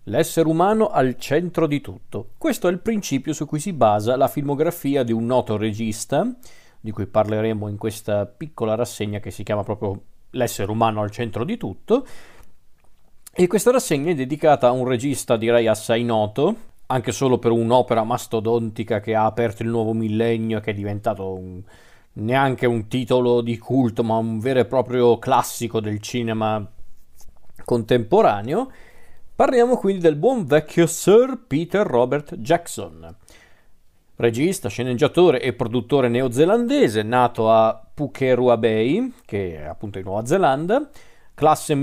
L'essere umano al centro di tutto. Questo è il principio su cui si basa la filmografia di un noto regista, di cui parleremo in questa piccola rassegna che si chiama proprio L'essere umano al centro di tutto. E questa rassegna è dedicata a un regista, direi assai noto, anche solo per un'opera mastodontica che ha aperto il nuovo millennio e che è diventato neanche un titolo di culto, ma un vero e proprio classico del cinema contemporaneo. Parliamo quindi del buon vecchio Sir Peter Robert Jackson, regista, sceneggiatore e produttore neozelandese, nato a Pukerua Bay, che è appunto in Nuova Zelanda, classe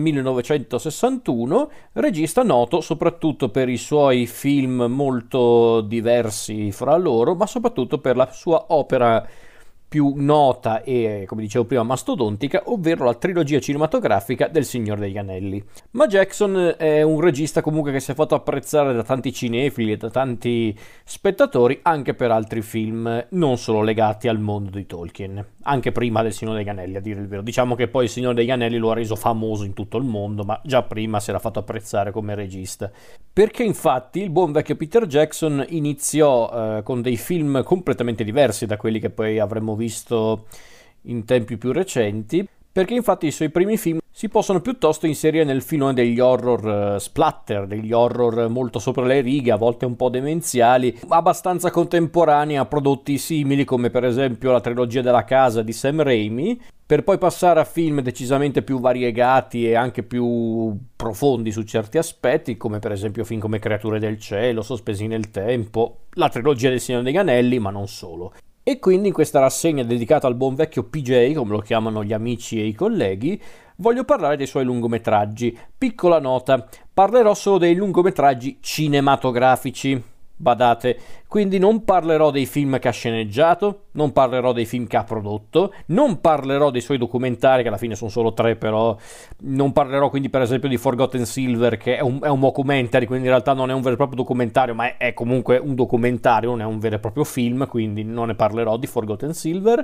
1961, regista noto soprattutto per i suoi film molto diversi fra loro, ma soprattutto per la sua opera più nota e, come dicevo prima, mastodontica, ovvero la trilogia cinematografica del Signore degli Anelli. Ma Jackson è un regista comunque che si è fatto apprezzare da tanti cinefili e da tanti spettatori anche per altri film, non solo legati al mondo di Tolkien, anche prima del Signore degli Anelli, a dire il vero. Diciamo che poi il Signore degli Anelli lo ha reso famoso in tutto il mondo, ma già prima si era fatto apprezzare come regista. Perché infatti il buon vecchio Peter Jackson iniziò con dei film completamente diversi da quelli che poi avremmo visto in tempi più recenti, perché infatti i suoi primi film si possono piuttosto inserire nel filone degli horror splatter, degli horror molto sopra le righe, a volte un po' demenziali, abbastanza contemporanei a prodotti simili come per esempio la trilogia della casa di Sam Raimi, per poi passare a film decisamente più variegati e anche più profondi su certi aspetti, come per esempio film come Creature del cielo, Sospesi nel tempo, la trilogia del Signore degli Anelli, ma non solo. E quindi in questa rassegna dedicata al buon vecchio PJ, come lo chiamano gli amici e i colleghi, voglio parlare dei suoi lungometraggi. Piccola nota, parlerò solo dei lungometraggi cinematografici, badate, quindi non parlerò dei film che ha sceneggiato, non parlerò dei film che ha prodotto, non parlerò dei suoi documentari, che alla fine sono solo 3 però, non parlerò quindi per esempio di Forgotten Silver, che è un mockumentary, quindi in realtà non è un vero e proprio documentario, ma è comunque un documentario, non è un vero e proprio film, quindi non ne parlerò di Forgotten Silver.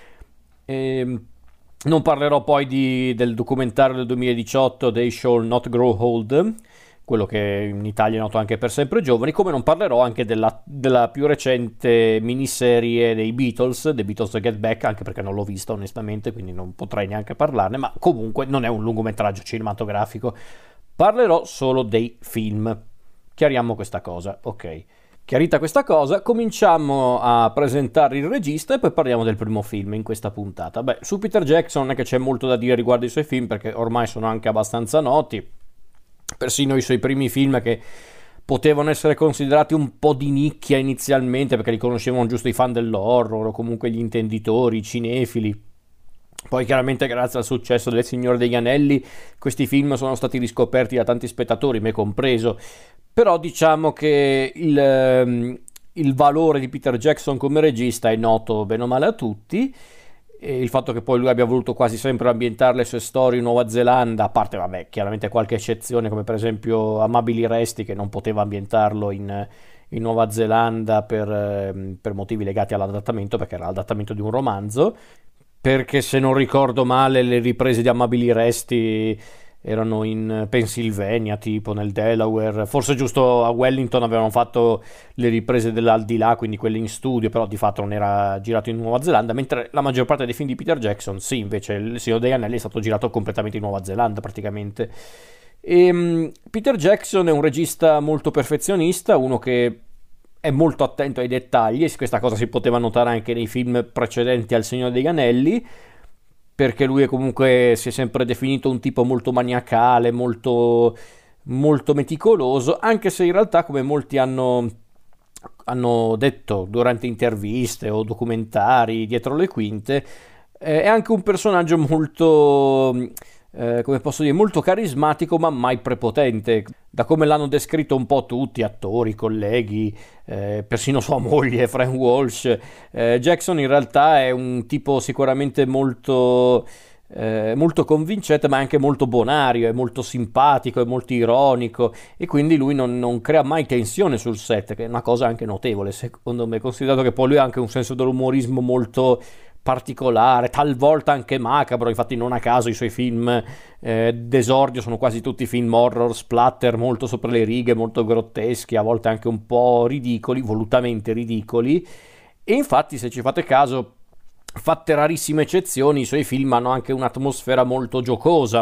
Non parlerò poi del documentario del 2018 They Shall Not Grow Old, quello che in Italia è noto anche per Sempre Giovani, come non parlerò anche della più recente miniserie dei Beatles, The Beatles Get Back, anche perché non l'ho vista onestamente, quindi non potrei neanche parlarne, ma comunque non è un lungometraggio cinematografico. Parlerò solo dei film. Chiariamo questa cosa, ok. Chiarita questa cosa, cominciamo a presentare il regista e poi parliamo del primo film in questa puntata. Beh, su Peter Jackson non è che c'è molto da dire riguardo i suoi film, perché ormai sono anche abbastanza noti. Persino i suoi primi film, che potevano essere considerati un po' di nicchia inizialmente perché li conoscevano giusto i fan dell'horror o comunque gli intenditori, i cinefili. Poi chiaramente grazie al successo del Signore degli Anelli questi film sono stati riscoperti da tanti spettatori, me compreso. Però diciamo che il valore di Peter Jackson come regista è noto bene o male a tutti. E il fatto che poi lui abbia voluto quasi sempre ambientare le sue storie in Nuova Zelanda, a parte vabbè chiaramente qualche eccezione come per esempio Amabili Resti, che non poteva ambientarlo in Nuova Zelanda per motivi legati all'adattamento, perché era l'adattamento di un romanzo, perché se non ricordo male le riprese di Amabili Resti erano in Pennsylvania, tipo nel Delaware, forse giusto a Wellington avevano fatto le riprese dell'Aldilà, quindi quelle in studio, però di fatto non era girato in Nuova Zelanda, mentre la maggior parte dei film di Peter Jackson, sì, invece il Signore degli Anelli è stato girato completamente in Nuova Zelanda praticamente. Peter Jackson è un regista molto perfezionista, uno che è molto attento ai dettagli, e questa cosa si poteva notare anche nei film precedenti al Signore degli Anelli, perché lui comunque si è sempre definito un tipo molto maniacale, molto, molto meticoloso, anche se in realtà, come molti hanno detto durante interviste o documentari dietro le quinte, è anche un personaggio molto, come posso dire, molto carismatico ma mai prepotente. Da come l'hanno descritto un po' tutti, attori, colleghi, persino sua moglie, Fran Walsh, Jackson in realtà è un tipo sicuramente molto convincente, ma anche molto bonario, è molto simpatico, è molto ironico, e quindi lui non crea mai tensione sul set, che è una cosa anche notevole secondo me, considerato che poi lui ha anche un senso dell'umorismo molto particolare, talvolta anche macabro. Infatti non a caso i suoi film d'esordio sono quasi tutti film horror, splatter, molto sopra le righe, molto grotteschi, a volte anche un po' ridicoli, volutamente ridicoli. E infatti, se ci fate caso, fatte rarissime eccezioni, i suoi film hanno anche un'atmosfera molto giocosa,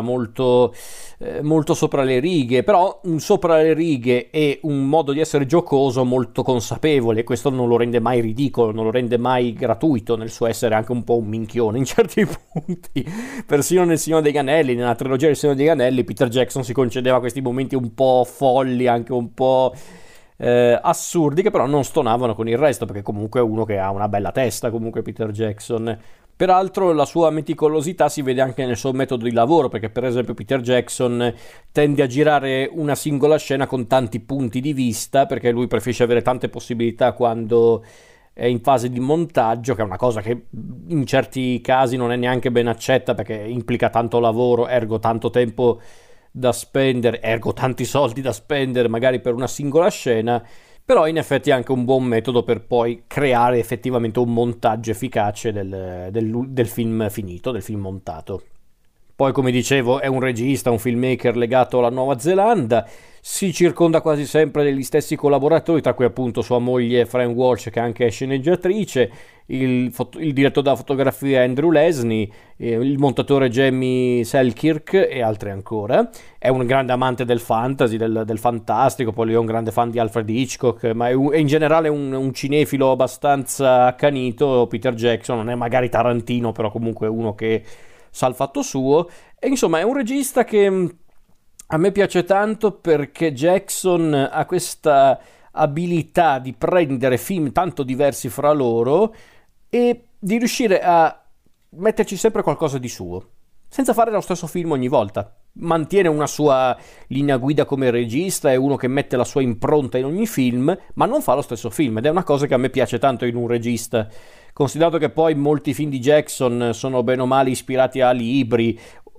molto sopra le righe, però un sopra le righe e un modo di essere giocoso molto consapevole. Questo non lo rende mai ridicolo, non lo rende mai gratuito nel suo essere anche un po' un minchione in certi punti. Persino nel Signore degli Anelli, nella trilogia del Signore degli Anelli, Peter Jackson si concedeva questi momenti un po' folli, anche un po' assurdi, che però non stonavano con il resto, perché comunque è uno che ha una bella testa, comunque Peter Jackson. Peraltro la sua meticolosità si vede anche nel suo metodo di lavoro, perché per esempio Peter Jackson tende a girare una singola scena con tanti punti di vista, perché lui preferisce avere tante possibilità quando è in fase di montaggio, che è una cosa che in certi casi non è neanche ben accetta, perché implica tanto lavoro, ergo tanto tempo da spendere, ergo tanti soldi da spendere magari per una singola scena. Però in effetti è anche un buon metodo per poi creare effettivamente un montaggio efficace del film finito, del film montato. Poi, come dicevo, è un regista, un filmmaker legato alla Nuova Zelanda, si circonda quasi sempre degli stessi collaboratori, tra cui appunto sua moglie Fran Walsh, che anche è sceneggiatrice, il direttore della fotografia Andrew Lesnie, il montatore Jamie Selkirk e altri ancora. È un grande amante del fantasy, del fantastico, poi lui è un grande fan di Alfred Hitchcock, ma è in generale un cinefilo abbastanza accanito. Peter Jackson non è magari Tarantino, però comunque uno che sa il fatto suo. E insomma è un regista che a me piace tanto, perché Jackson ha questa abilità di prendere film tanto diversi fra loro e di riuscire a metterci sempre qualcosa di suo, senza fare lo stesso film ogni volta. Mantiene una sua linea guida come regista, è uno che mette la sua impronta in ogni film, ma non fa lo stesso film, ed è una cosa che a me piace tanto in un regista. Considerato che poi molti film di Jackson sono bene o male ispirati a libri,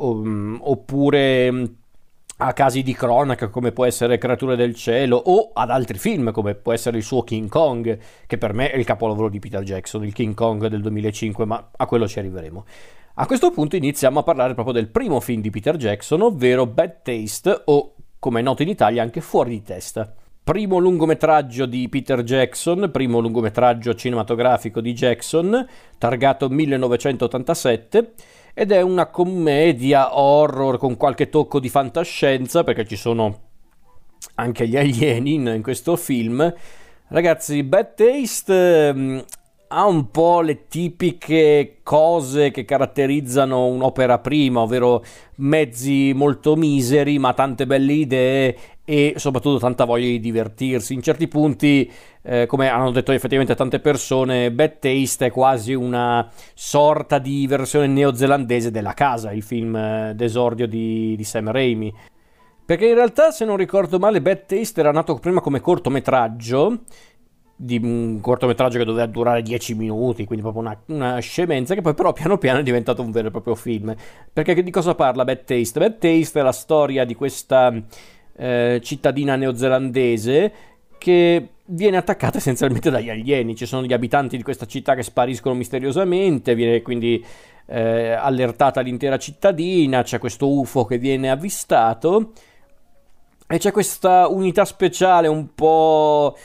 oppure a casi di cronaca come può essere Creature del Cielo, o ad altri film come può essere il suo King Kong, che per me è il capolavoro di Peter Jackson, il King Kong del 2005, ma a quello ci arriveremo. A questo punto iniziamo a parlare proprio del primo film di Peter Jackson, ovvero Bad Taste, o come è noto in Italia anche Fuori di testa. Primo lungometraggio di Peter Jackson, primo lungometraggio cinematografico di Jackson, targato 1987, ed è una commedia horror con qualche tocco di fantascienza, perché ci sono anche gli alieni in questo film. Ragazzi, Bad Taste ha un po' le tipiche cose che caratterizzano un'opera prima, ovvero mezzi molto miseri ma tante belle idee e soprattutto tanta voglia di divertirsi. In certi punti, come hanno detto effettivamente tante persone, Bad Taste è quasi una sorta di versione neozelandese della Casa, il film d'esordio di Sam Raimi. Perché in realtà, se non ricordo male, Bad Taste era nato prima come cortometraggio, di un cortometraggio che doveva durare 10 minuti, quindi proprio una scemenza, che poi però piano piano è diventato un vero e proprio film. Perché di cosa parla Bad Taste? Bad Taste è la storia di questa cittadina neozelandese che viene attaccata essenzialmente dagli alieni. Ci sono gli abitanti di questa città che spariscono misteriosamente, viene quindi allertata l'intera cittadina, c'è questo UFO che viene avvistato e c'è questa unità speciale un po'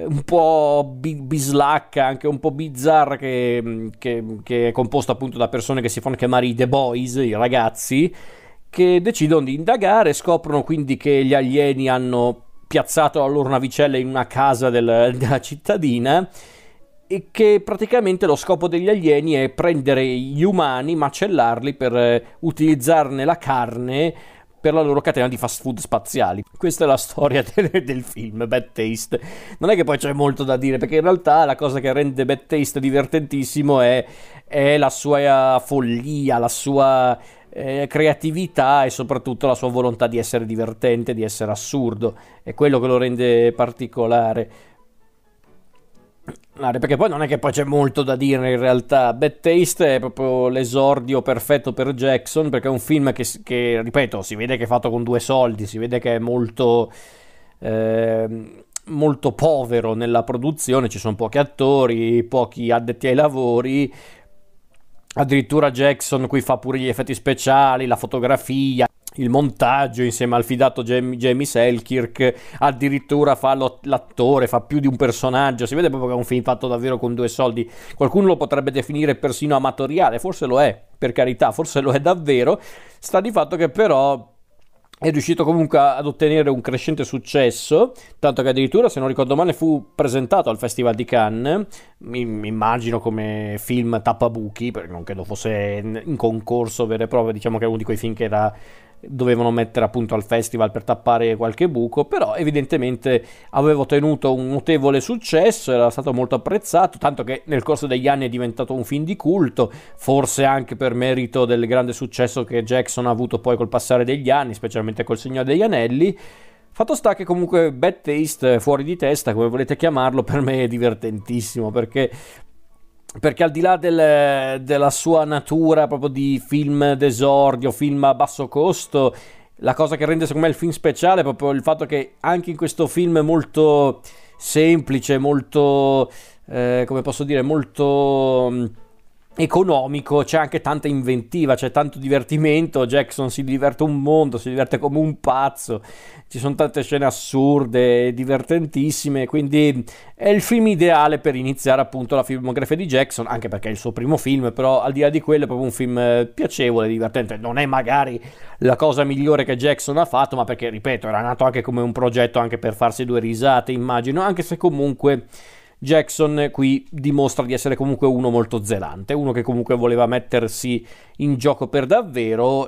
bislacca, anche un po' bizzarra, che è composta appunto da persone che si fanno chiamare i The Boys, i ragazzi, che decidono di indagare. Scoprono quindi che gli alieni hanno piazzato la loro navicella in una casa della cittadina, e che praticamente lo scopo degli alieni è prendere gli umani, macellarli per utilizzarne la carne per la loro catena di fast food spaziali. Questa è la storia del film Bad Taste. Non è che poi c'è molto da dire, perché in realtà la cosa che rende Bad Taste divertentissimo è la sua follia, la sua creatività e soprattutto la sua volontà di essere divertente, di essere assurdo. È quello che lo rende particolare. Perché poi non è che poi c'è molto da dire in realtà. Bad Taste è proprio l'esordio perfetto per Jackson, perché è un film che ripeto, si vede che è fatto con due soldi, si vede che è molto molto povero nella produzione, ci sono pochi attori, pochi addetti ai lavori, Addirittura Jackson qui fa pure gli effetti speciali, la fotografia, il montaggio insieme al fidato Jamie Selkirk, addirittura fa l'attore, fa più di un personaggio, si vede proprio che è un film fatto davvero con due soldi. Qualcuno lo potrebbe definire persino amatoriale, forse lo è, per carità, forse lo è davvero. Sta di fatto che però è riuscito comunque ad ottenere un crescente successo, tanto che addirittura, se non ricordo male, fu presentato al Festival di Cannes, mi immagino come film tappabuchi, perché non credo fosse in concorso vero e proprio, diciamo che è uno di quei film che dovevano mettere appunto al festival per tappare qualche buco, però evidentemente aveva ottenuto un notevole successo, era stato molto apprezzato, tanto che nel corso degli anni è diventato un film di culto, forse anche per merito del grande successo che Jackson ha avuto poi col passare degli anni, specialmente col Signore degli Anelli. Fatto sta che comunque Bad Taste, fuori di testa, come volete chiamarlo, per me è divertentissimo, perché al di là della sua natura proprio di film d'esordio, film a basso costo, la cosa che rende secondo me il film speciale è proprio il fatto che anche in questo film molto semplice, molto, come posso dire, molto economico, c'è anche tanta inventiva, c'è tanto divertimento. Jackson si diverte un mondo, si diverte come un pazzo, ci sono tante scene assurde, divertentissime, quindi è il film ideale per iniziare appunto la filmografia di Jackson, anche perché è il suo primo film, però al di là di quello è proprio un film piacevole, divertente. Non è magari la cosa migliore che Jackson ha fatto, ma perché, ripeto, era nato anche come un progetto anche per farsi due risate, immagino, anche se comunque Jackson qui dimostra di essere comunque uno molto zelante, uno che comunque voleva mettersi in gioco per davvero,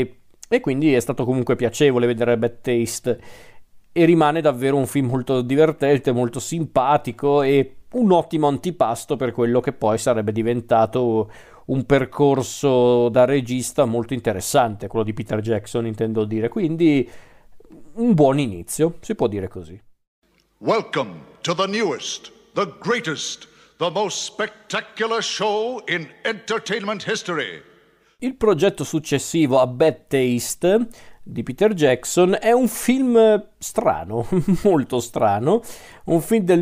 e quindi è stato comunque piacevole vedere Bad Taste, e rimane davvero un film molto divertente, molto simpatico e un ottimo antipasto per quello che poi sarebbe diventato un percorso da regista molto interessante, quello di Peter Jackson intendo dire, quindi un buon inizio, si può dire così. Welcome to the newest, the greatest, the most spectacular show in entertainment history. Il progetto successivo a Bad Taste di Peter Jackson è un film strano, molto strano, un film del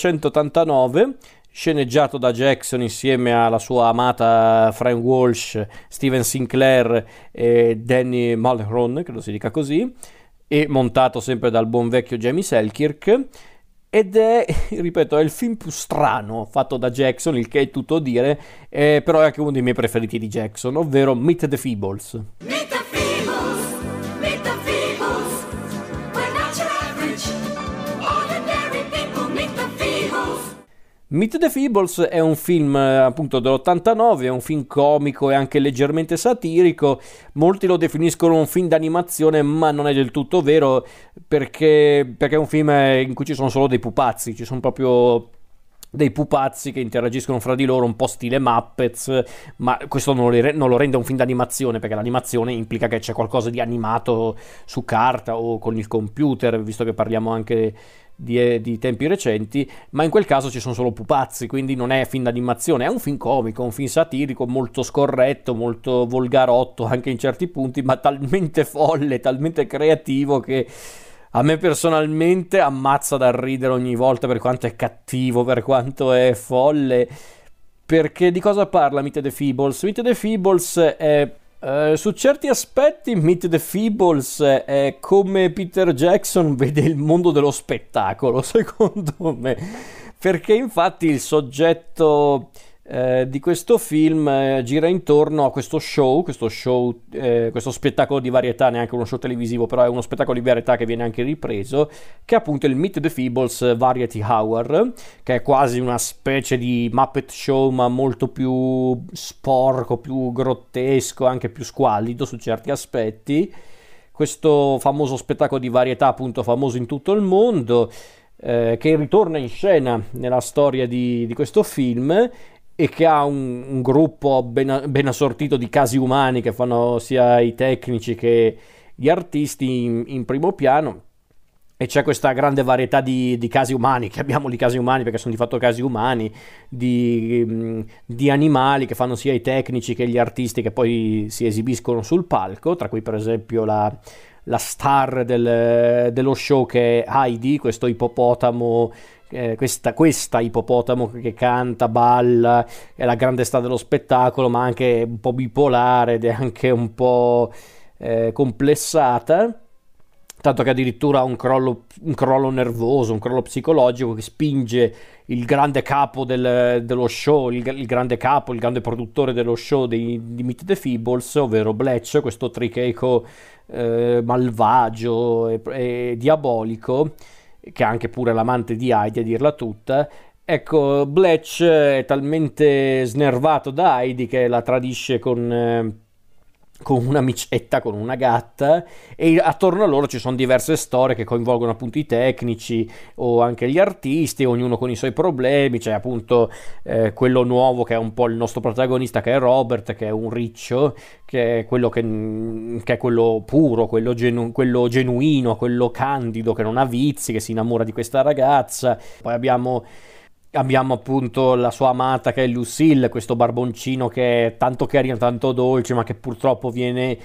1989, sceneggiato da Jackson insieme alla sua amata Fran Walsh, Steven Sinclair e Danny Mulhern, credo si dica così, e montato sempre dal buon vecchio Jamie Selkirk. Ed è, ripeto, è il film più strano fatto da Jackson, il che è tutto dire, però è anche uno dei miei preferiti di Jackson, ovvero Meet the Feebles. Meet the Feebles, meet the Feebles. We're not your average, ordinary people. Meet the Feebles. Meet the Feebles è un film appunto dell'89, è un film comico e anche leggermente satirico. Molti lo definiscono un film d'animazione, ma non è del tutto vero, perché è un film in cui ci sono solo dei pupazzi, ci sono proprio dei pupazzi che interagiscono fra di loro, un po' stile Muppets, ma questo non lo rende un film d'animazione, perché l'animazione implica che c'è qualcosa di animato su carta o con il computer, visto che parliamo anche di tempi recenti, ma in quel caso ci sono solo pupazzi, quindi non è film d'animazione, è un film comico, un film satirico, molto scorretto, molto volgarotto anche in certi punti, ma talmente folle, talmente creativo che a me personalmente ammazza dal ridere ogni volta, per quanto è cattivo, per quanto è folle. Perché di cosa parla Meet the Feebles? Meet the Feebles è su certi aspetti Meet the Feebles è come Peter Jackson vede il mondo dello spettacolo, secondo me, perché infatti il soggetto di questo film gira intorno a questo spettacolo di varietà, neanche uno show televisivo, però è uno spettacolo di varietà che viene anche ripreso, che è appunto il Meet the Feebles Variety Hour, che è quasi una specie di Muppet Show, ma molto più sporco, più grottesco, anche più squallido su certi aspetti. Questo famoso spettacolo di varietà, appunto famoso in tutto il mondo, che ritorna in scena nella storia di questo film, e che ha un gruppo ben assortito di casi umani che fanno sia i tecnici che gli artisti in primo piano, e c'è questa grande varietà di casi umani, chiamiamoli casi umani perché sono di fatto casi umani, di animali che fanno sia i tecnici che gli artisti che poi si esibiscono sul palco, tra cui per esempio la star dello show che è Heidi, questo ippopotamo questa ippopotamo che canta, balla, è la grande star dello spettacolo, ma anche un po' bipolare ed è anche un po' complessata, tanto che addirittura ha un crollo nervoso, un crollo psicologico che spinge il grande capo dello show, il grande capo, il grande produttore dello show di Meet the Feebles, ovvero Bletch, questo tricheco malvagio e diabolico, che è anche pure l'amante di Heidi, a dirla tutta. Ecco, Bletch è talmente snervato da Heidi che la tradisce con un'amicetta, con una gatta, e attorno a loro ci sono diverse storie che coinvolgono appunto i tecnici o anche gli artisti, ognuno con i suoi problemi. C'è appunto quello nuovo che è un po' il nostro protagonista, che è Robert, che è un riccio, che è quello che è quello puro, quello genuino, quello candido, che non ha vizi, che si innamora di questa ragazza. Poi abbiamo appunto la sua amata, che è Lucille, questo barboncino che è tanto carino, tanto dolce, ma che purtroppo viene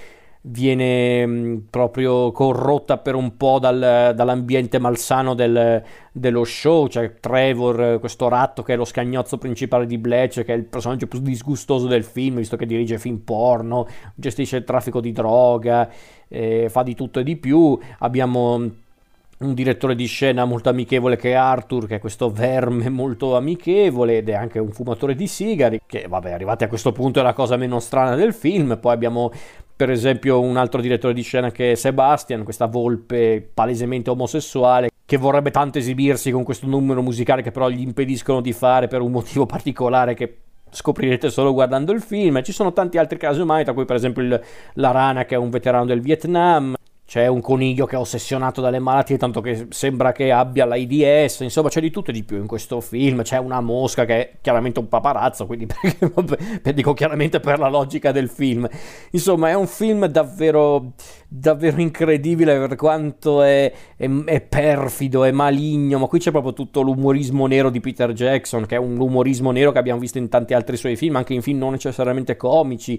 proprio corrotta per un po' dall'ambiente malsano dello show. C'è Trevor, questo ratto che è lo scagnozzo principale di Bletch, che è il personaggio più disgustoso del film, visto che dirige film porno, gestisce il traffico di droga, fa di tutto e di più. Abbiamo un direttore di scena molto amichevole, che è Arthur, che è questo verme molto amichevole ed è anche un fumatore di sigari, che vabbè, arrivati a questo punto è la cosa meno strana del film. Poi abbiamo per esempio un altro direttore di scena che è Sebastian, questa volpe palesemente omosessuale, che vorrebbe tanto esibirsi con questo numero musicale che però gli impediscono di fare per un motivo particolare che scoprirete solo guardando il film. Ci sono tanti altri casi umani, tra cui per esempio la rana, che è un veterano del Vietnam. C'è un coniglio che è ossessionato dalle malattie, tanto che sembra che abbia l'AIDS. Insomma, c'è di tutto e di più in questo film. C'è una mosca che è chiaramente un paparazzo, quindi dico chiaramente per la logica del film. Insomma, è un film davvero davvero incredibile per quanto è perfido, è maligno. Ma qui c'è proprio tutto l'umorismo nero di Peter Jackson, che è un umorismo nero che abbiamo visto in tanti altri suoi film, anche in film non necessariamente comici.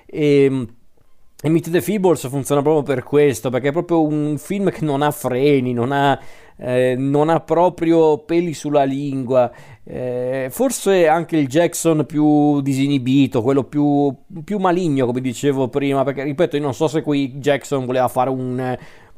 E Meet the Feebles funziona proprio per questo, perché è proprio un film che non ha freni, non ha proprio peli sulla lingua. Forse anche il Jackson più disinibito, quello più maligno, come dicevo prima, perché ripeto, io non so se qui Jackson voleva fare un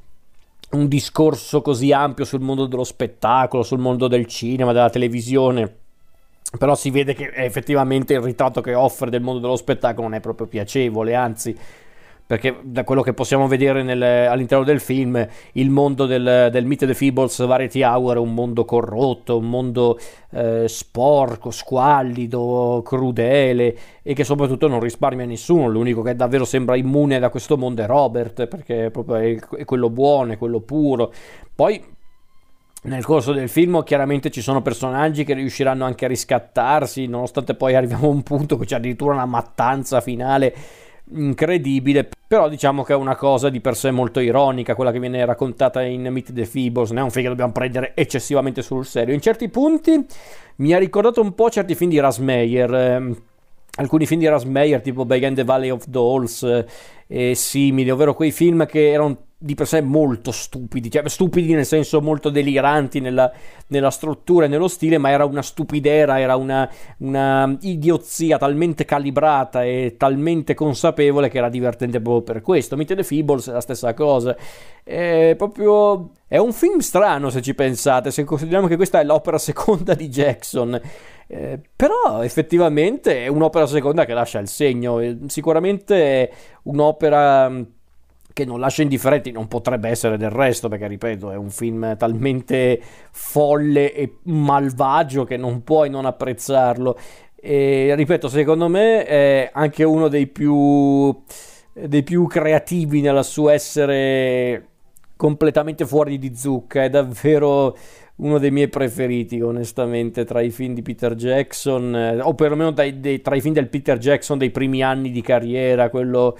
discorso così ampio sul mondo dello spettacolo, sul mondo del cinema, della televisione. Però si vede che effettivamente il ritratto che offre del mondo dello spettacolo non è proprio piacevole, anzi, perché da quello che possiamo vedere all'interno del film, il mondo del Meet the Feebles Variety Hour è un mondo corrotto, un mondo sporco, squallido, crudele, e che soprattutto non risparmia nessuno. L'unico che davvero sembra immune da questo mondo è Robert, perché proprio è quello buono, è quello puro. Poi nel corso del film chiaramente ci sono personaggi che riusciranno anche a riscattarsi, nonostante poi arriviamo a un punto che c'è addirittura una mattanza finale incredibile. Però diciamo che è una cosa di per sé molto ironica quella che viene raccontata in Meet the Feebles, non è un film che dobbiamo prendere eccessivamente sul serio. In certi punti mi ha ricordato un po' certi film di Russ Meyer, alcuni film di Russ Meyer tipo Beyond the Valley of Dolls e simili, ovvero quei film che erano di per sé molto stupidi, cioè stupidi nel senso molto deliranti nella struttura e nello stile, ma era una stupidera, era una idiozia talmente calibrata e talmente consapevole che era divertente proprio per questo. Meet the Feebles è la stessa cosa, è un film strano se ci pensate, se consideriamo che questa è l'opera seconda di Jackson. Però effettivamente è un'opera seconda che lascia il segno, sicuramente è un'opera che non lascia indifferenti, non potrebbe essere del resto, perché ripeto è un film talmente folle e malvagio che non puoi non apprezzarlo. E ripeto, secondo me è anche uno dei più creativi nel suo essere completamente fuori di zucca. È davvero uno dei miei preferiti, onestamente, tra i film di Peter Jackson, o perlomeno tra i film del Peter Jackson dei primi anni di carriera, quello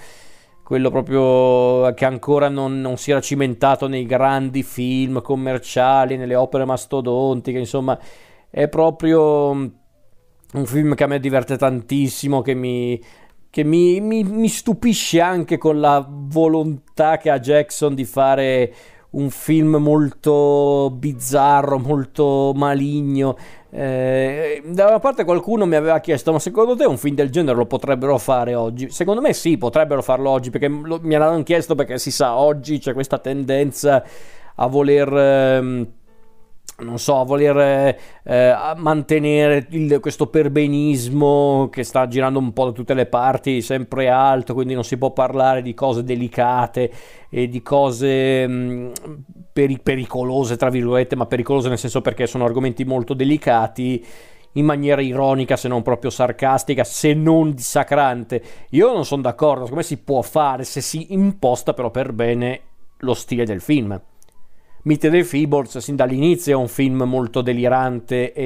proprio che ancora non si era cimentato nei grandi film commerciali, nelle opere mastodontiche. Insomma, è proprio un film che a me diverte tantissimo, che mi stupisce anche con la volontà che ha Jackson di fare un film molto bizzarro, molto maligno. Da una parte qualcuno mi aveva chiesto: ma secondo te un film del genere lo potrebbero fare oggi? Secondo me sì, potrebbero farlo oggi, perché mi hanno chiesto, perché si sa, oggi c'è questa tendenza a voler non so, a voler mantenere questo perbenismo che sta girando un po' da tutte le parti, sempre alto, quindi non si può parlare di cose delicate e di cose pericolose, tra virgolette, ma pericolose nel senso perché sono argomenti molto delicati, in maniera ironica, se non proprio sarcastica, se non dissacrante. Io non sono d'accordo, secondo me si può fare se si imposta però per bene lo stile del film. Meet the Feebles sin dall'inizio è un film molto delirante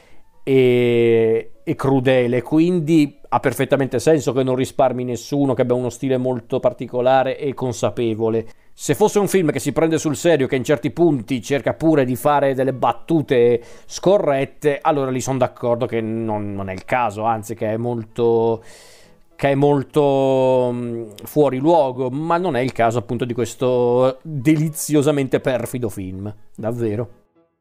e crudele, quindi ha perfettamente senso che non risparmi nessuno, che abbia uno stile molto particolare e consapevole. Se fosse un film che si prende sul serio, che in certi punti cerca pure di fare delle battute scorrette, allora lì sono d'accordo che non è il caso, anzi che è molto fuori luogo, ma non è il caso appunto di questo deliziosamente perfido film, davvero.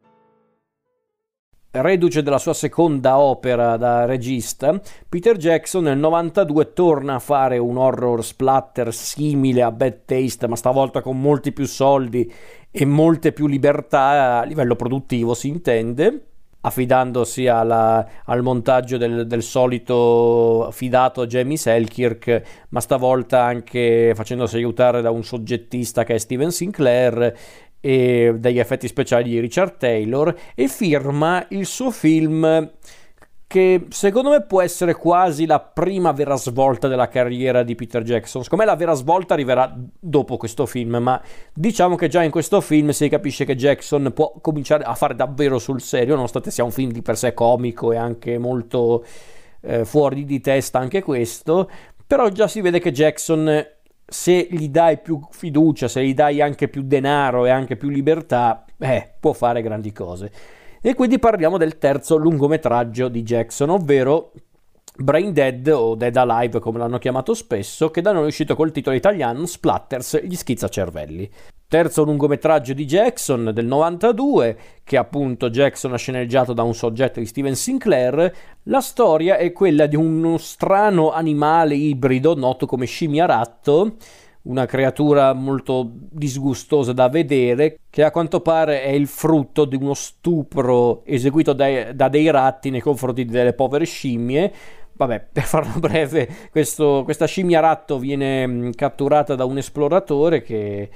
Reduce della sua seconda opera da regista, Peter Jackson nel 92 torna a fare un horror splatter simile a Bad Taste, ma stavolta con molti più soldi e molte più libertà a livello produttivo, si intende, affidandosi al montaggio del solito fidato Jamie Selkirk, ma stavolta anche facendosi aiutare da un soggettista che è Steven Sinclair e dagli effetti speciali di Richard Taylor, e firma il suo film che secondo me può essere quasi la prima vera svolta della carriera di Peter Jackson. Secondo me la vera svolta arriverà dopo questo film, ma diciamo che già in questo film si capisce che Jackson può cominciare a fare davvero sul serio, nonostante sia un film di per sé comico e anche molto fuori di testa anche questo, però già si vede che Jackson, se gli dai più fiducia, se gli dai anche più denaro e anche più libertà, può fare grandi cose. E quindi parliamo del terzo lungometraggio di Jackson, ovvero Brain Dead o Dead Alive come l'hanno chiamato spesso, che da noi è uscito col titolo italiano Splatters, gli schizzacervelli. Terzo lungometraggio di Jackson del 92, che appunto Jackson ha sceneggiato da un soggetto di Steven Sinclair. La storia è quella di uno strano animale ibrido noto come scimmia ratto, una creatura molto disgustosa da vedere, che a quanto pare è il frutto di uno stupro eseguito da dei ratti nei confronti delle povere scimmie. Vabbè, per farlo breve, questa scimmia ratto viene catturata da un esploratore che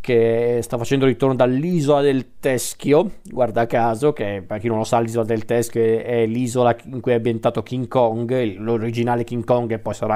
sta facendo ritorno dall'isola del Teschio, guarda caso, che per chi non lo sa l'isola del Teschio è l'isola in cui è ambientato King Kong, l'originale King Kong, e poi sarà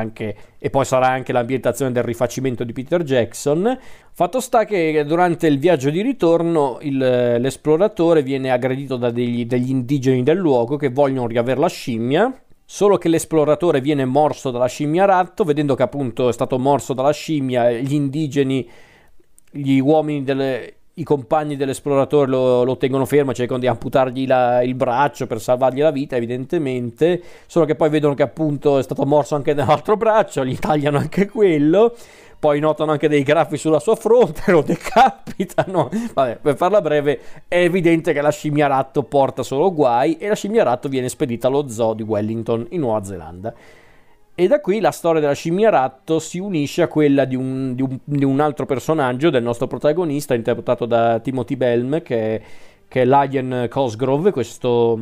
anche l'ambientazione del rifacimento di Peter Jackson. Fatto sta che durante il viaggio di ritorno l'esploratore viene aggredito da degli indigeni del luogo che vogliono riavere la scimmia. Solo che l'esploratore viene morso dalla scimmia ratto, vedendo che appunto è stato morso dalla scimmia, gli indigeni, gli uomini, i compagni dell'esploratore lo tengono fermo, cercano di amputargli il braccio per salvargli la vita, evidentemente, solo che poi vedono che appunto è stato morso anche nell'altro braccio, gli tagliano anche quello, poi notano anche dei graffi sulla sua fronte, lo decapitano. Vabbè, per farla breve, è evidente che la scimmia ratto porta solo guai e la scimmia ratto viene spedita allo zoo di Wellington in Nuova Zelanda. E da qui la storia della scimmia ratto si unisce a quella di un altro personaggio del nostro protagonista, interpretato da Timothy Belm, che è Lion Cosgrove, questo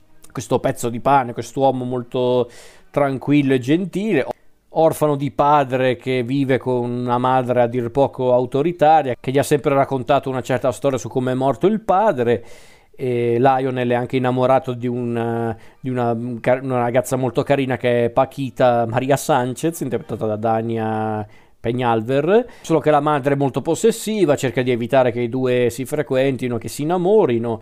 pezzo di pane, quest'uomo molto tranquillo e gentile, orfano di padre che vive con una madre a dir poco autoritaria, che gli ha sempre raccontato una certa storia su come è morto il padre. E Lionel è anche innamorato di una ragazza molto carina che è Paquita Maria Sanchez, interpretata da Dania Peñalver, solo che la madre è molto possessiva, cerca di evitare che i due si frequentino, che si innamorino.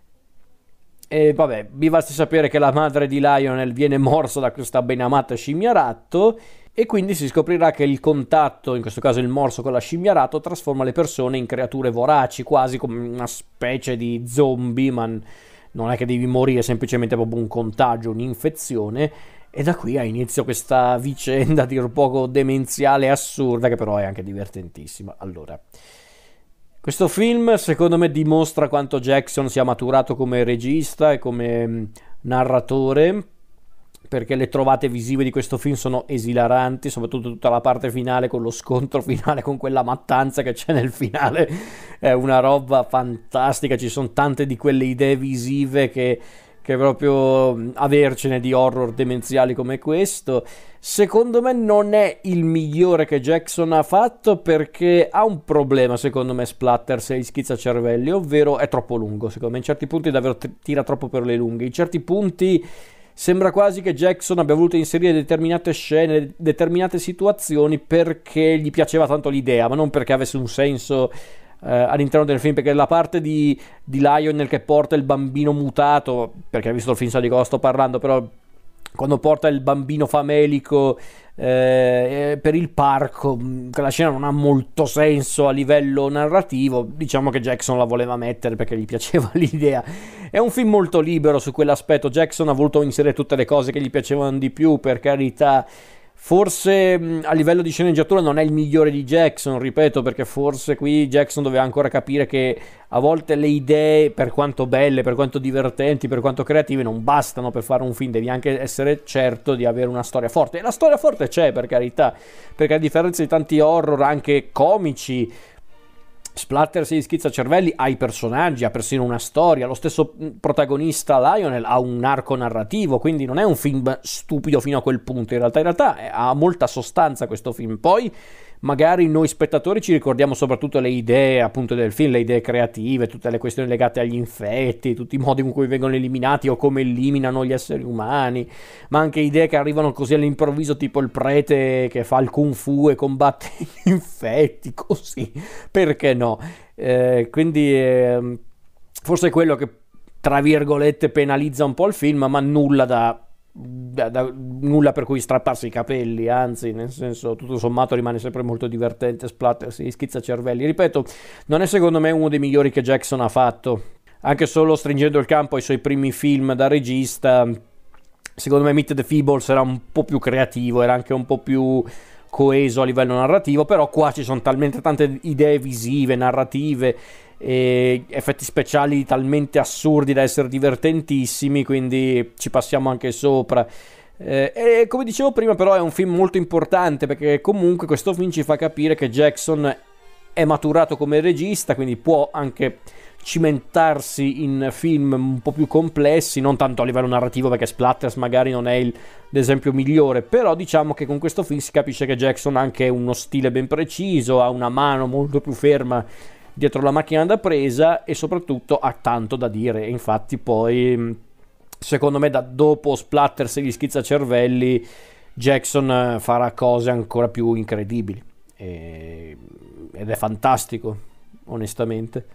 E vabbè, vi basti sapere che la madre di Lionel viene morsa da questa benamata scimmia ratto, e quindi si scoprirà che il contatto, in questo caso il morso con la scimmia ratto, trasforma le persone in creature voraci, quasi come una specie di zombie, ma non è che devi morire, è semplicemente proprio un contagio, un'infezione. E da qui ha inizio questa vicenda a dir poco demenziale e assurda, che però è anche divertentissima. Allora, Questo film secondo me dimostra quanto Jackson sia maturato come regista e come narratore, perché le trovate visive di questo film sono esilaranti, soprattutto tutta la parte finale con lo scontro finale, con quella mattanza che c'è nel finale, è una roba fantastica, ci sono tante di quelle idee visive che proprio avercene di horror demenziali come questo. Secondo me non è il migliore che Jackson ha fatto, perché ha un problema, secondo me, Splatters e gli schizzacervelli, ovvero è troppo lungo, secondo me in certi punti davvero tira troppo per le lunghe, in certi punti sembra quasi che Jackson abbia voluto inserire determinate scene, determinate situazioni perché gli piaceva tanto l'idea, ma non perché avesse un senso all'interno del film, perché la parte di Lionel che porta il bambino mutato, perché ha visto il film sa di cosa sto parlando, però quando porta il bambino famelico per il parco, quella scena non ha molto senso a livello narrativo, diciamo che Jackson la voleva mettere perché gli piaceva l'idea. È un film molto libero su quell'aspetto, Jackson ha voluto inserire tutte le cose che gli piacevano di più, per carità. Forse a livello di sceneggiatura non è il migliore di Jackson, ripeto, perché forse qui Jackson doveva ancora capire che a volte le idee, per quanto belle, per quanto divertenti, per quanto creative, non bastano per fare un film, devi anche essere certo di avere una storia forte. E la storia forte c'è, per carità, perché a differenza di tanti horror anche comici, Splatters e gli schizzacervelli ha i personaggi, ha persino una storia, lo stesso protagonista Lionel ha un arco narrativo, quindi non è un film stupido fino a quel punto, in realtà ha molta sostanza questo film. Poi magari noi spettatori ci ricordiamo soprattutto le idee appunto del film, le idee creative, tutte le questioni legate agli infetti, tutti i modi in cui vengono eliminati o come eliminano gli esseri umani, ma anche idee che arrivano così all'improvviso, tipo il prete che fa il kung fu e combatte gli infetti, così, perché no? Quindi forse è quello che tra virgolette penalizza un po' il film, ma nulla nulla per cui strapparsi i capelli, anzi, nel senso, tutto sommato rimane sempre molto divertente Splatters e schizzacervelli. Ripeto, non è secondo me uno dei migliori che Jackson ha fatto, anche solo stringendo il campo ai suoi primi film da regista. Secondo me Meet the Feebles era un po' più creativo, era anche un po' più coeso a livello narrativo, però qua ci sono talmente tante idee visive, narrative e effetti speciali talmente assurdi da essere divertentissimi, quindi ci passiamo anche sopra. E come dicevo prima, però è un film molto importante, perché comunque questo film ci fa capire che Jackson è maturato come regista, quindi può anche cimentarsi in film un po' più complessi, non tanto a livello narrativo, perché Splatters magari non è l'esempio migliore, però diciamo che con questo film si capisce che Jackson ha anche uno stile ben preciso, ha una mano molto più ferma dietro la macchina da presa e soprattutto ha tanto da dire. Infatti poi secondo me dopo Splatters e gli schizzacervelli Jackson farà cose ancora più incredibili ed è fantastico, onestamente.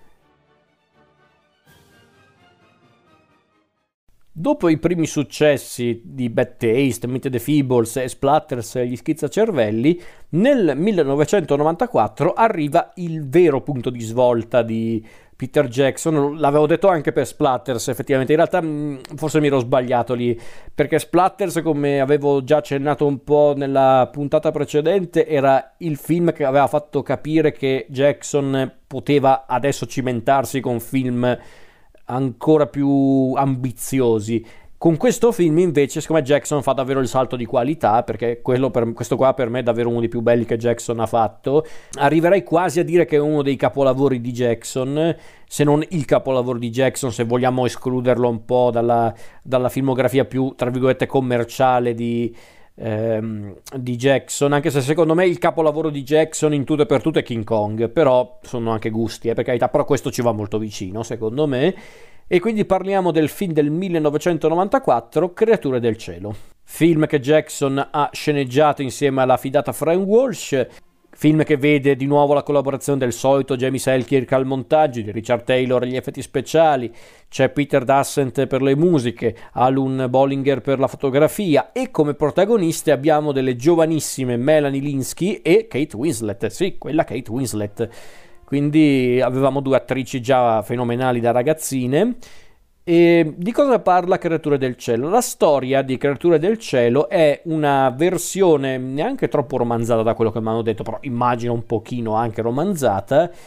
Dopo i primi successi di Bad Taste, Meet the Feebles e Splatters e gli schizzacervelli, nel 1994 arriva il vero punto di svolta di Peter Jackson. L'avevo detto anche per Splatters, effettivamente, in realtà forse mi ero sbagliato lì, perché Splatters, come avevo già accennato un po' nella puntata precedente, era il film che aveva fatto capire che Jackson poteva adesso cimentarsi con film ancora più ambiziosi. Con questo film invece secondo me Jackson fa davvero il salto di qualità, perché questo qua per me è davvero uno dei più belli che Jackson ha fatto. Arriverei quasi a dire che è uno dei capolavori di Jackson, se non il capolavoro di Jackson, se vogliamo escluderlo un po' dalla filmografia più tra virgolette commerciale di Jackson, anche se secondo me il capolavoro di Jackson in tutto e per tutto è King Kong, però sono anche gusti, per carità, però questo ci va molto vicino secondo me. E quindi parliamo del film del 1994, Creature del cielo, film che Jackson ha sceneggiato insieme alla fidata Fran Walsh, film che vede di nuovo la collaborazione del solito Jamie Selkirk al montaggio, di Richard Taylor agli effetti speciali, c'è Peter Dasent per le musiche, Alun Bollinger per la fotografia, e come protagoniste abbiamo delle giovanissime Melanie Lynskey e Kate Winslet, sì, quella Kate Winslet. Quindi avevamo due attrici già fenomenali da ragazzine. E di cosa parla Creature del cielo? La storia di Creature del cielo è una versione neanche troppo romanzata da quello che mi hanno detto, però immagino un pochino anche romanzata,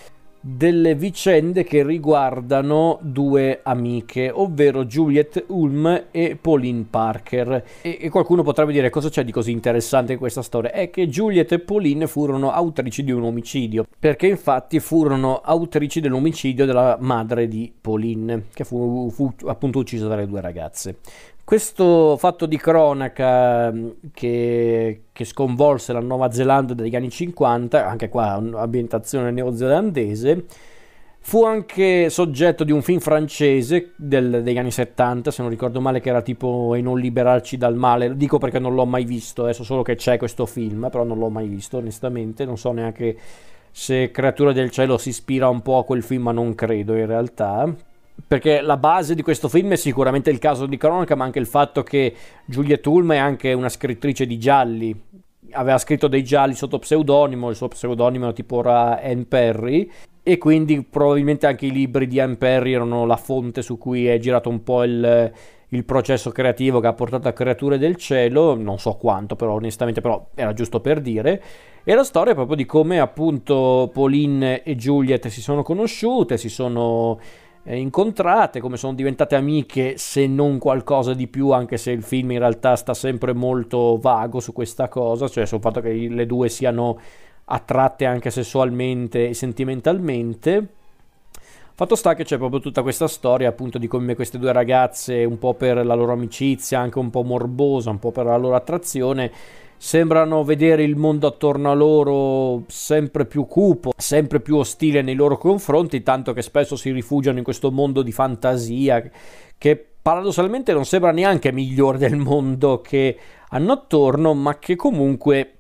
delle vicende che riguardano due amiche, ovvero Juliette Hulme e Pauline Parker. E qualcuno potrebbe dire: cosa c'è di così interessante in questa storia? È che Juliette e Pauline furono autrici di un omicidio, perché infatti furono autrici dell'omicidio della madre di Pauline, che fu appunto uccisa dalle due ragazze. Questo fatto di cronaca che sconvolse la Nuova Zelanda degli anni 50, anche qua ambientazione neozelandese, fu anche soggetto di un film francese degli anni 70, se non ricordo male, che era tipo E non liberarci dal male. Lo dico perché non l'ho mai visto, adesso solo che c'è questo film, però non l'ho mai visto onestamente, non so neanche se Creature del cielo si ispira un po' a quel film, ma non credo in realtà. Perché la base di questo film è sicuramente il caso di cronaca, ma anche il fatto che Juliette Hulme è anche una scrittrice di gialli, aveva scritto dei gialli sotto pseudonimo, il suo pseudonimo era tipo Anne Perry, e quindi probabilmente anche i libri di Anne Perry erano la fonte su cui è girato un po' il processo creativo che ha portato a Creature del cielo, non so quanto, però onestamente però era giusto per dire. E la storia è proprio di come appunto Pauline e Juliette si sono conosciute, si sono incontrate, come sono diventate amiche, se non qualcosa di più, anche se il film in realtà sta sempre molto vago su questa cosa, cioè sul fatto che le due siano attratte anche sessualmente e sentimentalmente. Fatto sta che c'è proprio tutta questa storia appunto di come queste due ragazze, un po' per la loro amicizia, anche un po' morbosa, un po' per la loro attrazione, sembrano vedere il mondo attorno a loro sempre più cupo, sempre più ostile nei loro confronti, tanto che spesso si rifugiano in questo mondo di fantasia che paradossalmente non sembra neanche migliore del mondo che hanno attorno, ma che comunque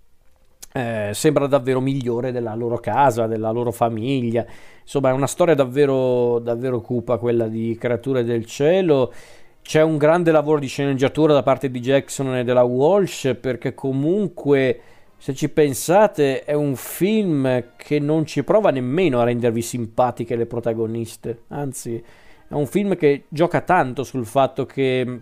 sembra davvero migliore della loro casa, della loro famiglia. Insomma, è una storia davvero, davvero cupa quella di Creature del cielo. C'è un grande lavoro di sceneggiatura da parte di Jackson e della Walsh, perché comunque, se ci pensate, è un film che non ci prova nemmeno a rendervi simpatiche le protagoniste, anzi è un film che gioca tanto sul fatto che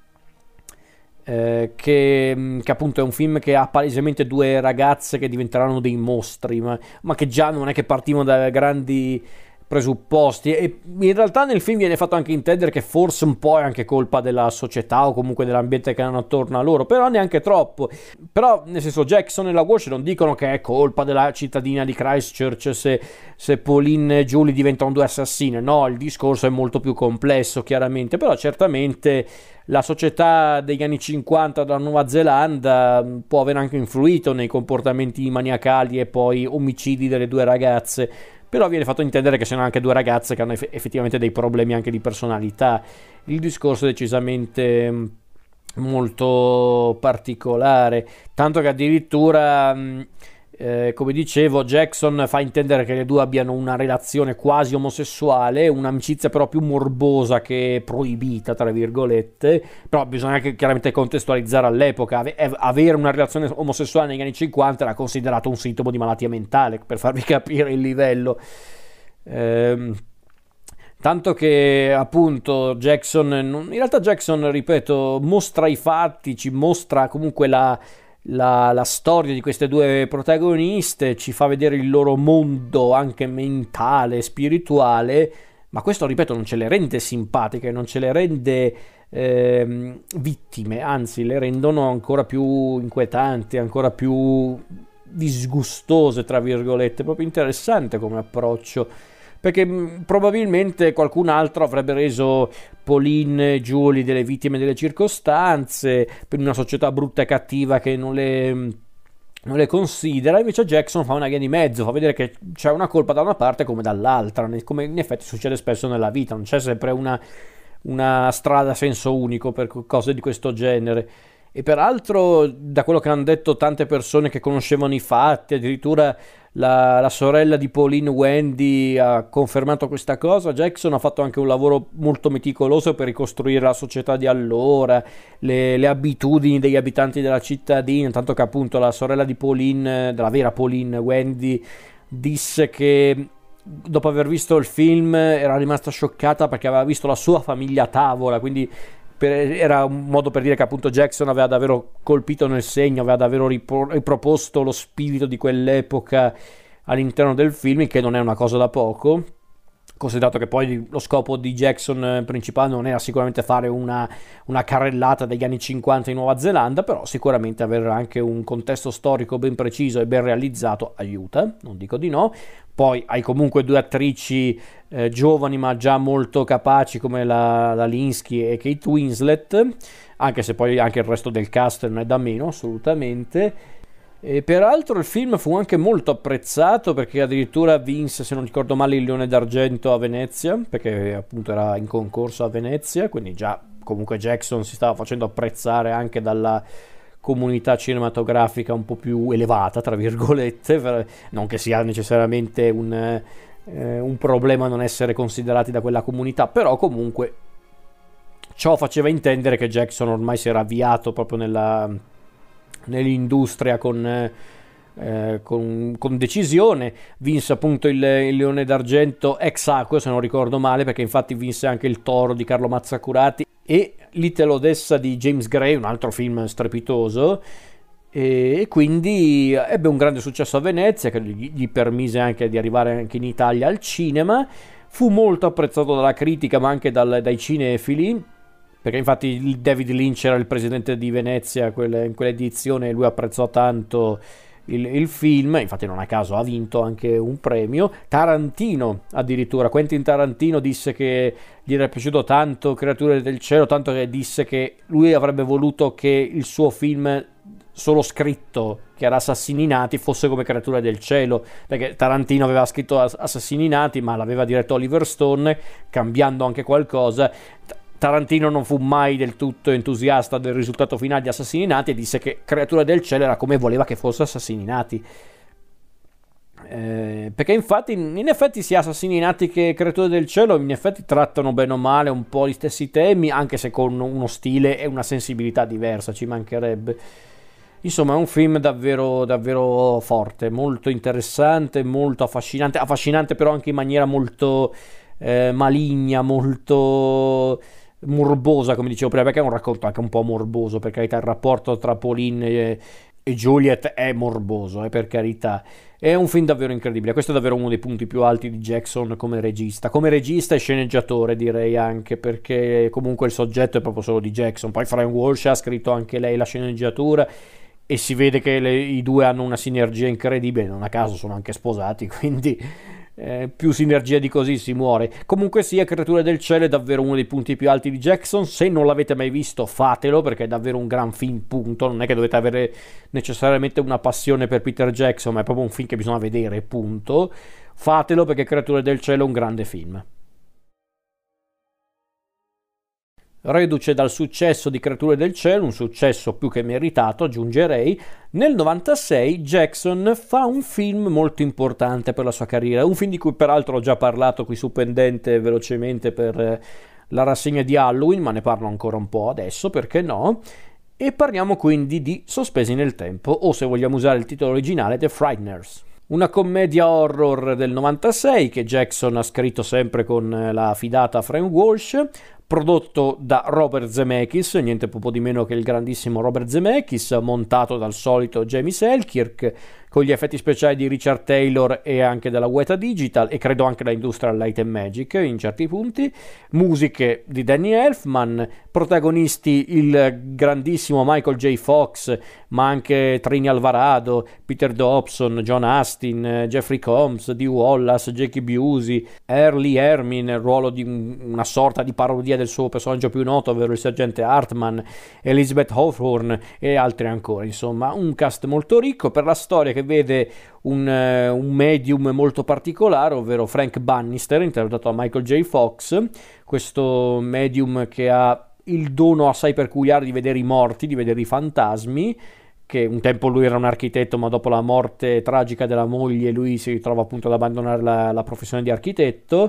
appunto è un film che ha palesemente due ragazze che diventeranno dei mostri, ma che già non è che partivano da grandi presupposti, e in realtà nel film viene fatto anche intendere che forse un po' è anche colpa della società o comunque dell'ambiente che hanno attorno a loro, però neanche troppo. Però nel senso, Jackson e la Walsh non dicono che è colpa della cittadina di Christchurch se Pauline e Julie diventano due assassine, no, il discorso è molto più complesso chiaramente, però certamente la società degli anni 50 della Nuova Zelanda può aver anche influito nei comportamenti maniacali e poi omicidi delle due ragazze. Però viene fatto intendere che siano anche due ragazze che hanno effettivamente dei problemi anche di personalità. Il discorso è decisamente molto particolare, tanto che addirittura, come dicevo, Jackson fa intendere che le due abbiano una relazione quasi omosessuale, un'amicizia però più morbosa che proibita, tra virgolette. Però bisogna anche chiaramente contestualizzare all'epoca. Avere una relazione omosessuale negli anni 50 era considerato un sintomo di malattia mentale, per farvi capire il livello. Tanto che appunto Jackson, in realtà Jackson, ripeto, mostra i fatti, ci mostra comunque la storia di queste due protagoniste, ci fa vedere il loro mondo anche mentale, spirituale, ma questo, ripeto, non ce le rende simpatiche, non ce le rende vittime, anzi le rendono ancora più inquietanti, ancora più disgustose, tra virgolette. Proprio interessante come approccio, perché probabilmente qualcun altro avrebbe reso Pauline e Julie delle vittime delle circostanze, per una società brutta e cattiva che non le considera. Invece Jackson fa una via di mezzo, fa vedere che c'è una colpa da una parte come dall'altra, come in effetti succede spesso nella vita, non c'è sempre una strada a senso unico per cose di questo genere. E peraltro, da quello che hanno detto tante persone che conoscevano i fatti, addirittura la sorella di Pauline, Wendy, ha confermato questa cosa. Jackson ha fatto anche un lavoro molto meticoloso per ricostruire la società di allora, le abitudini degli abitanti della cittadina, tanto che appunto la sorella di Pauline, della vera Pauline, Wendy, disse che dopo aver visto il film era rimasta scioccata perché aveva visto la sua famiglia a tavola, quindi era un modo per dire che appunto Jackson aveva davvero colpito nel segno, aveva davvero riproposto lo spirito di quell'epoca all'interno del film, che non è una cosa da poco, considerato che poi lo scopo di Jackson principale non era sicuramente fare una carrellata degli anni 50 in Nuova Zelanda, però sicuramente avere anche un contesto storico ben preciso e ben realizzato aiuta, non dico di no. Poi hai comunque due attrici giovani ma già molto capaci come la Linsky e Kate Winslet, anche se poi anche il resto del cast non è da meno assolutamente. E peraltro il film fu anche molto apprezzato, perché addirittura vinse, se non ricordo male, il Leone d'Argento a Venezia, perché appunto era in concorso a Venezia, quindi già comunque Jackson si stava facendo apprezzare anche dalla comunità cinematografica un po' più elevata, tra virgolette, non che sia necessariamente un problema non essere considerati da quella comunità, però comunque ciò faceva intendere che Jackson ormai si era avviato proprio nell'industria con decisione. Vinse appunto il Leone d'Argento ex aequo, se non ricordo male, perché infatti vinse anche il Toro di Carlo Mazzacurati e Little Odessa di James Gray, un altro film strepitoso, e quindi ebbe un grande successo a Venezia, che gli permise anche di arrivare anche in Italia al cinema. Fu molto apprezzato dalla critica ma anche dai cinefili, perché infatti David Lynch era il presidente di Venezia in quell'edizione e lui apprezzò tanto il film, infatti non a caso ha vinto anche un premio. Tarantino addirittura, Quentin Tarantino disse che gli era piaciuto tanto Creature del Cielo, tanto che disse che lui avrebbe voluto che il suo film solo scritto, che era Assassini Nati, fosse come Creature del Cielo, perché Tarantino aveva scritto Assassini Nati ma l'aveva diretto Oliver Stone, cambiando anche qualcosa. Tarantino non fu mai del tutto entusiasta del risultato finale di Assassini Nati e disse che Creatura del Cielo era come voleva che fosse Assassini Nati, perché infatti in effetti sia Assassini Nati che Creature del Cielo in effetti trattano bene o male un po' gli stessi temi, anche se con uno stile e una sensibilità diversa, ci mancherebbe. Insomma è un film davvero davvero forte, molto interessante, molto affascinante però anche in maniera molto maligna, molto morbosa, come dicevo prima, perché è un racconto anche un po' morboso, per carità. Il rapporto tra Pauline e Juliet è morboso, per carità. È un film davvero incredibile, questo è davvero uno dei punti più alti di Jackson come regista e sceneggiatore, direi, anche perché comunque il soggetto è proprio solo di Jackson. Poi Fran Walsh ha scritto anche lei la sceneggiatura e si vede che i due hanno una sinergia incredibile, non a caso sono anche sposati, quindi più sinergia di così si muore. Comunque sia, Creature del Cielo è davvero uno dei punti più alti di Jackson. Se non l'avete mai visto, fatelo, perché è davvero un gran film, punto. Non è che dovete avere necessariamente una passione per Peter Jackson, ma è proprio un film che bisogna vedere, punto. Fatelo, perché Creature del Cielo è un grande film. Reduce dal successo di Creature del Cielo, un successo più che meritato, aggiungerei, nel 96 Jackson fa un film molto importante per la sua carriera, un film di cui peraltro ho già parlato qui su Pendente velocemente per la rassegna di Halloween, ma ne parlo ancora un po' adesso, perché no? E parliamo quindi di Sospesi nel tempo, o se vogliamo usare il titolo originale, The Frighteners. Una commedia horror del 96 che Jackson ha scritto sempre con la fidata Fran Walsh, prodotto da Robert Zemeckis, niente po' di meno che il grandissimo Robert Zemeckis, montato dal solito Jamie Selkirk, con gli effetti speciali di Richard Taylor e anche della Weta Digital, e credo anche da Industrial Light and Magic in certi punti, musiche di Danny Elfman, protagonisti il grandissimo Michael J. Fox, ma anche Trini Alvarado, Peter Dobson, John Astin, Jeffrey Combs, Dee Wallace, Jackie Busey, Early Hermin nel ruolo di una sorta di parodia del suo personaggio più noto, ovvero il sergente Hartman, Elizabeth Hawthorne e altri ancora. Insomma, un cast molto ricco per la storia che vede un medium molto particolare, ovvero Frank Bannister, interpretato da Michael J. Fox, questo medium che ha il dono assai peculiare di vedere i morti, di vedere i fantasmi, che un tempo lui era un architetto, ma dopo la morte tragica della moglie lui si ritrova appunto ad abbandonare la professione di architetto,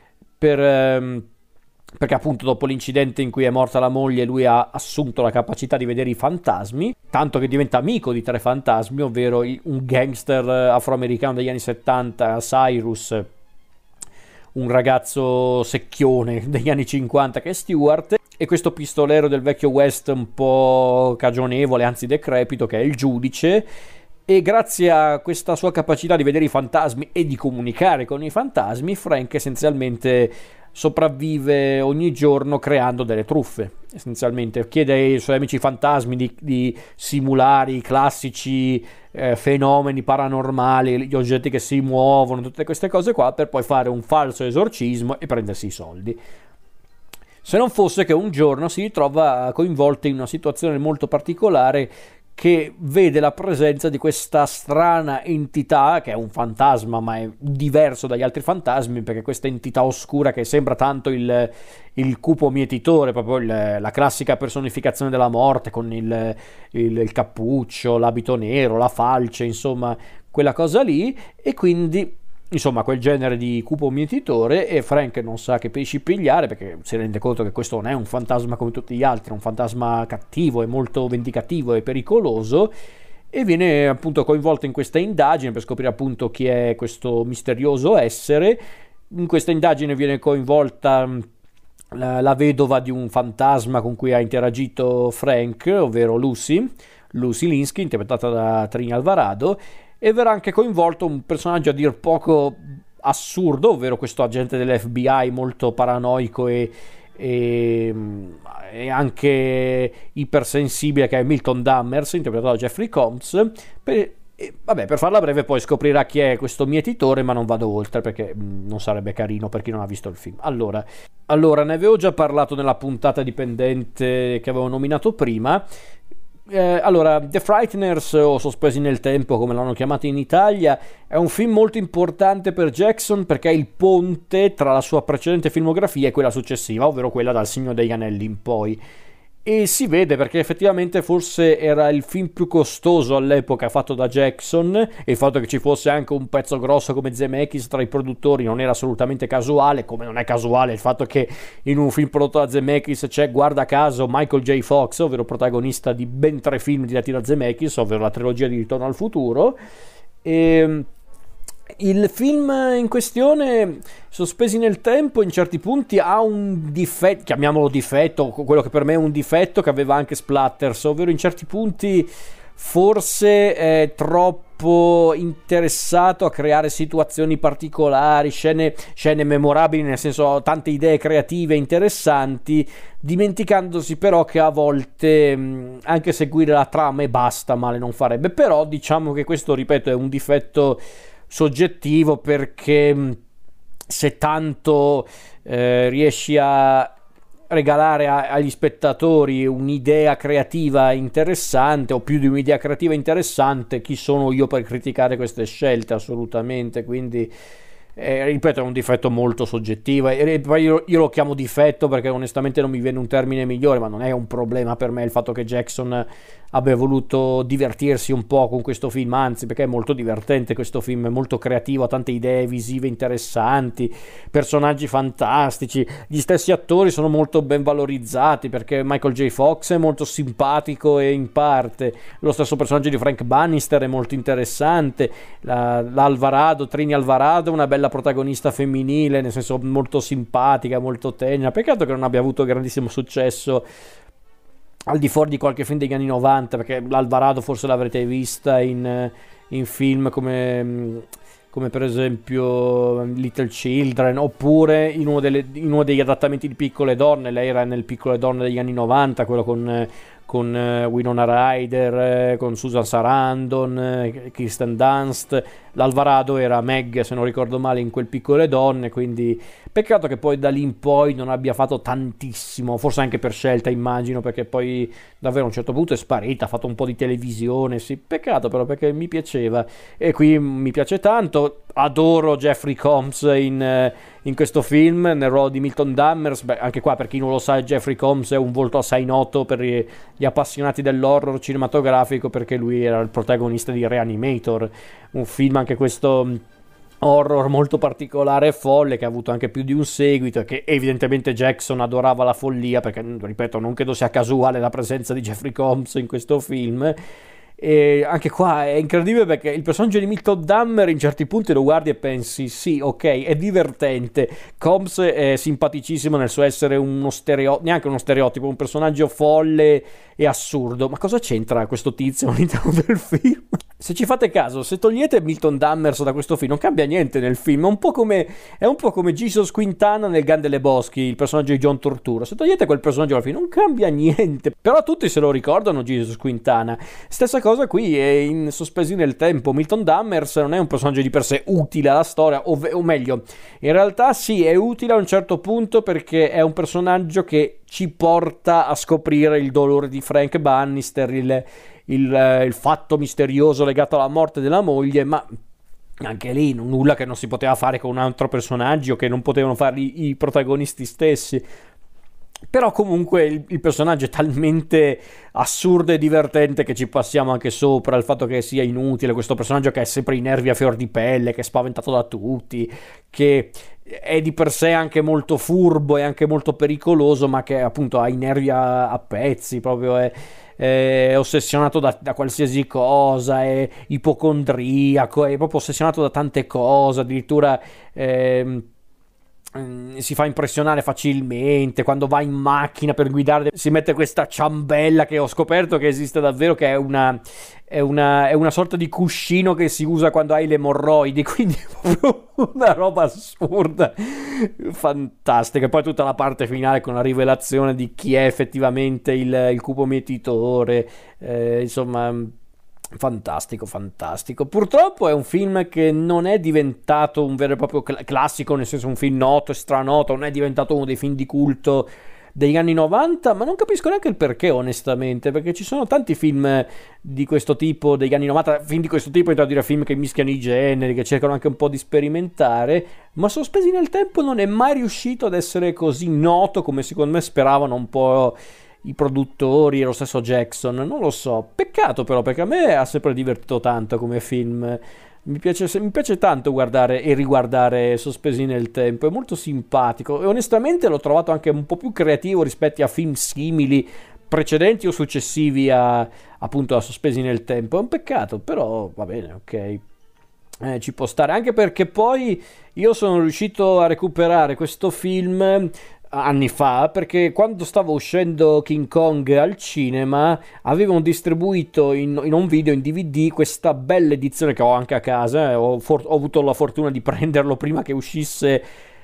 perché appunto dopo l'incidente in cui è morta la moglie lui ha assunto la capacità di vedere i fantasmi, tanto che diventa amico di tre fantasmi, ovvero un gangster afroamericano degli anni 70, Cyrus, un ragazzo secchione degli anni 50 che è Stewart, e questo pistolero del vecchio West un po' cagionevole, anzi decrepito, che è il giudice. E grazie a questa sua capacità di vedere i fantasmi e di comunicare con i fantasmi, Frank essenzialmente sopravvive ogni giorno creando delle truffe. Essenzialmente chiede ai suoi amici fantasmi di simulare i classici fenomeni paranormali, gli oggetti che si muovono, tutte queste cose qua, per poi fare un falso esorcismo e prendersi i soldi. Se non fosse che un giorno si ritrova coinvolto in una situazione molto particolare, che vede la presenza di questa strana entità, che è un fantasma ma è diverso dagli altri fantasmi, perché questa entità oscura che sembra tanto il cupo mietitore, proprio la classica personificazione della morte, con il cappuccio, l'abito nero, la falce, insomma quella cosa lì, e quindi insomma quel genere di cupo mietitore, e Frank non sa che pesci pigliare, perché si rende conto che questo non è un fantasma come tutti gli altri, è un fantasma cattivo e molto vendicativo e pericoloso, e viene appunto coinvolto in questa indagine per scoprire appunto chi è questo misterioso essere. In questa indagine viene coinvolta la vedova di un fantasma con cui ha interagito Frank, ovvero Lucy Linsky, interpretata da Trini Alvarado, e verrà anche coinvolto un personaggio a dir poco assurdo, ovvero questo agente dell'FBI molto paranoico e anche ipersensibile, che è Milton Dammers, interpretato da Jeffrey Combs. Per farla breve, poi scoprirà chi è questo mietitore, ma non vado oltre perché non sarebbe carino per chi non ha visto il film. Allora, ne avevo già parlato nella puntata dipendente che avevo nominato prima. Allora, The Frighteners, o Sospesi nel tempo come l'hanno chiamato in Italia, è un film molto importante per Jackson perché è il ponte tra la sua precedente filmografia e quella successiva, ovvero quella dal Signore degli Anelli in poi. E si vede perché effettivamente forse era il film più costoso all'epoca fatto da Jackson, e il fatto che ci fosse anche un pezzo grosso come Zemeckis tra i produttori non era assolutamente casuale, come non è casuale il fatto che in un film prodotto da Zemeckis c'è, guarda caso, Michael J. Fox, ovvero protagonista di ben 3 film diretti da Zemeckis, ovvero la trilogia di Ritorno al futuro. E il film in questione, Sospesi nel tempo, in certi punti ha un difetto, chiamiamolo difetto, quello che per me è un difetto che aveva anche Splatters, ovvero in certi punti forse è troppo interessato a creare situazioni particolari, scene memorabili, nel senso tante idee creative interessanti, dimenticandosi però che a volte anche seguire la trama e basta male non farebbe. Però diciamo che questo, ripeto, è un difetto soggettivo, perché se tanto riesci a regalare agli spettatori un'idea creativa interessante, o più di un'idea creativa interessante, chi sono io per criticare queste scelte? Assolutamente. Quindi ripeto, è un difetto molto soggettivo, e poi io lo chiamo difetto perché onestamente non mi viene un termine migliore, ma non è un problema per me il fatto che Jackson abbia voluto divertirsi un po' con questo film, anzi, perché è molto divertente questo film, è molto creativo, ha tante idee visive interessanti, personaggi fantastici, gli stessi attori sono molto ben valorizzati, perché Michael J. Fox è molto simpatico e in parte, lo stesso personaggio di Frank Bannister è molto interessante, Trini Alvarado, una bella protagonista femminile, nel senso molto simpatica, molto tenera. Peccato che non abbia avuto grandissimo successo al di fuori di qualche film degli anni 90, perché l'Alvarado forse l'avrete vista in film come per esempio Little Children, oppure in uno degli adattamenti di Piccole Donne. Lei era nel Piccole Donne degli anni 90, quello con Winona Ryder, con Susan Sarandon, Kirsten Dunst. L'Alvarado era Meg, se non ricordo male, in quel Piccole Donne, quindi peccato che poi da lì in poi non abbia fatto tantissimo, forse anche per scelta, immagino, perché poi davvero a un certo punto è sparita, ha fatto un po' di televisione, sì, peccato però, perché mi piaceva, e qui mi piace tanto. Adoro Jeffrey Combs in questo film, nel ruolo di Milton Dammers. Beh, anche qua, per chi non lo sa, Jeffrey Combs è un volto assai noto per gli appassionati dell'horror cinematografico, perché lui era il protagonista di Reanimator, un film anche questo horror molto particolare e folle, che ha avuto anche più di un seguito, e che evidentemente Jackson adorava la follia, perché ripeto, non credo sia casuale la presenza di Jeffrey Combs in questo film. E anche qua è incredibile, perché il personaggio di Milton Dahmer in certi punti lo guardi e pensi sì, ok, è divertente. Combs è simpaticissimo nel suo essere uno stereotipo, neanche uno stereotipo, un personaggio folle e assurdo. Ma cosa c'entra questo tizio all'interno del film? Se ci fate caso, se togliete Milton Dammers da questo film, non cambia niente nel film. È un po' come Jesus Quintana nel Gan delle Boschi, il personaggio di John Turturro. Se togliete quel personaggio dal film, non cambia niente. Però tutti se lo ricordano Jesus Quintana. Stessa cosa qui, è in Sospesi nel tempo. Milton Dammers non è un personaggio di per sé utile alla storia, o meglio, in realtà sì, è utile a un certo punto perché è un personaggio che ci porta a scoprire il dolore di Frank Bannister, il fatto misterioso legato alla morte della moglie, ma anche lì nulla che non si poteva fare con un altro personaggio, che non potevano fare i protagonisti stessi. Però comunque il personaggio è talmente assurdo e divertente che ci passiamo anche sopra il fatto che sia inutile, questo personaggio che è sempre i nervi a fior di pelle, che è spaventato da tutti, che è di per sé anche molto furbo e anche molto pericoloso, ma che appunto ha i nervi a pezzi, proprio è ossessionato da qualsiasi cosa, è ipocondriaco, è proprio ossessionato da tante cose, addirittura si fa impressionare facilmente. Quando va in macchina per guidare si mette questa ciambella che ho scoperto che esiste davvero, che è una sorta di cuscino che si usa quando hai le emorroidi, quindi è proprio una roba assurda, fantastica. E poi tutta la parte finale con la rivelazione di chi è effettivamente il cupo mietitore, insomma, fantastico, fantastico. Purtroppo è un film che non è diventato un vero e proprio classico, nel senso un film noto e stranoto, non è diventato uno dei film di culto degli anni 90, ma non capisco neanche il perché, onestamente, perché ci sono tanti film di questo tipo degli anni 90, film di questo tipo, intendo dire film che mischiano i generi, che cercano anche un po' di sperimentare, ma Sospesi nel tempo non è mai riuscito ad essere così noto come secondo me speravano un po' i produttori e lo stesso Jackson. Non lo so, peccato però, perché a me ha sempre divertito tanto come film. Mi piace tanto guardare e riguardare Sospesi nel tempo, è molto simpatico e onestamente l'ho trovato anche un po' più creativo rispetto a film simili precedenti o successivi appunto a Sospesi nel tempo. È un peccato, però va bene, ok. Ci può stare, anche perché poi io sono riuscito a recuperare questo film anni fa, perché quando stava uscendo King Kong al cinema avevano distribuito in un video, in DVD, questa bella edizione che ho anche a casa, ho avuto la fortuna di prenderlo prima che uscisse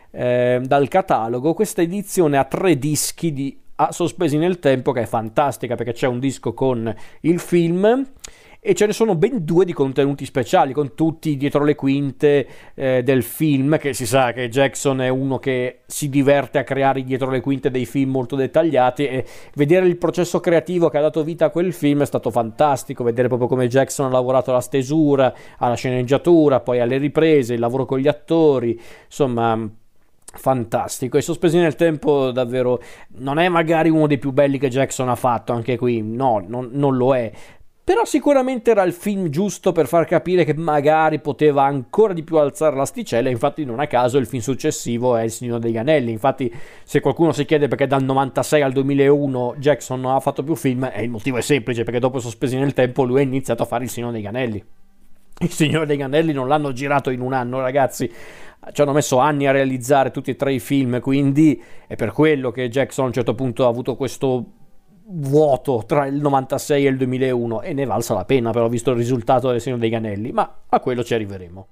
dal catalogo, questa edizione a 3 dischi di Sospesi nel tempo, che è fantastica perché c'è un disco con il film e ce ne sono ben 2 di contenuti speciali, con tutti dietro le quinte del film, che si sa che Jackson è uno che si diverte a creare dietro le quinte dei film molto dettagliati, e vedere il processo creativo che ha dato vita a quel film è stato fantastico, vedere proprio come Jackson ha lavorato alla stesura, alla sceneggiatura, poi alle riprese, il lavoro con gli attori, insomma fantastico. E Sospesi nel tempo davvero non è magari uno dei più belli che Jackson ha fatto, anche qui no, non lo è, però sicuramente era il film giusto per far capire che magari poteva ancora di più alzare l'asticella. Infatti non a caso il film successivo è Il Signore degli Anelli. Infatti se qualcuno si chiede perché dal 96 al 2001 Jackson non ha fatto più film, il motivo è semplice, perché dopo Sospesi nel tempo lui ha iniziato a fare Il Signore degli Anelli. Il Signore degli Anelli non l'hanno girato in un anno, ragazzi, ci hanno messo anni a realizzare tutti e 3 i film, quindi è per quello che Jackson a un certo punto ha avuto questo vuoto tra il 96 e il 2001, e ne valsa la pena però, visto il risultato del Signore degli Anelli, ma a quello ci arriveremo.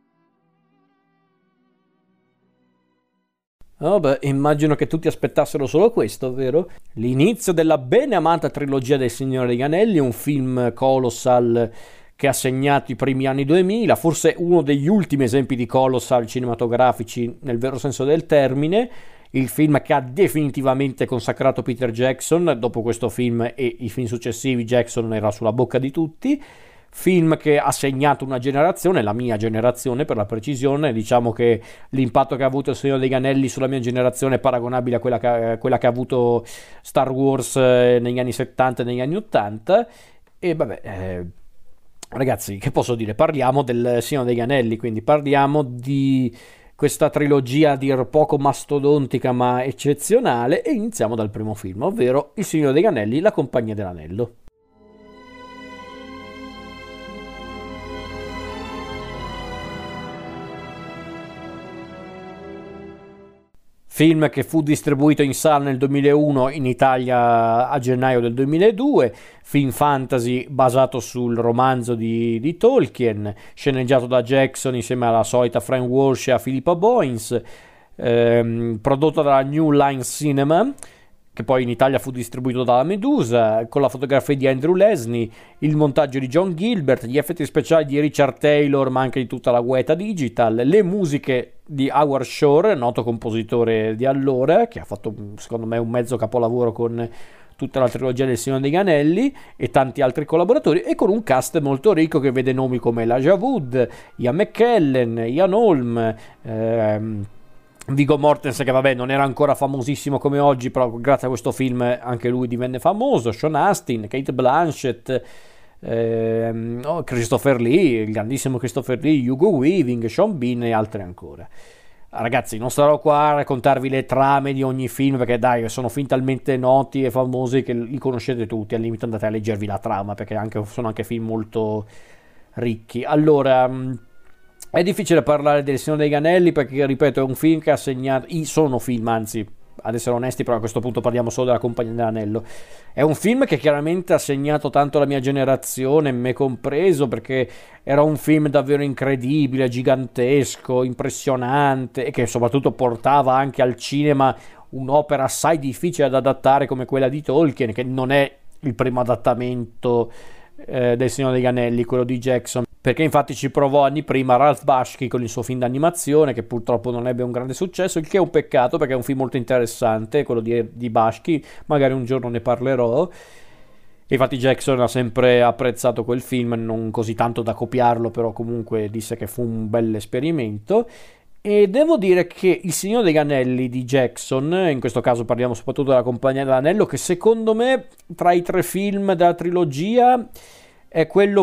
Vabbè, immagino che tutti aspettassero solo questo, vero? L'inizio della bene amata trilogia del Signore degli Anelli, un film colossal che ha segnato i primi anni 2000, forse uno degli ultimi esempi di colossal cinematografici nel vero senso del termine. Il film che ha definitivamente consacrato Peter Jackson. Dopo questo film e i film successivi Jackson era sulla bocca di tutti. Film che ha segnato una generazione, la mia generazione per la precisione. Diciamo che l'impatto che ha avuto Il Signore degli Anelli sulla mia generazione è paragonabile a quella che ha avuto Star Wars negli anni 70 e negli anni 80. E vabbè, ragazzi, che posso dire? Parliamo del Signore degli Anelli, quindi parliamo di questa trilogia a dir poco mastodontica ma eccezionale, e iniziamo dal primo film, ovvero Il Signore degli Anelli, La Compagnia dell'Anello. film che fu distribuito in sala nel 2001, in Italia a gennaio del 2002, film fantasy basato sul romanzo di Tolkien, sceneggiato da Jackson insieme alla solita Fran Walsh e a Philippa Boyens, prodotto dalla New Line Cinema, che poi in Italia fu distribuito dalla Medusa, con la fotografia di Andrew Lesnie, il montaggio di John Gilbert, gli effetti speciali di Richard Taylor, ma anche di tutta la Weta Digital, le musiche di Howard Shore, noto compositore di allora, che ha fatto secondo me un mezzo capolavoro con tutta la trilogia del Signore degli Anelli e tanti altri collaboratori, e con un cast molto ricco che vede nomi come Elijah Wood, Ian McKellen, Ian Holm, Viggo Mortensen, che vabbè non era ancora famosissimo come oggi, però grazie a questo film anche lui divenne famoso, Sean Astin, Kate Blanchett, Christopher Lee, il grandissimo Christopher Lee, Hugo Weaving, Sean Bean e altri ancora. Ragazzi, non starò qua a raccontarvi le trame di ogni film, perché dai, sono film talmente noti e famosi che li conoscete tutti, al limite andate a leggervi la trama, perché sono anche film molto ricchi. Allora, è difficile parlare del Signore degli Anelli perché, ripeto, è un film che ha segnato... Sono film, anzi, ad essere onesti, però a questo punto parliamo solo della Compagnia dell'Anello. È un film che chiaramente ha segnato tanto la mia generazione, me compreso, perché era un film davvero incredibile, gigantesco, impressionante, e che soprattutto portava anche al cinema un'opera assai difficile da adattare come quella di Tolkien, che non è il primo adattamento del Signore degli Anelli, quello di Jackson, perché infatti ci provò anni prima Ralph Bakshi con il suo film d'animazione, che purtroppo non ebbe un grande successo, il che è un peccato perché è un film molto interessante, quello di Bakshi, magari un giorno ne parlerò. Infatti Jackson ha sempre apprezzato quel film, non così tanto da copiarlo, però comunque disse che fu un bel esperimento. E devo dire che Il Signore degli Anelli di Jackson, in questo caso parliamo soprattutto della Compagnia dell'Anello, che secondo me tra i 3 film della trilogia è quello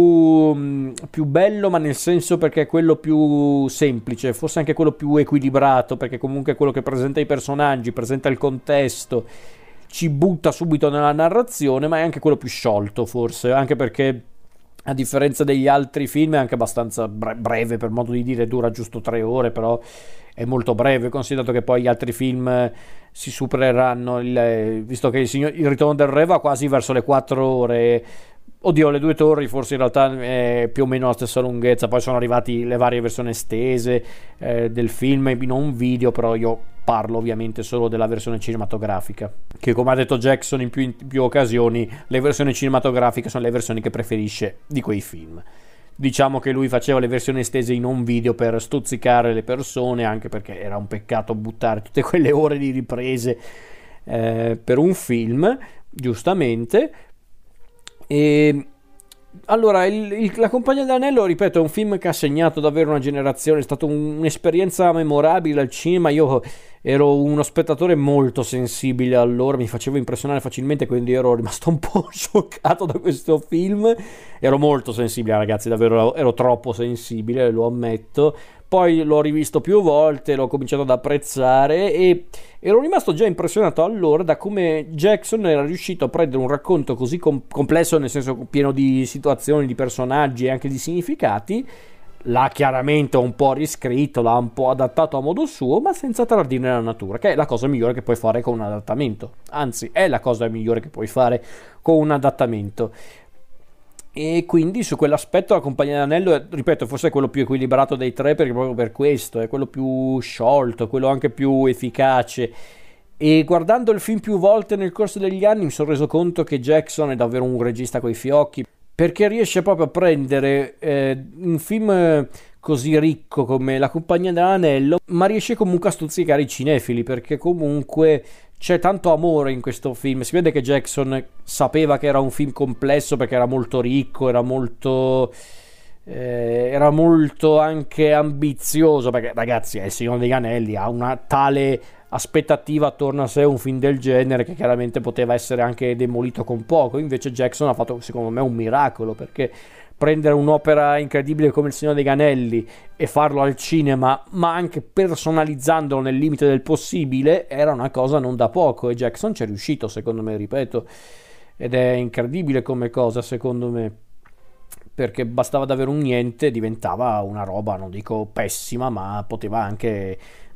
più bello, ma nel senso perché è quello più semplice, forse anche quello più equilibrato, perché comunque è quello che presenta i personaggi, presenta il contesto, ci butta subito nella narrazione, ma è anche quello più sciolto forse, anche perché a differenza degli altri film è anche abbastanza breve, per modo di dire, dura giusto 3 ore, però è molto breve, considerato che poi gli altri film si supereranno, visto che il Ritorno del Re va quasi verso le 4 ore. Oddio, le 2 torri forse in realtà è più o meno la stessa lunghezza, poi sono arrivati le varie versioni estese del film in un video, però io parlo ovviamente solo della versione cinematografica, che come ha detto Jackson in più occasioni, le versioni cinematografiche sono le versioni che preferisce di quei film. Diciamo che lui faceva le versioni estese in un video per stuzzicare le persone, anche perché era un peccato buttare tutte quelle ore di riprese per un film, giustamente. E allora, La Compagnia dell'Anello, ripeto, è un film che ha segnato davvero una generazione, è stata un'esperienza memorabile al cinema. Io ero uno spettatore molto sensibile allora, mi facevo impressionare facilmente, quindi ero rimasto un po' scioccato da questo film. Ero molto sensibile, ragazzi, davvero ero troppo sensibile, lo ammetto. Poi l'ho rivisto più volte, l'ho cominciato ad apprezzare e ero rimasto già impressionato allora da come Jackson era riuscito a prendere un racconto così complesso, nel senso pieno di situazioni, di personaggi e anche di significati. L'ha chiaramente un po' riscritto, l'ha un po' adattato a modo suo, ma senza tradire la natura, che è la cosa migliore che puoi fare con un adattamento. Anzi, è la cosa migliore che puoi fare con un adattamento. E quindi su quell'aspetto La Compagnia dell'Anello, ripeto, forse è quello più equilibrato dei 3, perché proprio per questo è quello più sciolto, quello anche più efficace. E guardando il film più volte nel corso degli anni mi sono reso conto che Jackson è davvero un regista coi fiocchi, perché riesce proprio a prendere un film così ricco come La Compagnia dell'Anello, ma riesce comunque a stuzzicare i cinefili, perché comunque c'è tanto amore in questo film. Si vede che Jackson sapeva che era un film complesso perché era molto ricco, era molto anche ambizioso, perché ragazzi è il Signore degli Anelli, ha una tale aspettativa attorno a sé un film del genere che chiaramente poteva essere anche demolito con poco. Invece Jackson ha fatto secondo me un miracolo, perché prendere un'opera incredibile come Il Signore degli Anelli e farlo al cinema, ma anche personalizzandolo nel limite del possibile, era una cosa non da poco, e Jackson ci è riuscito, secondo me, ripeto, ed è incredibile come cosa, secondo me, perché bastava davvero un niente, diventava una roba, non dico pessima, ma poteva anche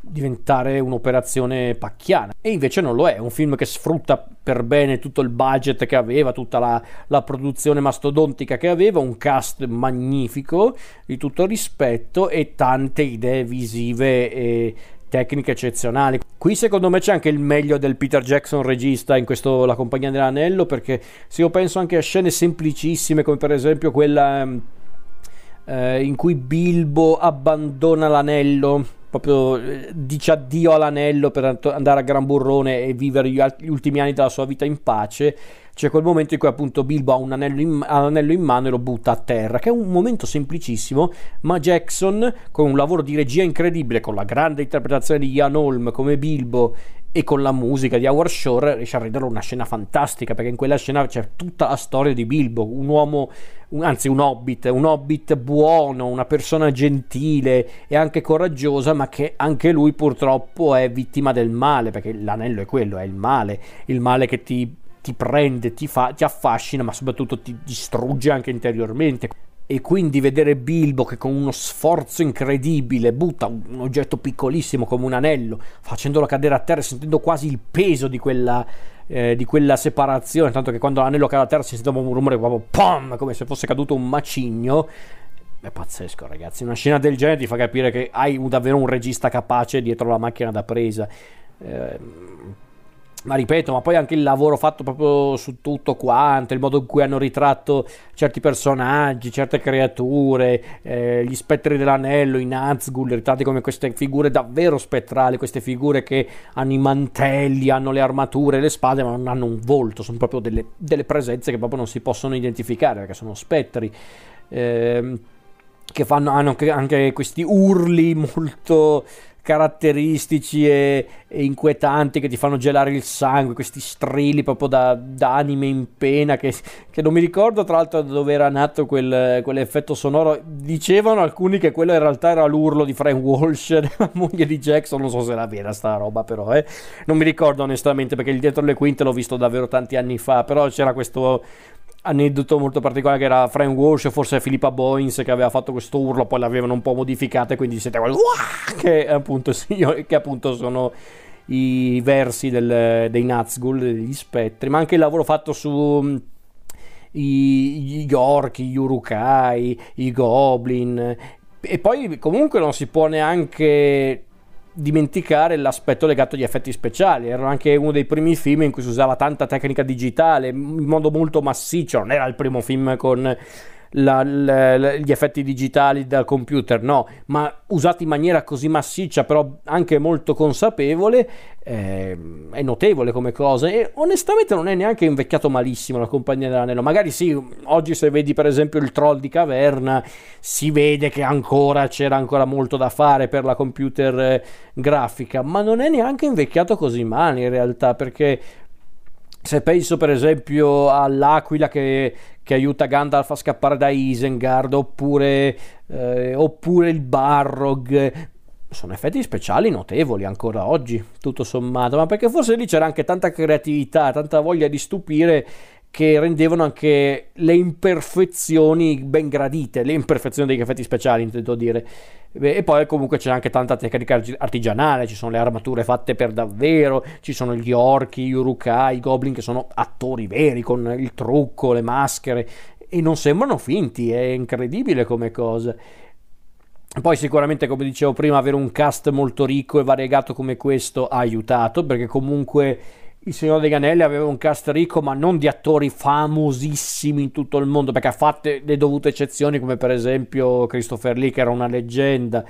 diventare un'operazione pacchiana, e invece non lo è un film che sfrutta per bene tutto il budget che aveva, tutta la produzione mastodontica che aveva, un cast magnifico di tutto rispetto e tante idee visive e tecniche eccezionali. Qui secondo me c'è anche il meglio del Peter Jackson regista in questo La Compagnia dell'Anello, perché se io penso anche a scene semplicissime come per esempio quella in cui Bilbo abbandona l'anello, proprio dice addio all'anello per andare a Gran Burrone e vivere gli ultimi anni della sua vita in pace. C'è quel momento in cui appunto Bilbo ha un anello in mano e lo butta a terra, che è un momento semplicissimo, ma Jackson, con un lavoro di regia incredibile, con la grande interpretazione di Ian Holm come Bilbo e con la musica di Howard Shore, riesce a rendere una scena fantastica, perché in quella scena c'è tutta la storia di Bilbo, un uomo, anzi un hobbit buono, una persona gentile e anche coraggiosa, ma che anche lui purtroppo è vittima del male, perché l'anello è quello, è il male che ti prende, ti affascina, ma soprattutto ti distrugge anche interiormente. E quindi vedere Bilbo che con uno sforzo incredibile butta un oggetto piccolissimo come un anello, facendolo cadere a terra, sentendo quasi il peso di quella separazione, tanto che quando l'anello cade a terra si sente un rumore proprio POM, come se fosse caduto un macigno. È pazzesco, ragazzi. Una scena del genere ti fa capire che hai davvero un regista capace dietro la macchina da presa. Ma ripeto, ma poi anche il lavoro fatto proprio su tutto quanto, il modo in cui hanno ritratto certi personaggi, certe creature, gli spettri dell'anello, i Nazgûl, ritratti come queste figure davvero spettrali, queste figure che hanno i mantelli, hanno le armature, le spade, ma non hanno un volto, sono proprio delle presenze che proprio non si possono identificare, perché sono spettri. Che hanno anche questi urli molto caratteristici e inquietanti che ti fanno gelare il sangue, questi strilli proprio da anime in pena che non mi ricordo tra l'altro dove era nato quell'effetto sonoro. Dicevano alcuni che quello in realtà era l'urlo di Fran Walsh, la moglie di Jackson, non so se era vera sta roba, però non mi ricordo onestamente, perché il dietro le quinte l'ho visto davvero tanti anni fa, però c'era questo aneddoto molto particolare che era Fran Walsh, forse Philippa Boyens, che aveva fatto questo urlo, poi l'avevano un po' modificato e quindi si sente che appunto sono i versi dei Nazgûl, degli spettri, ma anche il lavoro fatto su gli orchi, gli urukai, i goblin, e poi comunque non si può neanche dimenticare l'aspetto legato agli effetti speciali. Era anche uno dei primi film in cui si usava tanta tecnica digitale in modo molto massiccio, non era il primo film con gli effetti digitali dal computer, no, ma usati in maniera così massiccia, però anche molto consapevole, è notevole come cosa, e onestamente non è neanche invecchiato malissimo La Compagnia dell'Anello. Magari sì, oggi se vedi per esempio il Troll di Caverna si vede che c'era ancora molto da fare per la computer grafica, ma non è neanche invecchiato così male in realtà, perché se penso per esempio all'aquila che aiuta Gandalf a scappare da Isengard, oppure il Balrog, sono effetti speciali notevoli ancora oggi, tutto sommato, ma perché forse lì c'era anche tanta creatività, tanta voglia di stupire, che rendevano anche le imperfezioni ben gradite, le imperfezioni degli effetti speciali intendo dire. E poi comunque c'è anche tanta tecnica artigianale, ci sono le armature fatte per davvero, ci sono gli orchi, gli urukai, i goblin che sono attori veri con il trucco, le maschere, e non sembrano finti, è incredibile come cosa. Poi sicuramente, come dicevo prima, avere un cast molto ricco e variegato come questo ha aiutato, perché comunque Il Signore degli Anelli aveva un cast ricco, ma non di attori famosissimi in tutto il mondo, perché ha fatto le dovute eccezioni, come per esempio Christopher Lee, che era una leggenda,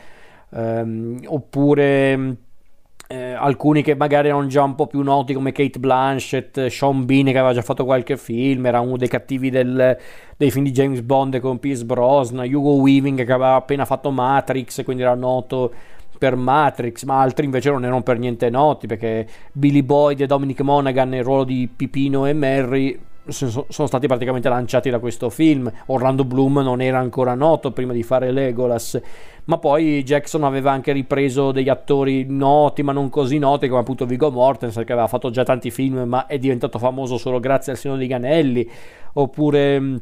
oppure alcuni che magari erano già un po' più noti, come Kate Blanchett, Sean Bean, che aveva già fatto qualche film, era uno dei cattivi dei film di James Bond con Pierce Brosnan, Hugo Weaving, che aveva appena fatto Matrix, quindi era noto per Matrix, ma altri invece non erano per niente noti, perché Billy Boyd e Dominic Monaghan nel ruolo di Pipino e Merry sono stati praticamente lanciati da questo film. Orlando Bloom non era ancora noto prima di fare Legolas, ma poi Jackson aveva anche ripreso degli attori noti ma non così noti, come appunto Viggo Mortensen, che aveva fatto già tanti film ma è diventato famoso solo grazie al Signore degli Anelli, oppure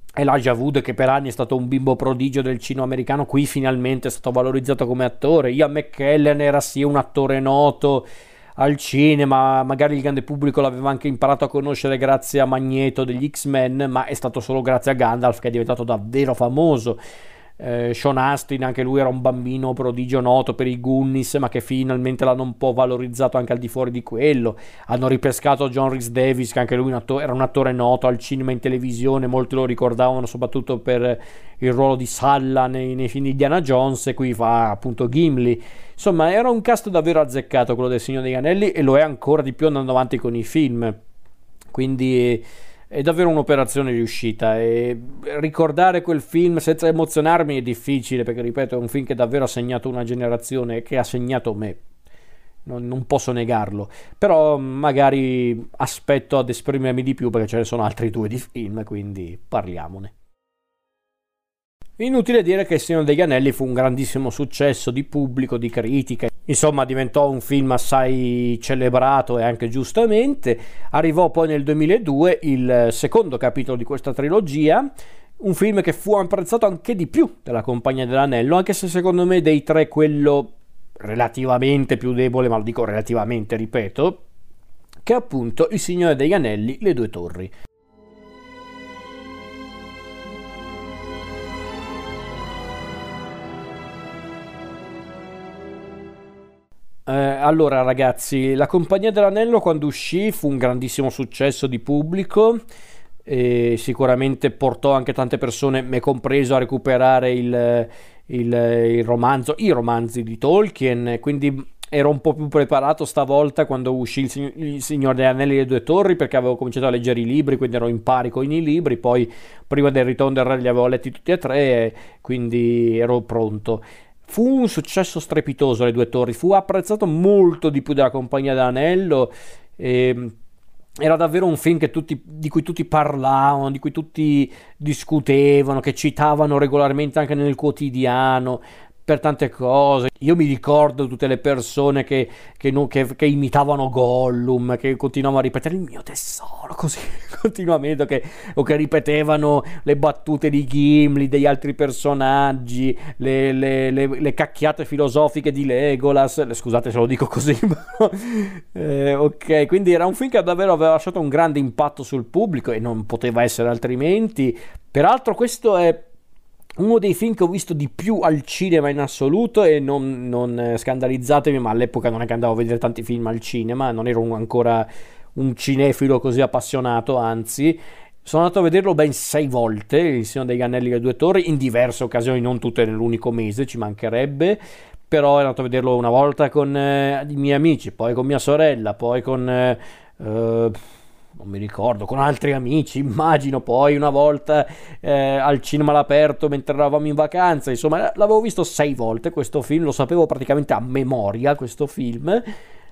Elijah Wood, che per anni è stato un bimbo prodigio del cinema americano, qui finalmente è stato valorizzato come attore. Ian McKellen era sì un attore noto al cinema, magari il grande pubblico l'aveva anche imparato a conoscere grazie a Magneto degli X-Men, ma è stato solo grazie a Gandalf che è diventato davvero famoso. Sean Astin, anche lui era un bambino prodigio noto per i Goonies, ma che finalmente l'hanno un po' valorizzato anche al di fuori di quello. Hanno ripescato John Rhys Davis, che anche lui era un attore noto al cinema e in televisione, molti lo ricordavano soprattutto per il ruolo di Salla nei film di Indiana Jones, e qui fa appunto Gimli. Insomma, era un cast davvero azzeccato quello del Signore degli Anelli, e lo è ancora di più andando avanti con i film, quindi è davvero un'operazione riuscita, e ricordare quel film senza emozionarmi è difficile, perché ripeto, è un film che davvero ha segnato una generazione e che ha segnato me, non posso negarlo, però magari aspetto ad esprimermi di più, perché ce ne sono altri due di film, quindi parliamone. Inutile dire che Il Signore degli Anelli fu un grandissimo successo di pubblico, di critica, insomma diventò un film assai celebrato, e anche giustamente. Arrivò poi nel 2002 il secondo capitolo di questa trilogia, un film che fu apprezzato anche di più della Compagnia dell'Anello, anche se secondo me dei tre quello relativamente più debole, ma lo dico relativamente, ripeto, che è appunto Il Signore degli Anelli, Le Due Torri. Allora ragazzi, La Compagnia dell'Anello quando uscì fu un grandissimo successo di pubblico, e sicuramente portò anche tante persone, me compreso, a recuperare il romanzo, i romanzi di Tolkien, quindi ero un po' più preparato stavolta quando uscì il Signore degli Anelli e le Due Torri, perché avevo cominciato a leggere i libri, quindi ero in pari con i libri, poi prima del Ritorno del Re li avevo letti tutti e tre, quindi ero pronto. Fu un successo strepitoso Le Due Torri, fu apprezzato molto di più della Compagnia dell'Anello, e era davvero un film di cui tutti parlavano, di cui tutti discutevano, che citavano regolarmente anche nel quotidiano per tante cose. Io mi ricordo tutte le persone che imitavano Gollum, che continuavano a ripetere il mio tesoro così continuamente, o che ripetevano le battute di Gimli, degli altri personaggi, le cacchiate filosofiche di Legolas. Scusate se lo dico così, ok, quindi era un film che davvero aveva lasciato un grande impatto sul pubblico, e non poteva essere altrimenti. Peraltro questo è uno dei film che ho visto di più al cinema in assoluto, e non scandalizzatevi, ma all'epoca non è che andavo a vedere tanti film al cinema, non ero ancora un cinefilo così appassionato, anzi sono andato a vederlo ben 6 volte, Il Signore degli Anelli e le Due Torri, in diverse occasioni, non tutte nell'unico mese, ci mancherebbe, però ero andato a vederlo una volta con i miei amici, poi con mia sorella, poi con non mi ricordo, con altri amici, immagino, poi una volta al cinema all'aperto mentre eravamo in vacanza. Insomma, l'avevo visto 6 volte questo film, lo sapevo praticamente a memoria questo film,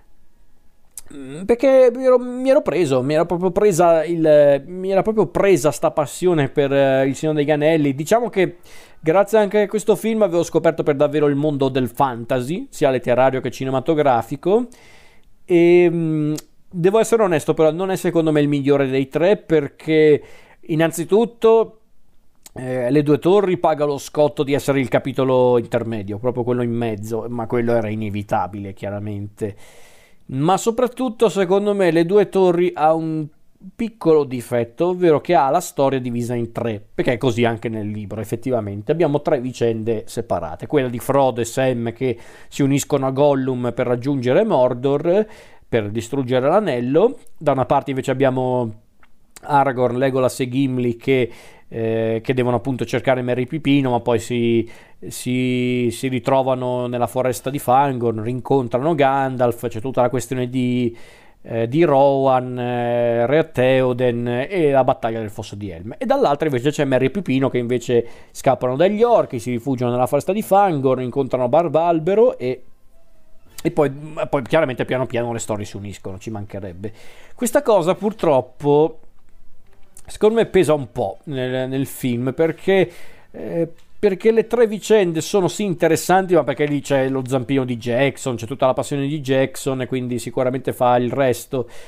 perché mi era proprio presa sta passione per Il Signore degli Anelli. Diciamo che grazie anche a questo film avevo scoperto per davvero il mondo del fantasy, sia letterario che cinematografico, e devo essere onesto, però non è secondo me il migliore dei tre, perché innanzitutto Le Due Torri paga lo scotto di essere il capitolo intermedio, proprio quello in mezzo, ma quello era inevitabile chiaramente. Ma soprattutto secondo me Le Due Torri ha un piccolo difetto, ovvero che ha la storia divisa in tre, perché è così anche nel libro. Effettivamente abbiamo 3 vicende separate: quella di Frodo e Sam che si uniscono a Gollum per raggiungere Mordor, per distruggere l'anello. Da una parte invece abbiamo Aragorn, Legolas e Gimli che devono appunto cercare Merry Pipino, ma poi si ritrovano nella foresta di Fangorn, rincontrano Gandalf, c'è tutta la questione di Rohan, Re Theoden e la battaglia del Fosso di Helm. E dall'altra invece c'è Merry e Pipino che invece scappano dagli orchi, si rifugiano nella foresta di Fangorn, incontrano Barbalbero e poi chiaramente piano piano le storie si uniscono, ci mancherebbe. Questa cosa purtroppo secondo me pesa un po' nel film, perché le 3 vicende sono sì interessanti, ma perché lì c'è lo zampino di Jackson, c'è tutta la passione di Jackson e quindi sicuramente fa il resto.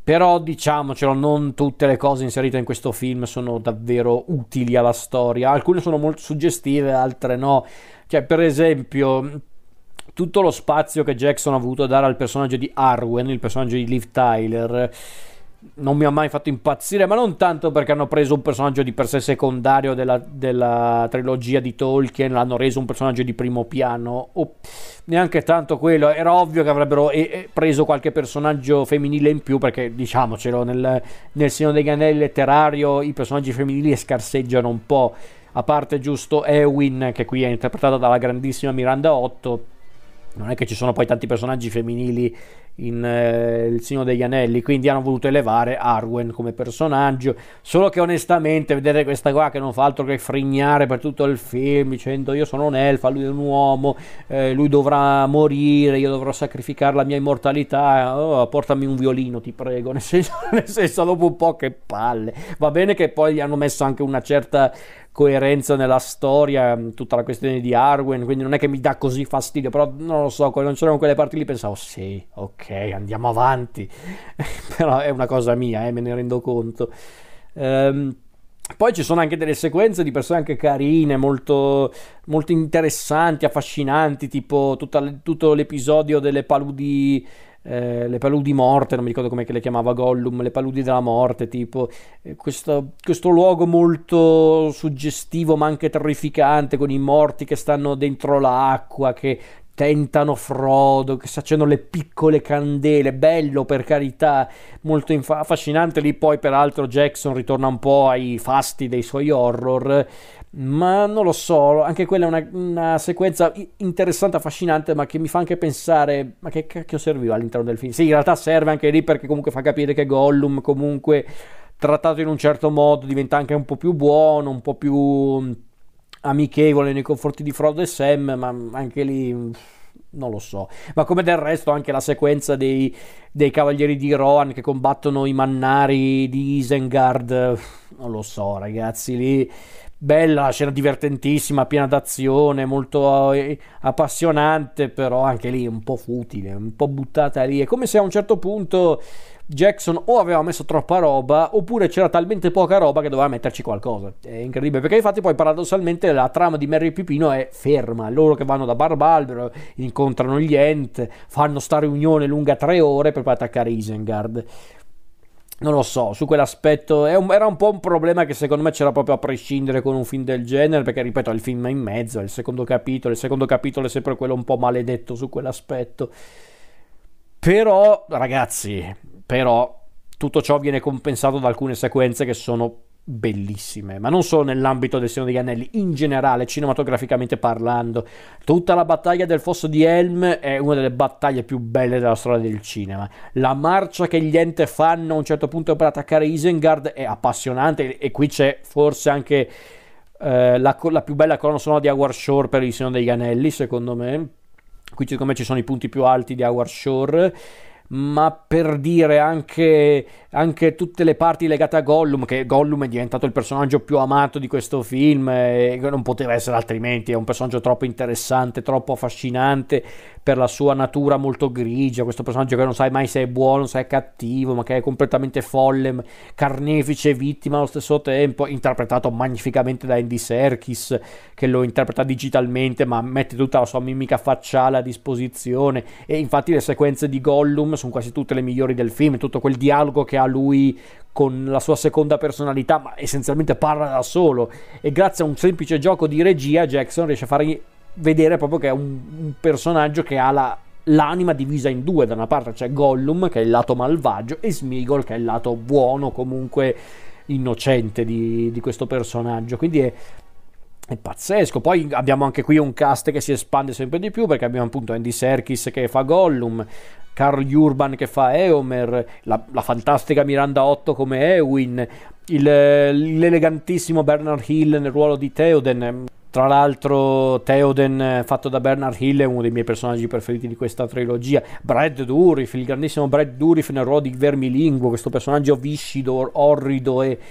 Però diciamocelo, non tutte le cose inserite in questo film sono davvero utili alla storia. Alcune sono molto suggestive, altre no. Cioè, per esempio, tutto lo spazio che Jackson ha voluto dare al personaggio di Arwen, il personaggio di Liv Tyler, non mi ha mai fatto impazzire, ma non tanto perché hanno preso un personaggio di per sé secondario della trilogia di Tolkien, l'hanno reso un personaggio di primo piano, o neanche tanto quello. Era ovvio che avrebbero preso qualche personaggio femminile in più, perché diciamocelo, nel Signore degli Anelli letterario i personaggi femminili scarseggiano un po', a parte giusto Eowyn, che qui è interpretata dalla grandissima Miranda Otto. Non è che ci sono poi tanti personaggi femminili in Il Signore degli Anelli, quindi hanno voluto elevare Arwen come personaggio. Solo che onestamente vedere questa qua che non fa altro che frignare per tutto il film dicendo io sono un'elfa, lui è un uomo, lui dovrà morire, io dovrò sacrificare la mia immortalità, oh, portami un violino ti prego, nel senso dopo un po' che palle. Va bene che poi gli hanno messo anche una certa coerenza nella storia, tutta la questione di Arwen, quindi non è che mi dà così fastidio, però non lo so, quando c'erano quelle parti lì pensavo sì, ok, andiamo avanti. Però è una cosa mia, me ne rendo conto. Poi ci sono anche delle sequenze di persone anche carine, molto, molto interessanti, affascinanti, tipo tutto l'episodio delle paludi, le paludi morte, non mi ricordo come le chiamava Gollum, le paludi della morte, tipo questo luogo molto suggestivo ma anche terrificante, con i morti che stanno dentro l'acqua, che tentano Frodo, che si accendono le piccole candele, bello per carità, molto affascinante. Lì poi peraltro Jackson ritorna un po' ai fasti dei suoi horror, ma non lo so, anche quella è una sequenza interessante, affascinante, ma che mi fa anche pensare, ma che cacchio serviva all'interno del film? Sì, in realtà serve anche lì perché comunque fa capire che Gollum comunque trattato in un certo modo diventa anche un po' più buono, un po' più amichevole nei confronti di Frodo e Sam, ma anche lì non lo so. Ma come del resto anche la sequenza dei cavalieri di Rohan che combattono i mannari di Isengard, non lo so ragazzi, lì bella, scena divertentissima, piena d'azione, molto appassionante, però anche lì un po' futile, un po' buttata lì. È come se a un certo punto Jackson o aveva messo troppa roba oppure c'era talmente poca roba che doveva metterci qualcosa. È incredibile, perché infatti poi paradossalmente la trama di Merry e Pipino è ferma, loro che vanno da Barbalbero, incontrano gli Ent, fanno sta riunione lunga 3 ore per poi attaccare Isengard. Non lo so, su quell'aspetto era un po' un problema che secondo me c'era proprio a prescindere con un film del genere, perché ripeto, il film è in mezzo, è il secondo capitolo è sempre quello un po' maledetto su quell'aspetto. Però ragazzi, tutto ciò viene compensato da alcune sequenze che sono bellissime, ma non solo nell'ambito del Signore degli Anelli, in generale, cinematograficamente parlando. Tutta la battaglia del Fosso di Helm è una delle battaglie più belle della storia del cinema. La marcia che gli Ent fanno a un certo punto per attaccare Isengard è appassionante, e qui c'è forse anche la più bella colonna sonora di Howard Shore per il Signore degli Anelli, secondo me. Qui secondo me ci sono i punti più alti di Howard Shore. Ma per dire anche tutte le parti legate a Gollum, che Gollum è diventato il personaggio più amato di questo film, e non poteva essere altrimenti, è un personaggio troppo interessante, troppo affascinante per la sua natura molto grigia, questo personaggio che non sai mai se è buono, se è cattivo, ma che è completamente folle, carnefice e vittima allo stesso tempo, interpretato magnificamente da Andy Serkis, che lo interpreta digitalmente ma mette tutta la sua mimica facciale a disposizione. E infatti le sequenze di Gollum sono quasi tutte le migliori del film, tutto quel dialogo che ha lui con la sua seconda personalità, ma essenzialmente parla da solo, e grazie a un semplice gioco di regia Jackson riesce a far vedere proprio che è un personaggio che ha l'anima divisa in due. Da una parte c'è Gollum, che è il lato malvagio, e Sméagol, che è il lato buono, comunque innocente di questo personaggio. Quindi è pazzesco. Poi abbiamo anche qui un cast che si espande sempre di più, perché abbiamo appunto Andy Serkis che fa Gollum, Karl Urban che fa Éomer, la fantastica Miranda Otto come Eowyn, l'elegantissimo Bernard Hill nel ruolo di Theoden. Tra l'altro Theoden fatto da Bernard Hill è uno dei miei personaggi preferiti di questa trilogia. Brad Dourif, il grandissimo Brad Dourif nel ruolo di Vermilinguo, questo personaggio viscido, orrido e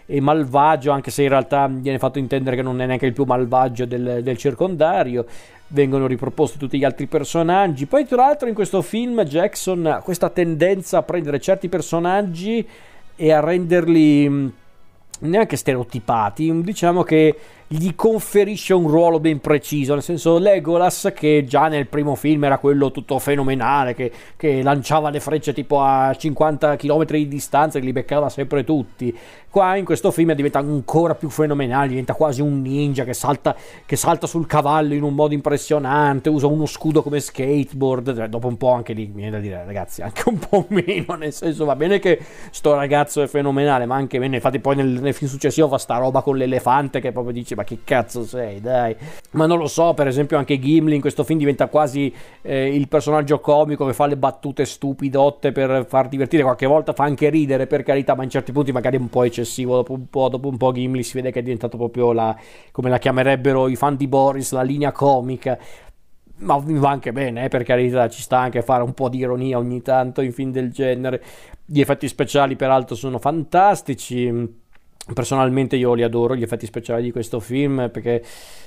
e malvagio, anche se in realtà viene fatto intendere che non è neanche il più malvagio del circondario. Vengono riproposti tutti gli altri personaggi. Poi tra l'altro in questo film Jackson ha questa tendenza a prendere certi personaggi e a renderli neanche stereotipati, diciamo che gli conferisce un ruolo ben preciso, nel senso Legolas, che già nel primo film era quello tutto fenomenale, che lanciava le frecce tipo a 50 km di distanza e li beccava sempre tutti, qua in questo film diventa ancora più fenomenale, diventa quasi un ninja che salta sul cavallo in un modo impressionante, usa uno scudo come skateboard, dopo un po' anche lì mi viene da dire ragazzi anche un po' meno, nel senso va bene che sto ragazzo è fenomenale, ma anche bene, infatti poi nel film successivo fa sta roba con l'elefante che proprio dice ma che cazzo sei, dai. Ma non lo so, per esempio anche Gimli in questo film diventa quasi il personaggio comico che fa le battute stupidotte per far divertire, qualche volta fa anche ridere per carità, ma in certi punti magari è un po' eccessivo, dopo un po' Gimli si vede che è diventato proprio come la chiamerebbero i fan di Boris, la linea comica. Ma mi va anche bene, per carità, ci sta anche fare un po' di ironia ogni tanto in film del genere. Gli effetti speciali peraltro sono fantastici. Personalmente io li adoro gli effetti speciali di questo film perché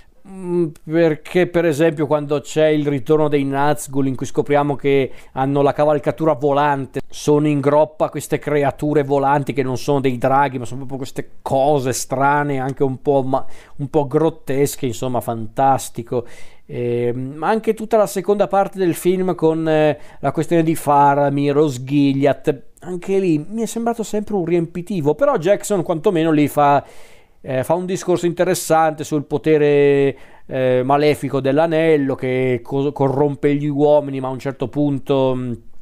per esempio quando c'è il ritorno dei Nazgûl in cui scopriamo che hanno la cavalcatura volante, sono in groppa queste creature volanti che non sono dei draghi ma sono proprio queste cose strane, anche un po' grottesche, insomma fantastico. Ma anche tutta la seconda parte del film con la questione di Faramir, Osgiliath, anche lì mi è sembrato sempre un riempitivo, però Jackson quantomeno lì fa un discorso interessante sul potere malefico dell'anello che corrompe gli uomini, ma a un certo punto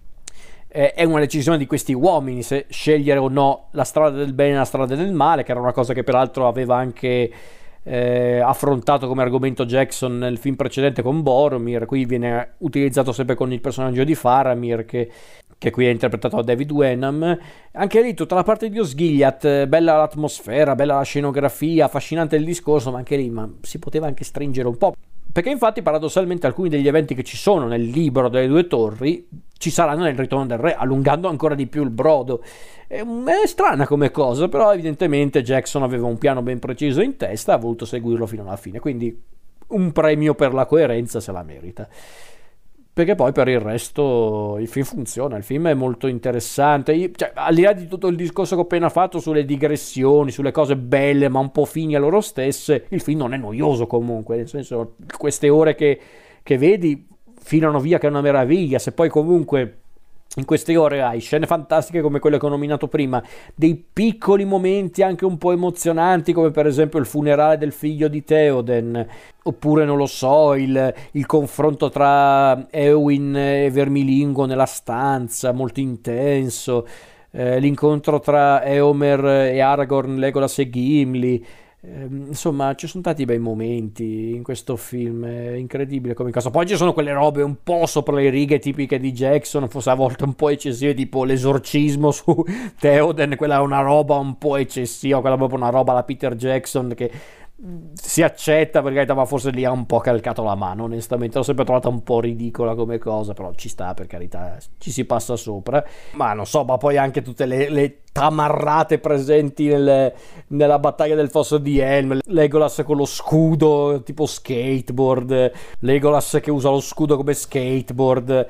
è una decisione di questi uomini se scegliere o no la strada del bene e la strada del male, che era una cosa che peraltro aveva anche affrontato come argomento Jackson nel film precedente con Boromir. Qui viene utilizzato sempre con il personaggio di Faramir che qui è interpretato da David Wenham. Anche lì tutta la parte di Osgiliath, bella l'atmosfera, bella la scenografia, affascinante il discorso, ma anche lì si poteva anche stringere un po', perché infatti paradossalmente alcuni degli eventi che ci sono nel libro delle due torri ci saranno nel Ritorno del Re, allungando ancora di più il brodo. È strana come cosa, però evidentemente Jackson aveva un piano ben preciso in testa e ha voluto seguirlo fino alla fine, quindi un premio per la coerenza se la merita. Perché poi per il resto il film funziona, il film è molto interessante, cioè, al di là di tutto il discorso che ho appena fatto sulle digressioni, sulle cose belle ma un po' fini a loro stesse, il film non è noioso comunque, nel senso queste ore che vedi filano via che è una meraviglia, se poi comunque in queste ore hai scene fantastiche come quelle che ho nominato prima, dei piccoli momenti anche un po' emozionanti come per esempio il funerale del figlio di Theoden, oppure non lo so il confronto tra Éowyn e Vermilingo nella stanza molto intenso, l'incontro tra Éomer e Aragorn, Legolas e Gimli. Insomma ci sono tanti bei momenti in questo film, è incredibile come cosa. Poi ci sono quelle robe un po' sopra le righe tipiche di Jackson, forse a volte un po' eccessive, tipo l'esorcismo su Theoden, quella è una roba un po' eccessiva, quella è proprio una roba alla Peter Jackson che si accetta per carità, ma forse lì ha un po' calcato la mano, onestamente l'ho sempre trovata un po' ridicola come cosa, però ci sta, per carità, ci si passa sopra. Ma non so, ma poi anche tutte le tamarrate presenti nella battaglia del fosso di Helm, Legolas con lo scudo tipo skateboard, Legolas che usa lo scudo come skateboard,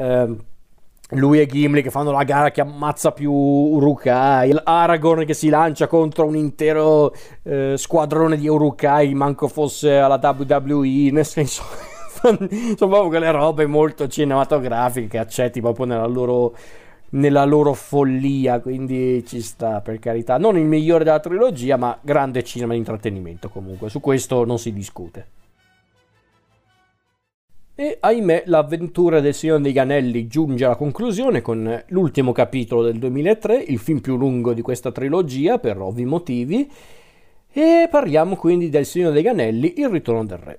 lui e Gimli che fanno la gara che ammazza più Uruk-hai, Aragorn che si lancia contro un intero squadrone di Uruk-hai, manco fosse alla WWE, nel senso sono proprio quelle robe molto cinematografiche che accetti proprio nella loro follia, quindi ci sta, per carità. Non il migliore della trilogia, ma grande cinema di intrattenimento comunque, su questo non si discute. E ahimè l'avventura del Signore degli Anelli giunge alla conclusione con l'ultimo capitolo del 2003, il film più lungo di questa trilogia per ovvi motivi, e parliamo quindi del Signore degli Anelli, il Ritorno del Re.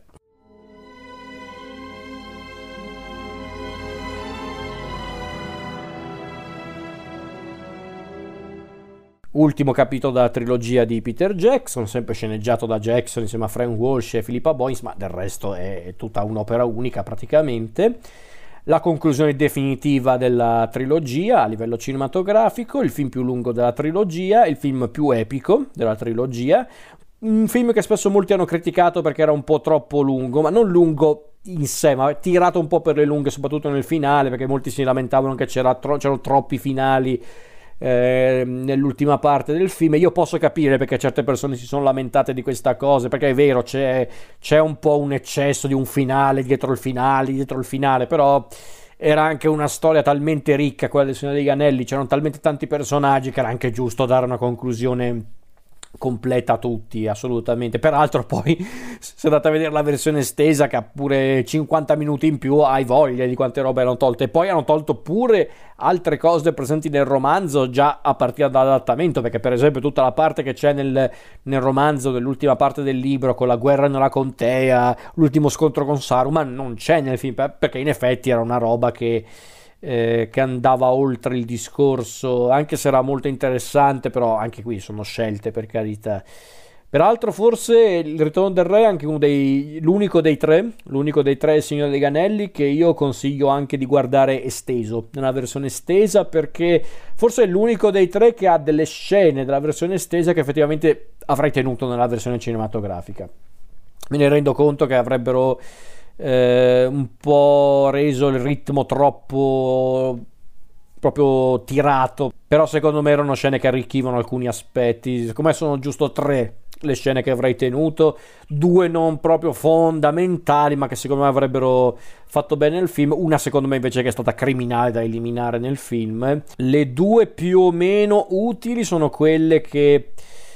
Ultimo capitolo della trilogia di Peter Jackson, sempre sceneggiato da Jackson insieme a Frank Walsh e Philippa Boyens, ma del resto è tutta un'opera unica praticamente. la conclusione definitiva della trilogia a livello cinematografico, il film più lungo della trilogia, il film più epico della trilogia, un film che spesso molti hanno criticato perché era un po' troppo lungo, ma non lungo in sé, ma tirato un po' per le lunghe, soprattutto nel finale, perché molti si lamentavano che c'erano troppi finali nell'ultima parte del film. E io posso capire perché certe persone si sono lamentate di questa cosa, perché è vero, c'è un po' un eccesso di un finale dietro il finale, però era anche una storia talmente ricca, quella del Signore degli Anelli, c'erano talmente tanti personaggi che era anche giusto dare una conclusione completa a tutti, assolutamente. Peraltro poi se andate a vedere la versione estesa che ha pure 50 minuti in più, hai voglia di quante robe hanno tolte. E poi hanno tolto pure altre cose presenti nel romanzo già a partire dall'adattamento, perché per esempio tutta la parte che c'è nel romanzo dell'ultima parte del libro con la guerra nella contea, l'ultimo scontro con Saruman, non c'è nel film, perché in effetti era una roba che andava oltre il discorso, anche se era molto interessante, però anche qui sono scelte, per carità. Peraltro forse il Ritorno del Re è anche l'unico dei tre Il Signore degli Anelli che io consiglio anche di guardare esteso, nella versione estesa, perché forse è l'unico dei tre che ha delle scene della versione estesa che effettivamente avrei tenuto nella versione cinematografica. Me ne rendo conto che avrebbero un po' reso il ritmo troppo proprio tirato, però secondo me erano scene che arricchivano alcuni aspetti. Secondo me sono giusto 3 le scene che avrei tenuto, 2 non proprio fondamentali ma che secondo me avrebbero fatto bene il film, una secondo me invece che è stata criminale da eliminare nel film. Le 2 più o meno utili sono quelle che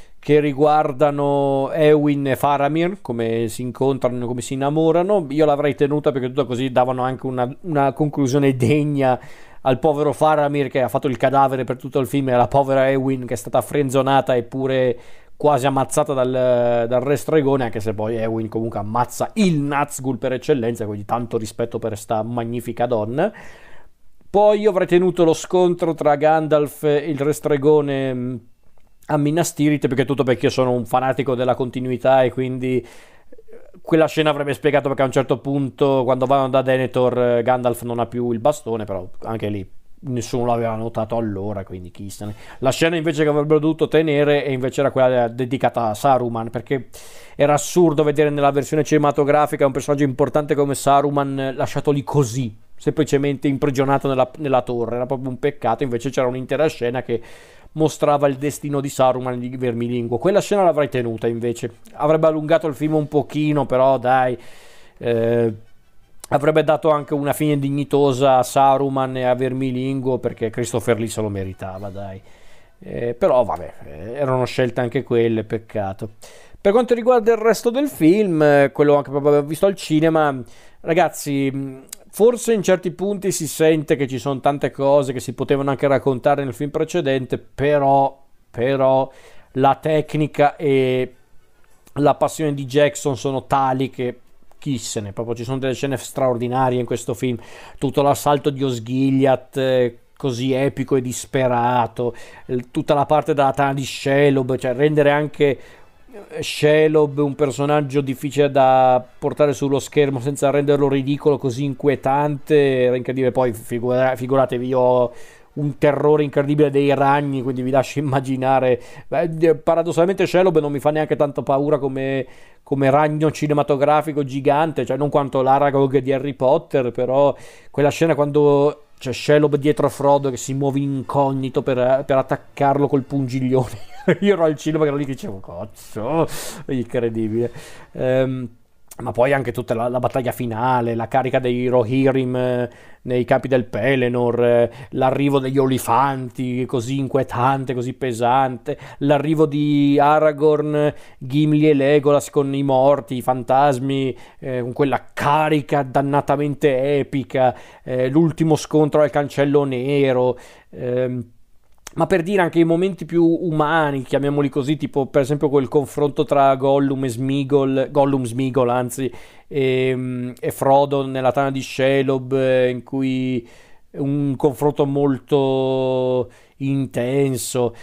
riguardano Éowyn e Faramir, come si incontrano, come si innamorano. Io l'avrei tenuta perché tutto così davano anche una conclusione degna al povero Faramir che ha fatto il cadavere per tutto il film, e alla povera Éowyn che è stata frenzonata e pure quasi ammazzata dal re stregone, anche se poi Éowyn comunque ammazza il Nazgûl per eccellenza, quindi tanto rispetto per sta magnifica donna. Poi io avrei tenuto lo scontro tra Gandalf e il re stregone a Minas Tirith, perché io sono un fanatico della continuità e quindi quella scena avrebbe spiegato perché a un certo punto quando vanno da Denethor Gandalf non ha più il bastone, però anche lì nessuno l'aveva notato allora, quindi chi se ne... La scena invece che avrebbero dovuto tenere e invece era quella dedicata a Saruman, perché era assurdo vedere nella versione cinematografica un personaggio importante come Saruman lasciato lì così, semplicemente imprigionato nella torre. Era proprio un peccato. Invece c'era un'intera scena che mostrava il destino di Saruman di Vermilinguo. Quella scena l'avrei tenuta, invece avrebbe allungato il film un pochino, però dai, avrebbe dato anche una fine dignitosa a Saruman e a Vermilinguo, perché Christopher Lee se lo meritava, dai. Però vabbè, erano scelte anche quelle, peccato. Per quanto riguarda il resto del film, quello anche proprio avevo visto al cinema, ragazzi, forse in certi punti si sente che ci sono tante cose che si potevano anche raccontare nel film precedente, però la tecnica e la passione di Jackson sono tali che chi se ne, proprio ci sono delle scene straordinarie in questo film. Tutto l'assalto di Osgiliath così epico e disperato, tutta la parte della tana di Shelob, cioè rendere anche Shelob un personaggio difficile da portare sullo schermo senza renderlo ridicolo, così inquietante, era incredibile. Poi figuratevi, io ho un terrore incredibile dei ragni, quindi vi lascio immaginare. Paradossalmente Shelob non mi fa neanche tanto paura come ragno cinematografico gigante, cioè non quanto l'Aragog di Harry Potter, però quella scena quando c'è Shelob dietro a Frodo che si muove incognito per attaccarlo col pungiglione. Io ero al cinema che ero lì che dicevo, cazzo, incredibile. Ma poi anche tutta la battaglia finale, la carica dei Rohirrim nei campi del Pelennor, l'arrivo degli olifanti così inquietante, così pesante, l'arrivo di Aragorn, Gimli e Legolas con i morti, i fantasmi, con quella carica dannatamente epica, l'ultimo scontro al Cancello Nero, ma per dire anche i momenti più umani, chiamiamoli così, tipo per esempio quel confronto tra Gollum Smeagol anzi, e Frodo nella tana di Shelob, in cui un confronto molto intenso,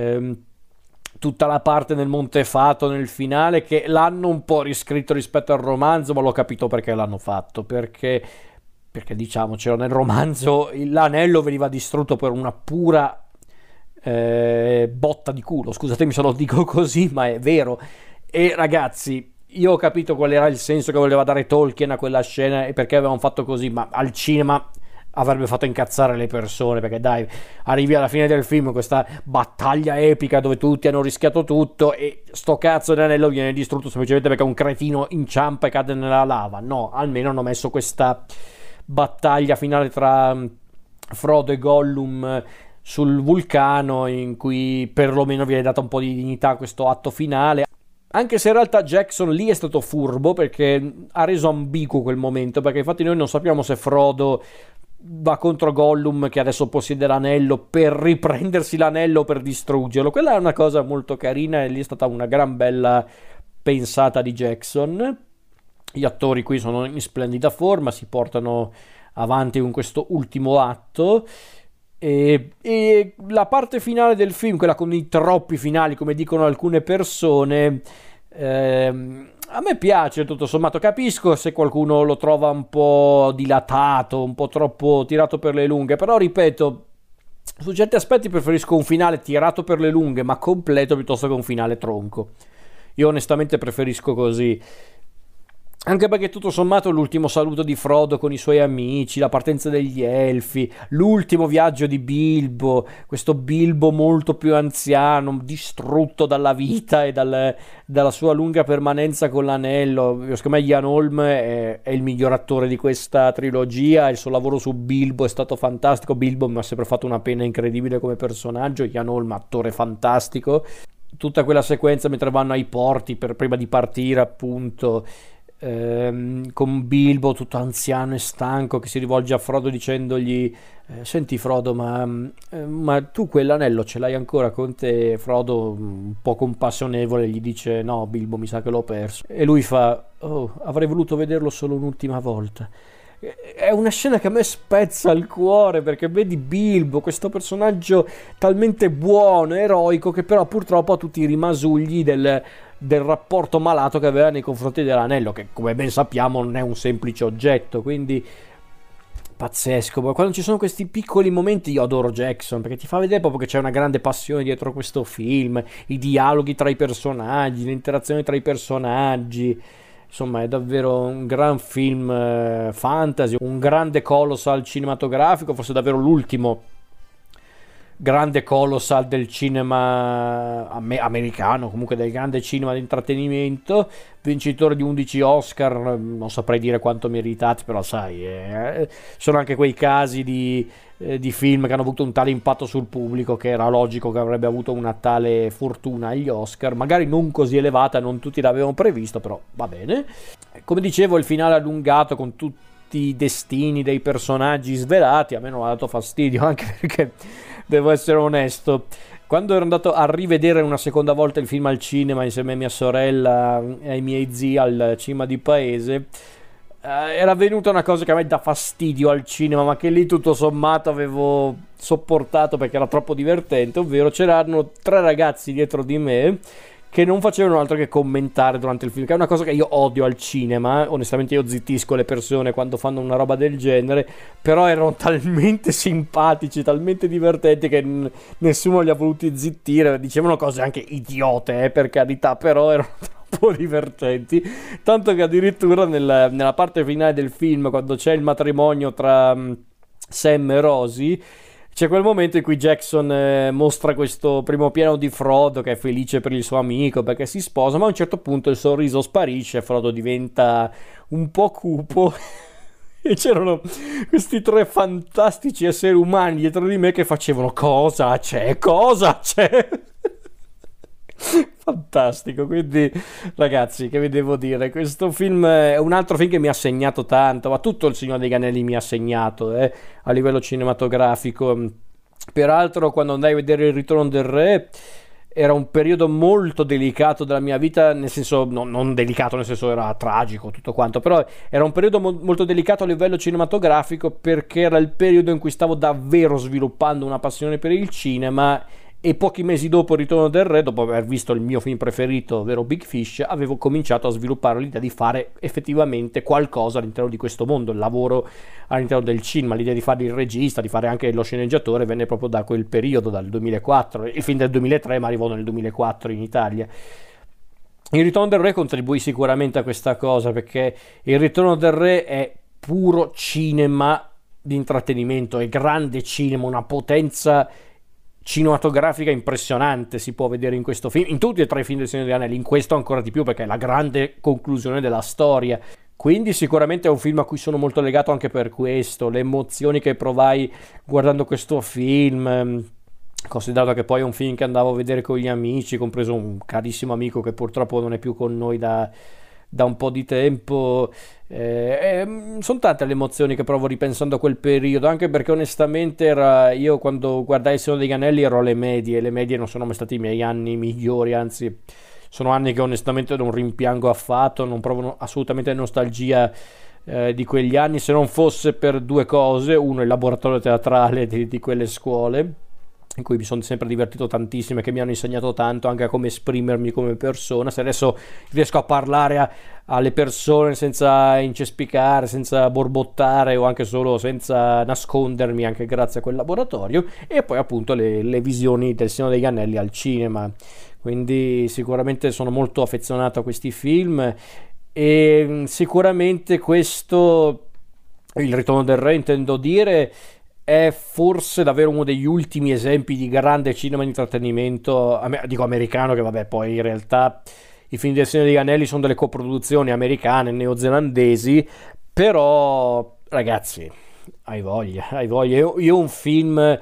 tutta la parte nel Monte Fato nel finale, che l'hanno un po' riscritto rispetto al romanzo, ma l'ho capito perché l'hanno fatto, perché perché diciamocelo, nel romanzo l'anello veniva distrutto per una pura botta di culo, scusatemi se lo dico così, ma è vero. E ragazzi, io ho capito qual era il senso che voleva dare Tolkien a quella scena e perché avevano fatto così, ma al cinema avrebbe fatto incazzare le persone, perché dai, arrivi alla fine del film, questa battaglia epica dove tutti hanno rischiato tutto e sto cazzo di anello viene distrutto semplicemente perché un cretino inciampa e cade nella lava. No, almeno hanno messo questa battaglia finale tra Frodo e Gollum sul vulcano, in cui perlomeno viene data un po' di dignità a questo atto finale, anche se in realtà Jackson lì è stato furbo perché ha reso ambiguo quel momento, perché infatti noi non sappiamo se Frodo va contro Gollum che adesso possiede l'anello per riprendersi l'anello o per distruggerlo. Quella è una cosa molto carina e lì è stata una gran bella pensata di Jackson. Gli attori qui sono in splendida forma, si portano avanti con questo ultimo atto. E la parte finale del film, quella con i troppi finali come dicono alcune persone, a me piace tutto sommato. Capisco se qualcuno lo trova un po' dilatato, un po' troppo tirato per le lunghe, però ripeto, su certi aspetti preferisco un finale tirato per le lunghe ma completo piuttosto che un finale tronco. Io onestamente preferisco così. Anche perché tutto sommato l'ultimo saluto di Frodo con i suoi amici, la partenza degli Elfi, l'ultimo viaggio di Bilbo, questo Bilbo molto più anziano, distrutto dalla vita e dalla sua lunga permanenza con l'anello. Secondo me Ian Holm è il miglior attore di questa trilogia, il suo lavoro su Bilbo è stato fantastico. Bilbo mi ha sempre fatto una pena incredibile come personaggio, Ian Holm attore fantastico. Tutta quella sequenza mentre vanno ai porti prima di partire appunto, con Bilbo tutto anziano e stanco che si rivolge a Frodo dicendogli senti Frodo, ma tu quell'anello ce l'hai ancora con te? Frodo un po' compassionevole gli dice no Bilbo, mi sa che l'ho perso, e lui fa oh, avrei voluto vederlo solo un'ultima volta. È una scena che a me spezza il cuore, perché vedi Bilbo, questo personaggio talmente buono, eroico, che però purtroppo ha tutti i rimasugli del rapporto malato che aveva nei confronti dell'anello, che come ben sappiamo non è un semplice oggetto. Quindi pazzesco. Ma quando ci sono questi piccoli momenti io adoro Jackson, perché ti fa vedere proprio che c'è una grande passione dietro questo film, i dialoghi tra i personaggi, le interazioni tra i personaggi. Insomma, è davvero un gran film fantasy, un grande colossal cinematografico, forse davvero l'ultimo grande colossal del cinema americano, comunque del grande cinema di intrattenimento, vincitore di 11 Oscar, non saprei dire quanto meritati, però sai, sono anche quei casi di film che hanno avuto un tale impatto sul pubblico che era logico che avrebbe avuto una tale fortuna agli Oscar, magari non così elevata, non tutti l'avevano previsto, però va bene. Come dicevo, il finale allungato con tutti i destini dei personaggi svelati a me non ha dato fastidio, anche perché devo essere onesto, quando ero andato a rivedere una seconda volta il film al cinema insieme a mia sorella e ai miei zii al cinema di paese, era venuta una cosa che a me dà fastidio al cinema, ma che lì tutto sommato avevo sopportato perché era troppo divertente, ovvero c'erano 3 ragazzi dietro di me che non facevano altro che commentare durante il film, che è una cosa che io odio al cinema. Onestamente io zittisco le persone quando fanno una roba del genere, però erano talmente simpatici, talmente divertenti che nessuno li ha voluti zittire, dicevano cose anche idiote, per carità, però erano troppo divertenti, tanto che addirittura nella parte finale del film, quando c'è il matrimonio tra Sam e Rosie, c'è quel momento in cui Jackson mostra questo primo piano di Frodo che è felice per il suo amico perché si sposa, ma a un certo punto il sorriso sparisce e Frodo diventa un po' cupo e c'erano questi 3 fantastici esseri umani dietro di me che facevano cosa c'è? Fantastico. Quindi ragazzi, che vi devo dire, questo film è un altro film che mi ha segnato tanto, ma tutto Il Signore degli Anelli mi ha segnato a livello cinematografico. Peraltro quando andai a vedere Il Ritorno del Re era un periodo molto delicato della mia vita, nel senso non delicato nel senso era tragico tutto quanto, però era un periodo molto delicato a livello cinematografico perché era il periodo in cui stavo davvero sviluppando una passione per il cinema e pochi mesi dopo il Ritorno del Re, dopo aver visto il mio film preferito, ovvero Big Fish, avevo cominciato a sviluppare l'idea di fare effettivamente qualcosa all'interno di questo mondo. Il lavoro all'interno del cinema, l'idea di fare il regista, di fare anche lo sceneggiatore, venne proprio da quel periodo, dal 2004. Il film del 2003 ma arrivò nel 2004 in Italia. Il Ritorno del Re contribuì sicuramente a questa cosa, perché il Ritorno del Re è puro cinema di intrattenimento, è grande cinema, una potenza cinematografica impressionante si può vedere in questo film, in tutti e tre i film del Signore degli Anelli, in questo ancora di più perché è la grande conclusione della storia. Quindi sicuramente è un film a cui sono molto legato anche per questo, le emozioni che provai guardando questo film, considerato che poi è un film che andavo a vedere con gli amici, compreso un carissimo amico che purtroppo non è più con noi da un po' di tempo. Sono tante le emozioni che provo ripensando a quel periodo, anche perché onestamente io quando guardai il Signore degli Anelli ero alle medie, e le medie non sono mai stati i miei anni migliori, anzi sono anni che onestamente non rimpiango affatto, non provo assolutamente nostalgia di quegli anni, se non fosse per due cose: uno, il laboratorio teatrale di quelle scuole in cui mi sono sempre divertito tantissimo e che mi hanno insegnato tanto anche a come esprimermi come persona. Se adesso riesco a parlare alle persone senza incespicare, senza borbottare o anche solo senza nascondermi, anche grazie a quel laboratorio. E poi appunto le visioni del Signore degli Anelli al cinema, quindi sicuramente sono molto affezionato a questi film. E sicuramente questo, il Ritorno del Re intendo dire, è forse davvero uno degli ultimi esempi di grande cinema di intrattenimento, dico americano, che vabbè, poi in realtà i film del Signore degli Anelli sono delle coproduzioni americane, neozelandesi, però ragazzi, hai voglia. Io un film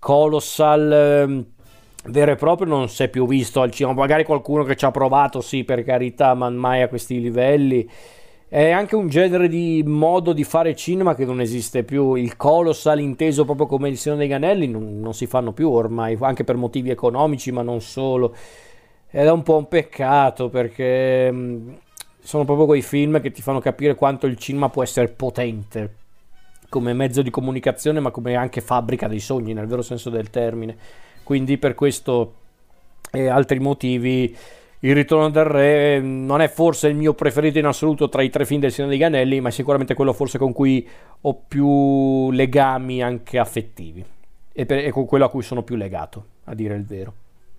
colossal vero e proprio non si è più visto al cinema, magari qualcuno che ci ha provato, sì, per carità, ma mai a questi livelli. È anche un genere di modo di fare cinema che non esiste più. Il colossal inteso proprio come il Signore degli Anelli non si fanno più ormai, anche per motivi economici, ma non solo. Ed è un po' un peccato, perché sono proprio quei film che ti fanno capire quanto il cinema può essere potente come mezzo di comunicazione, ma come anche fabbrica dei sogni, nel vero senso del termine. Quindi per questo e altri motivi il Ritorno del Re non è forse il mio preferito in assoluto tra i tre film del Signore degli Anelli, ma è sicuramente quello forse con cui ho più legami anche affettivi e con quello a cui sono più legato, a dire il vero.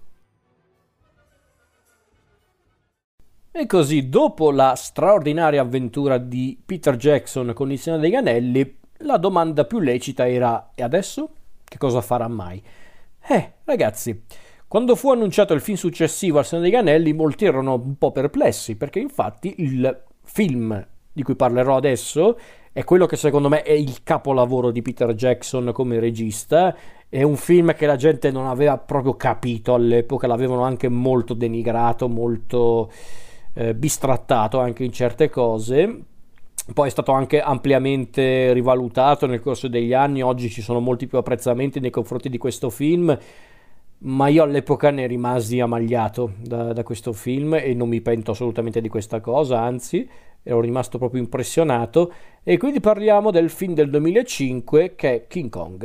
E così, dopo la straordinaria avventura di Peter Jackson con il Signore degli Anelli, la domanda più lecita era: e adesso? Che cosa farà mai? Ragazzi, quando fu annunciato il film successivo al Signore degli Anelli, molti erano un po' perplessi, perché infatti il film di cui parlerò adesso è quello che secondo me è il capolavoro di Peter Jackson come regista. È un film che la gente non aveva proprio capito all'epoca, l'avevano anche molto denigrato, molto bistrattato anche in certe cose. Poi è stato anche ampiamente rivalutato nel corso degli anni, oggi ci sono molti più apprezzamenti nei confronti di questo film, ma io all'epoca ne rimasi amagliato da questo film e non mi pento assolutamente di questa cosa, anzi ero rimasto proprio impressionato. E quindi parliamo del film del 2005 che è King Kong.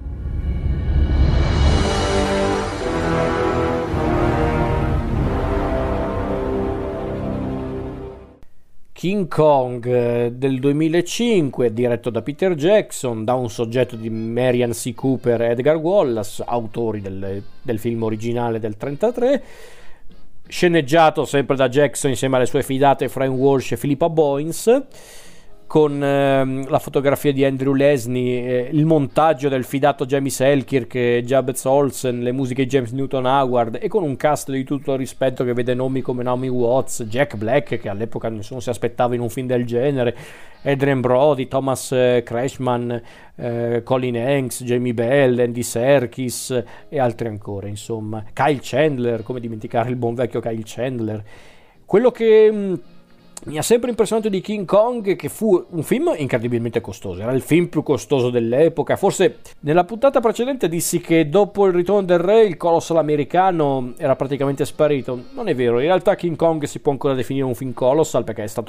King Kong del 2005, diretto da Peter Jackson, da un soggetto di Marian C. Cooper e Edgar Wallace, autori del film originale del 1933, sceneggiato sempre da Jackson insieme alle sue fidate Fran Walsh e Philippa Boyens, con la fotografia di Andrew Lesnie, il montaggio del fidato James Elkirk e Jabez Olsen, le musiche di James Newton Howard, e con un cast di tutto rispetto che vede nomi come Naomi Watts, Jack Black, che all'epoca nessuno si aspettava in un film del genere, Adrien Brody, Thomas Kretschmann, Colin Hanks, Jamie Bell, Andy Serkis e altri ancora, insomma. Kyle Chandler, come dimenticare il buon vecchio Kyle Chandler. Quello che mi ha sempre impressionato di King Kong che fu un film incredibilmente costoso, era il film più costoso dell'epoca. Forse nella puntata precedente dissi che dopo il Ritorno del Re il colossal americano era praticamente sparito. Non è vero, in realtà King Kong si può ancora definire un film colossal perché è stato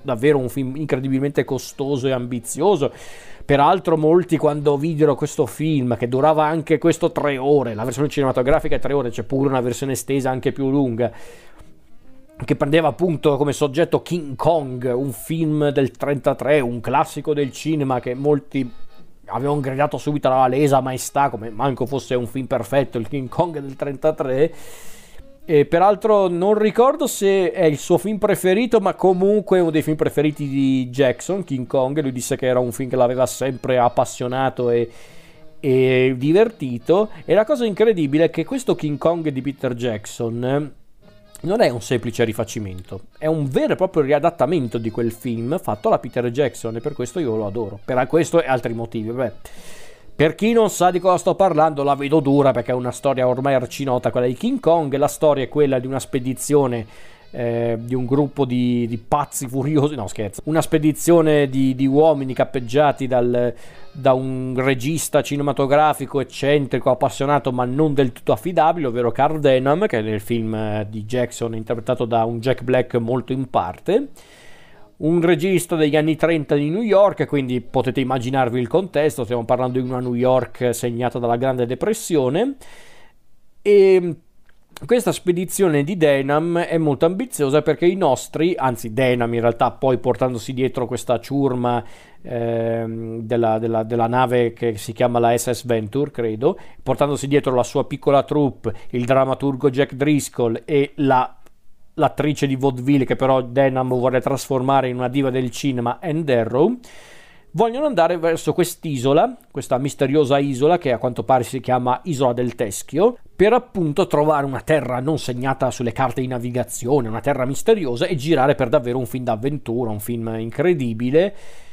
davvero un film incredibilmente costoso e ambizioso. Peraltro molti, quando videro questo film, che durava anche questo 3 ore, la versione cinematografica è 3 ore, c'è pure una versione estesa anche più lunga, che prendeva appunto come soggetto King Kong, un film del 33, un classico del cinema che molti avevano gridato subito alla lesa maestà, come manco fosse un film perfetto, il King Kong del 33. E peraltro non ricordo se è il suo film preferito, ma comunque è uno dei film preferiti di Jackson, King Kong. Lui disse che era un film che l'aveva sempre appassionato e divertito. E la cosa incredibile è che questo King Kong di Peter Jackson non è un semplice rifacimento, è un vero e proprio riadattamento di quel film fatto da Peter Jackson, e per questo io lo adoro, per questo e altri motivi. Beh, per chi non sa di cosa sto parlando, la vedo dura perché è una storia ormai arcinota, quella di King Kong. La storia è quella di una spedizione di un gruppo di pazzi furiosi, no scherzo, una spedizione di uomini cappeggiati da un regista cinematografico eccentrico, appassionato ma non del tutto affidabile, ovvero Carl Denham, che nel film di Jackson è interpretato da un Jack Black molto in parte, un regista degli anni 30 di New York, quindi potete immaginarvi il contesto, stiamo parlando di una New York segnata dalla Grande Depressione. E questa spedizione di Denham è molto ambiziosa perché i nostri, anzi Denham in realtà, poi portandosi dietro questa ciurma della nave che si chiama la SS Venture, credo, portandosi dietro la sua piccola troupe, il drammaturgo Jack Driscoll e l'attrice di vaudeville che però Denham vuole trasformare in una diva del cinema, Anne Darrow, vogliono andare verso quest'isola, questa misteriosa isola che a quanto pare si chiama Isola del Teschio, per appunto trovare una terra non segnata sulle carte di navigazione, una terra misteriosa, e girare per davvero un film d'avventura, un film incredibile.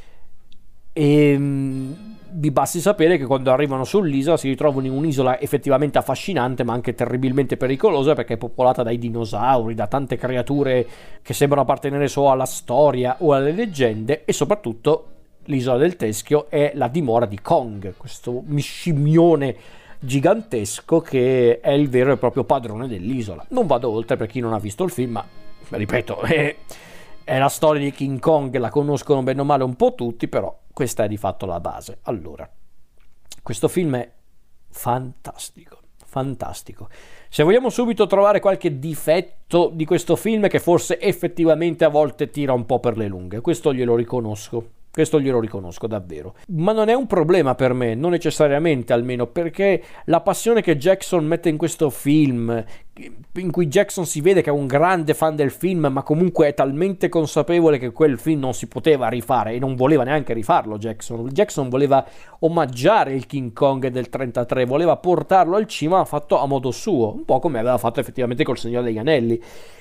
E vi basti sapere che quando arrivano sull'isola si ritrovano in un'isola effettivamente affascinante ma anche terribilmente pericolosa, perché è popolata dai dinosauri, da tante creature che sembrano appartenere solo alla storia o alle leggende, e soprattutto l'isola del Teschio è la dimora di Kong, questo scimmione gigantesco che è il vero e proprio padrone dell'isola. Non vado oltre per chi non ha visto il film, ma ripeto, è la storia di King Kong, la conoscono bene o male un po' tutti, però questa è di fatto la base. Allora, questo film è fantastico, fantastico. Se vogliamo subito trovare qualche difetto di questo film, che forse effettivamente a volte tira un po' per le lunghe, questo glielo riconosco davvero, ma non è un problema per me, non necessariamente, almeno perché la passione che Jackson mette in questo film, in cui Jackson si vede che è un grande fan del film, ma comunque è talmente consapevole che quel film non si poteva rifare e non voleva neanche rifarlo. Jackson voleva omaggiare il King Kong del 33, voleva portarlo al cinema fatto a modo suo, un po' come aveva fatto effettivamente col Signore degli Anelli.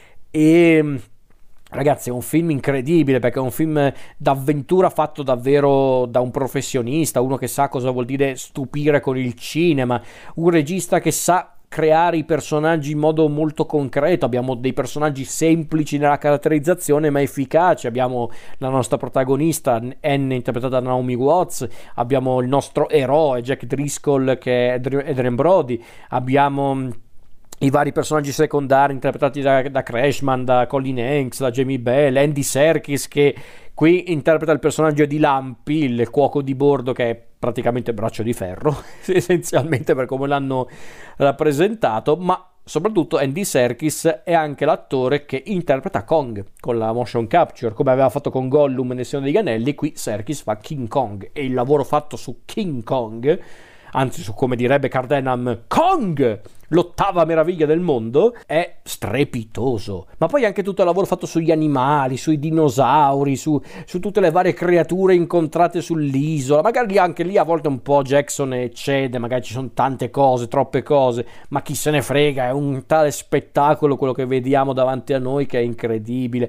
E ragazzi, è un film incredibile perché è un film d'avventura fatto davvero da un professionista, uno che sa cosa vuol dire stupire con il cinema, un regista che sa creare i personaggi in modo molto concreto. Abbiamo dei personaggi semplici nella caratterizzazione ma efficaci. Abbiamo la nostra protagonista Anne, interpretata da Naomi Watts, abbiamo il nostro eroe Jack Driscoll, che è Adrien Brody, abbiamo i vari personaggi secondari interpretati da Crashman, da Colin Hanks, da Jamie Bell, Andy Serkis, che qui interpreta il personaggio di Lampi, il cuoco di bordo, che è praticamente braccio di ferro essenzialmente per come l'hanno rappresentato, ma soprattutto Andy Serkis è anche l'attore che interpreta Kong con la motion capture, come aveva fatto con Gollum nel Signore degli Anelli. Qui Serkis fa King Kong, e il lavoro fatto su King Kong, anzi su, come direbbe Carl Denham, Kong, l'ottava meraviglia del mondo, è strepitoso. Ma poi anche tutto il lavoro fatto sugli animali, sui dinosauri, su tutte le varie creature incontrate sull'isola. Magari anche lì a volte un po' Jackson eccede, magari ci sono tante cose, troppe cose, ma chi se ne frega, è un tale spettacolo quello che vediamo davanti a noi che è incredibile.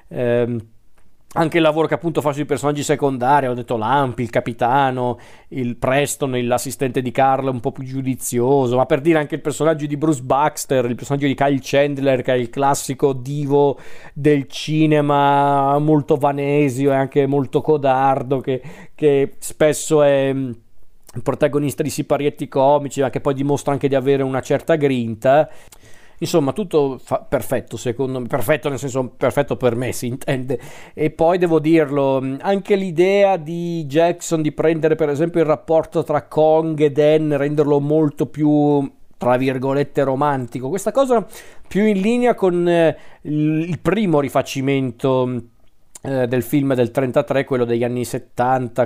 Anche il lavoro che appunto fa sui personaggi secondari, ho detto Lampi, il capitano, il Preston, l'assistente di Carl un po' più giudizioso, ma per dire anche il personaggio di Bruce Baxter, il personaggio di Kyle Chandler, che è il classico divo del cinema, molto vanesio e anche molto codardo, che spesso è protagonista di siparietti comici, ma che poi dimostra anche di avere una certa grinta. Insomma, tutto perfetto, secondo me, perfetto nel senso perfetto per me, si intende. E poi devo dirlo, anche l'idea di Jackson di prendere per esempio il rapporto tra Kong e Dan, renderlo molto più, tra virgolette, romantico, questa cosa più in linea con il primo rifacimento del film del 33, quello degli anni 70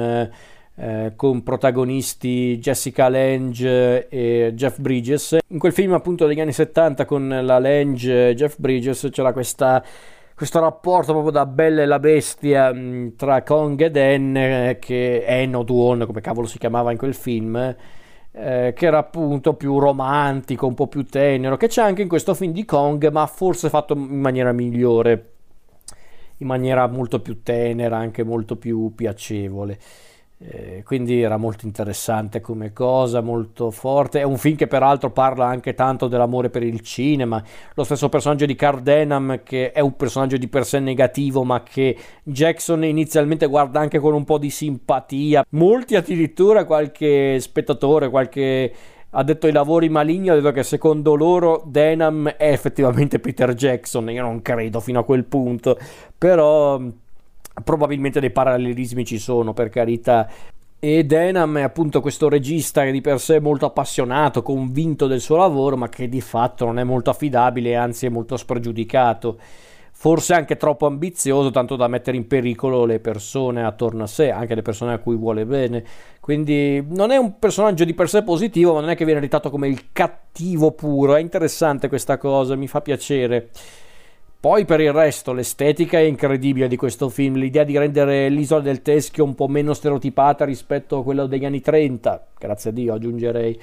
con protagonisti Jessica Lange e Jeff Bridges. In quel film appunto degli anni 70 con la Lange e Jeff Bridges c'era questo rapporto proprio da Bella e la Bestia tra Kong e Dan, che Hen o Duon, come cavolo si chiamava in quel film, che era appunto più romantico, un po' più tenero, che c'è anche in questo film di Kong, ma forse fatto in maniera migliore, in maniera molto più tenera, anche molto più piacevole. Quindi era molto interessante come cosa, molto forte. È un film che peraltro parla anche tanto dell'amore per il cinema. Lo stesso personaggio di Carl Denham, che è un personaggio di per sé negativo, ma che Jackson inizialmente guarda anche con un po' di simpatia. Molti, addirittura qualche spettatore, qualche addetto ai lavori maligno, ha detto che secondo loro Denham è effettivamente Peter Jackson. Io non credo fino a quel punto, però probabilmente dei parallelismi ci sono, per carità. E Denham è appunto questo regista che di per sé è molto appassionato, convinto del suo lavoro, ma che di fatto non è molto affidabile, anzi è molto spregiudicato, forse anche troppo ambizioso, tanto da mettere in pericolo le persone attorno a sé, anche le persone a cui vuole bene. Quindi non è un personaggio di per sé positivo, ma non è che viene ritratto come il cattivo puro. È interessante questa cosa, mi fa piacere. Poi per il resto l'estetica è incredibile di questo film, l'idea di rendere l'isola del Teschio un po' meno stereotipata rispetto a quella degli anni 30, grazie a Dio aggiungerei,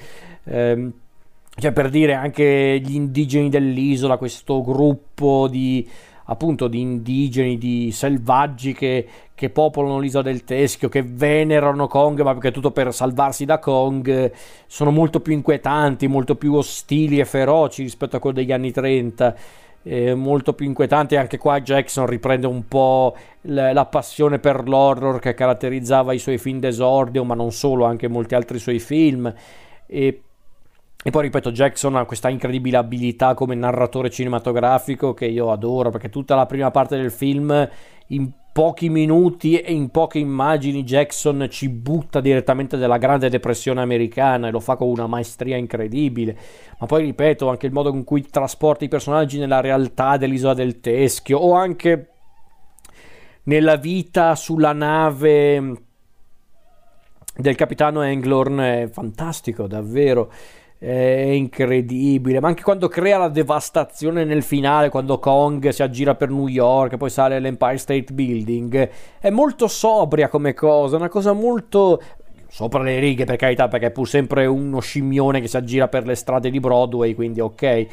cioè per dire anche gli indigeni dell'isola, questo gruppo di appunto di indigeni, di selvaggi che popolano l'isola del Teschio, che venerano Kong, ma perché tutto per salvarsi da Kong, sono molto più inquietanti, molto più ostili e feroci rispetto a quello degli anni 30. Molto più inquietante. Anche qua Jackson riprende un po' la passione per l'horror che caratterizzava i suoi film d'esordio, ma non solo, anche molti altri suoi film. E poi ripeto, Jackson ha questa incredibile abilità come narratore cinematografico che io adoro, perché tutta la prima parte del film, in pochi minuti e in poche immagini, Jackson ci butta direttamente della Grande Depressione americana e lo fa con una maestria incredibile. Ma poi ripeto, anche il modo con cui trasporta i personaggi nella realtà dell'isola del Teschio, o anche nella vita sulla nave del capitano Englehorn, è fantastico, davvero. È incredibile, ma anche quando crea la devastazione nel finale, quando Kong si aggira per New York, poi sale all'Empire State Building, è molto sobria come cosa, una cosa molto sopra le righe, per carità, perché è pur sempre uno scimmione che si aggira per le strade di Broadway, quindi ok,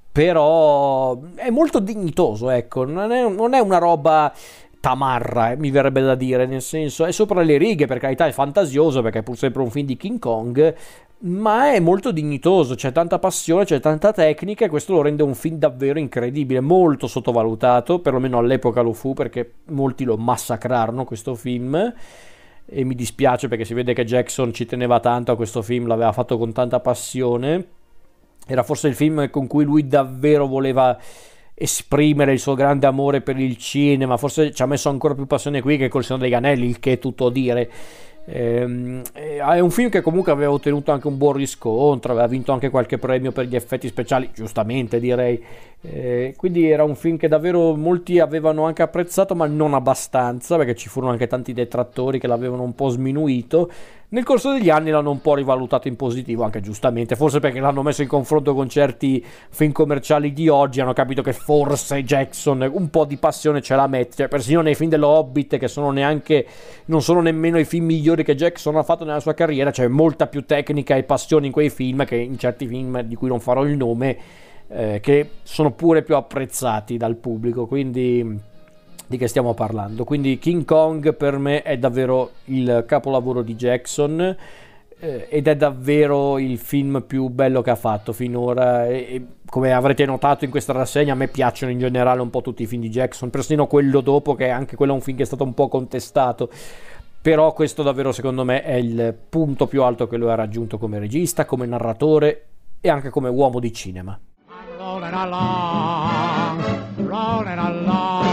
però è molto dignitoso, ecco, non è una roba tamarra, mi verrebbe da dire, nel senso è sopra le righe, per carità, è fantasioso perché è pur sempre un film di King Kong, ma è molto dignitoso, c'è tanta passione, c'è tanta tecnica, e questo lo rende un film davvero incredibile, molto sottovalutato, perlomeno all'epoca lo fu, perché molti lo massacrarono questo film, e mi dispiace perché si vede che Jackson ci teneva tanto a questo film, l'aveva fatto con tanta passione, era forse il film con cui lui davvero voleva esprimere il suo grande amore per il cinema, forse ci ha messo ancora più passione qui che col Signore degli Anelli, il che è tutto dire. È un film che comunque aveva ottenuto anche un buon riscontro, aveva vinto anche qualche premio per gli effetti speciali, giustamente direi, quindi era un film che davvero molti avevano anche apprezzato, ma non abbastanza, perché ci furono anche tanti detrattori che l'avevano un po' sminuito. Nel corso degli anni l'hanno un po' rivalutato in positivo, anche giustamente, forse perché l'hanno messo in confronto con certi film commerciali di oggi, hanno capito che forse Jackson un po' di passione ce la mette, cioè persino nei film dello Hobbit, che non sono nemmeno i film migliori che Jackson ha fatto nella sua carriera, c'è molta più tecnica e passione in quei film che in certi film di cui non farò il nome, che sono pure più apprezzati dal pubblico, quindi di che stiamo parlando? Quindi King Kong per me è davvero il capolavoro di Jackson, ed è davvero il film più bello che ha fatto finora, e come avrete notato in questa rassegna a me piacciono in generale un po' tutti i film di Jackson, persino quello dopo, che anche quello è un film che è stato un po' contestato, però questo davvero secondo me è il punto più alto che lui ha raggiunto come regista, come narratore e anche come uomo di cinema. Rolling along, rolling along.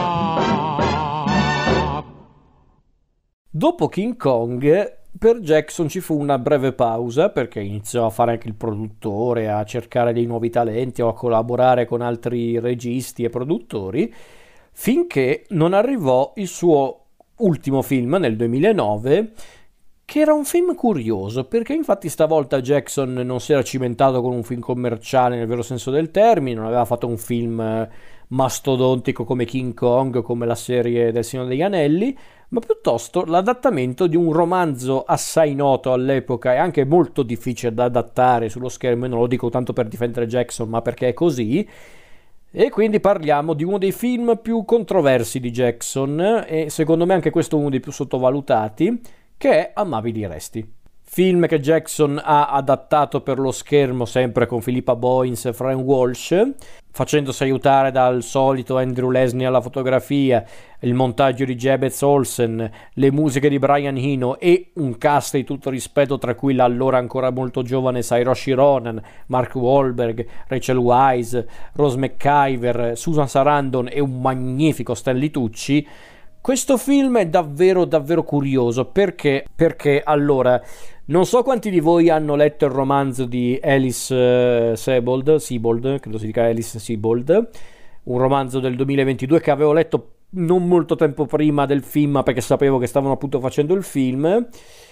Dopo King Kong, per Jackson ci fu una breve pausa perché iniziò a fare anche il produttore, a cercare dei nuovi talenti o a collaborare con altri registi e produttori, finché non arrivò il suo ultimo film nel 2009, che era un film curioso, perché infatti stavolta Jackson non si era cimentato con un film commerciale nel vero senso del termine, non aveva fatto un film mastodontico come King Kong, come la serie del Signore degli Anelli, ma piuttosto l'adattamento di un romanzo assai noto all'epoca e anche molto difficile da adattare sullo schermo, e non lo dico tanto per difendere Jackson, ma perché è così. E quindi parliamo di uno dei film più controversi di Jackson, e secondo me anche questo è uno dei più sottovalutati, che è Amabili Resti. Film che Jackson ha adattato per lo schermo sempre con Philippa Boyens e Fran Walsh, facendosi aiutare dal solito Andrew Lesnie alla fotografia, il montaggio di Jabez Olsen, le musiche di Brian Eno e un cast di tutto rispetto, tra cui l'allora ancora molto giovane Saoirse Ronan, Mark Wahlberg, Rachel Weisz, Rose McIver, Susan Sarandon e un magnifico Stanley Tucci. Questo film è davvero davvero curioso perché allora non so quanti di voi hanno letto il romanzo di Alice Sebold, credo si dica Alice Sebold, un romanzo del 2022 che avevo letto non molto tempo prima del film, perché sapevo che stavano appunto facendo il film.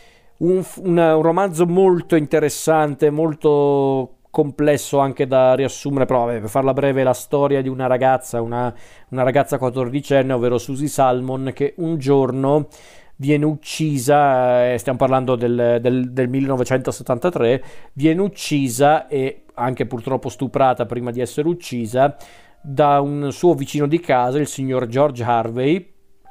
Un romanzo molto interessante, molto complesso anche da riassumere, però vabbè, per farla breve, la storia di una ragazza 14enne, ovvero Susie Salmon, che un giorno viene uccisa, stiamo parlando del 1973, viene uccisa e anche purtroppo stuprata prima di essere uccisa da un suo vicino di casa, il signor George Harvey,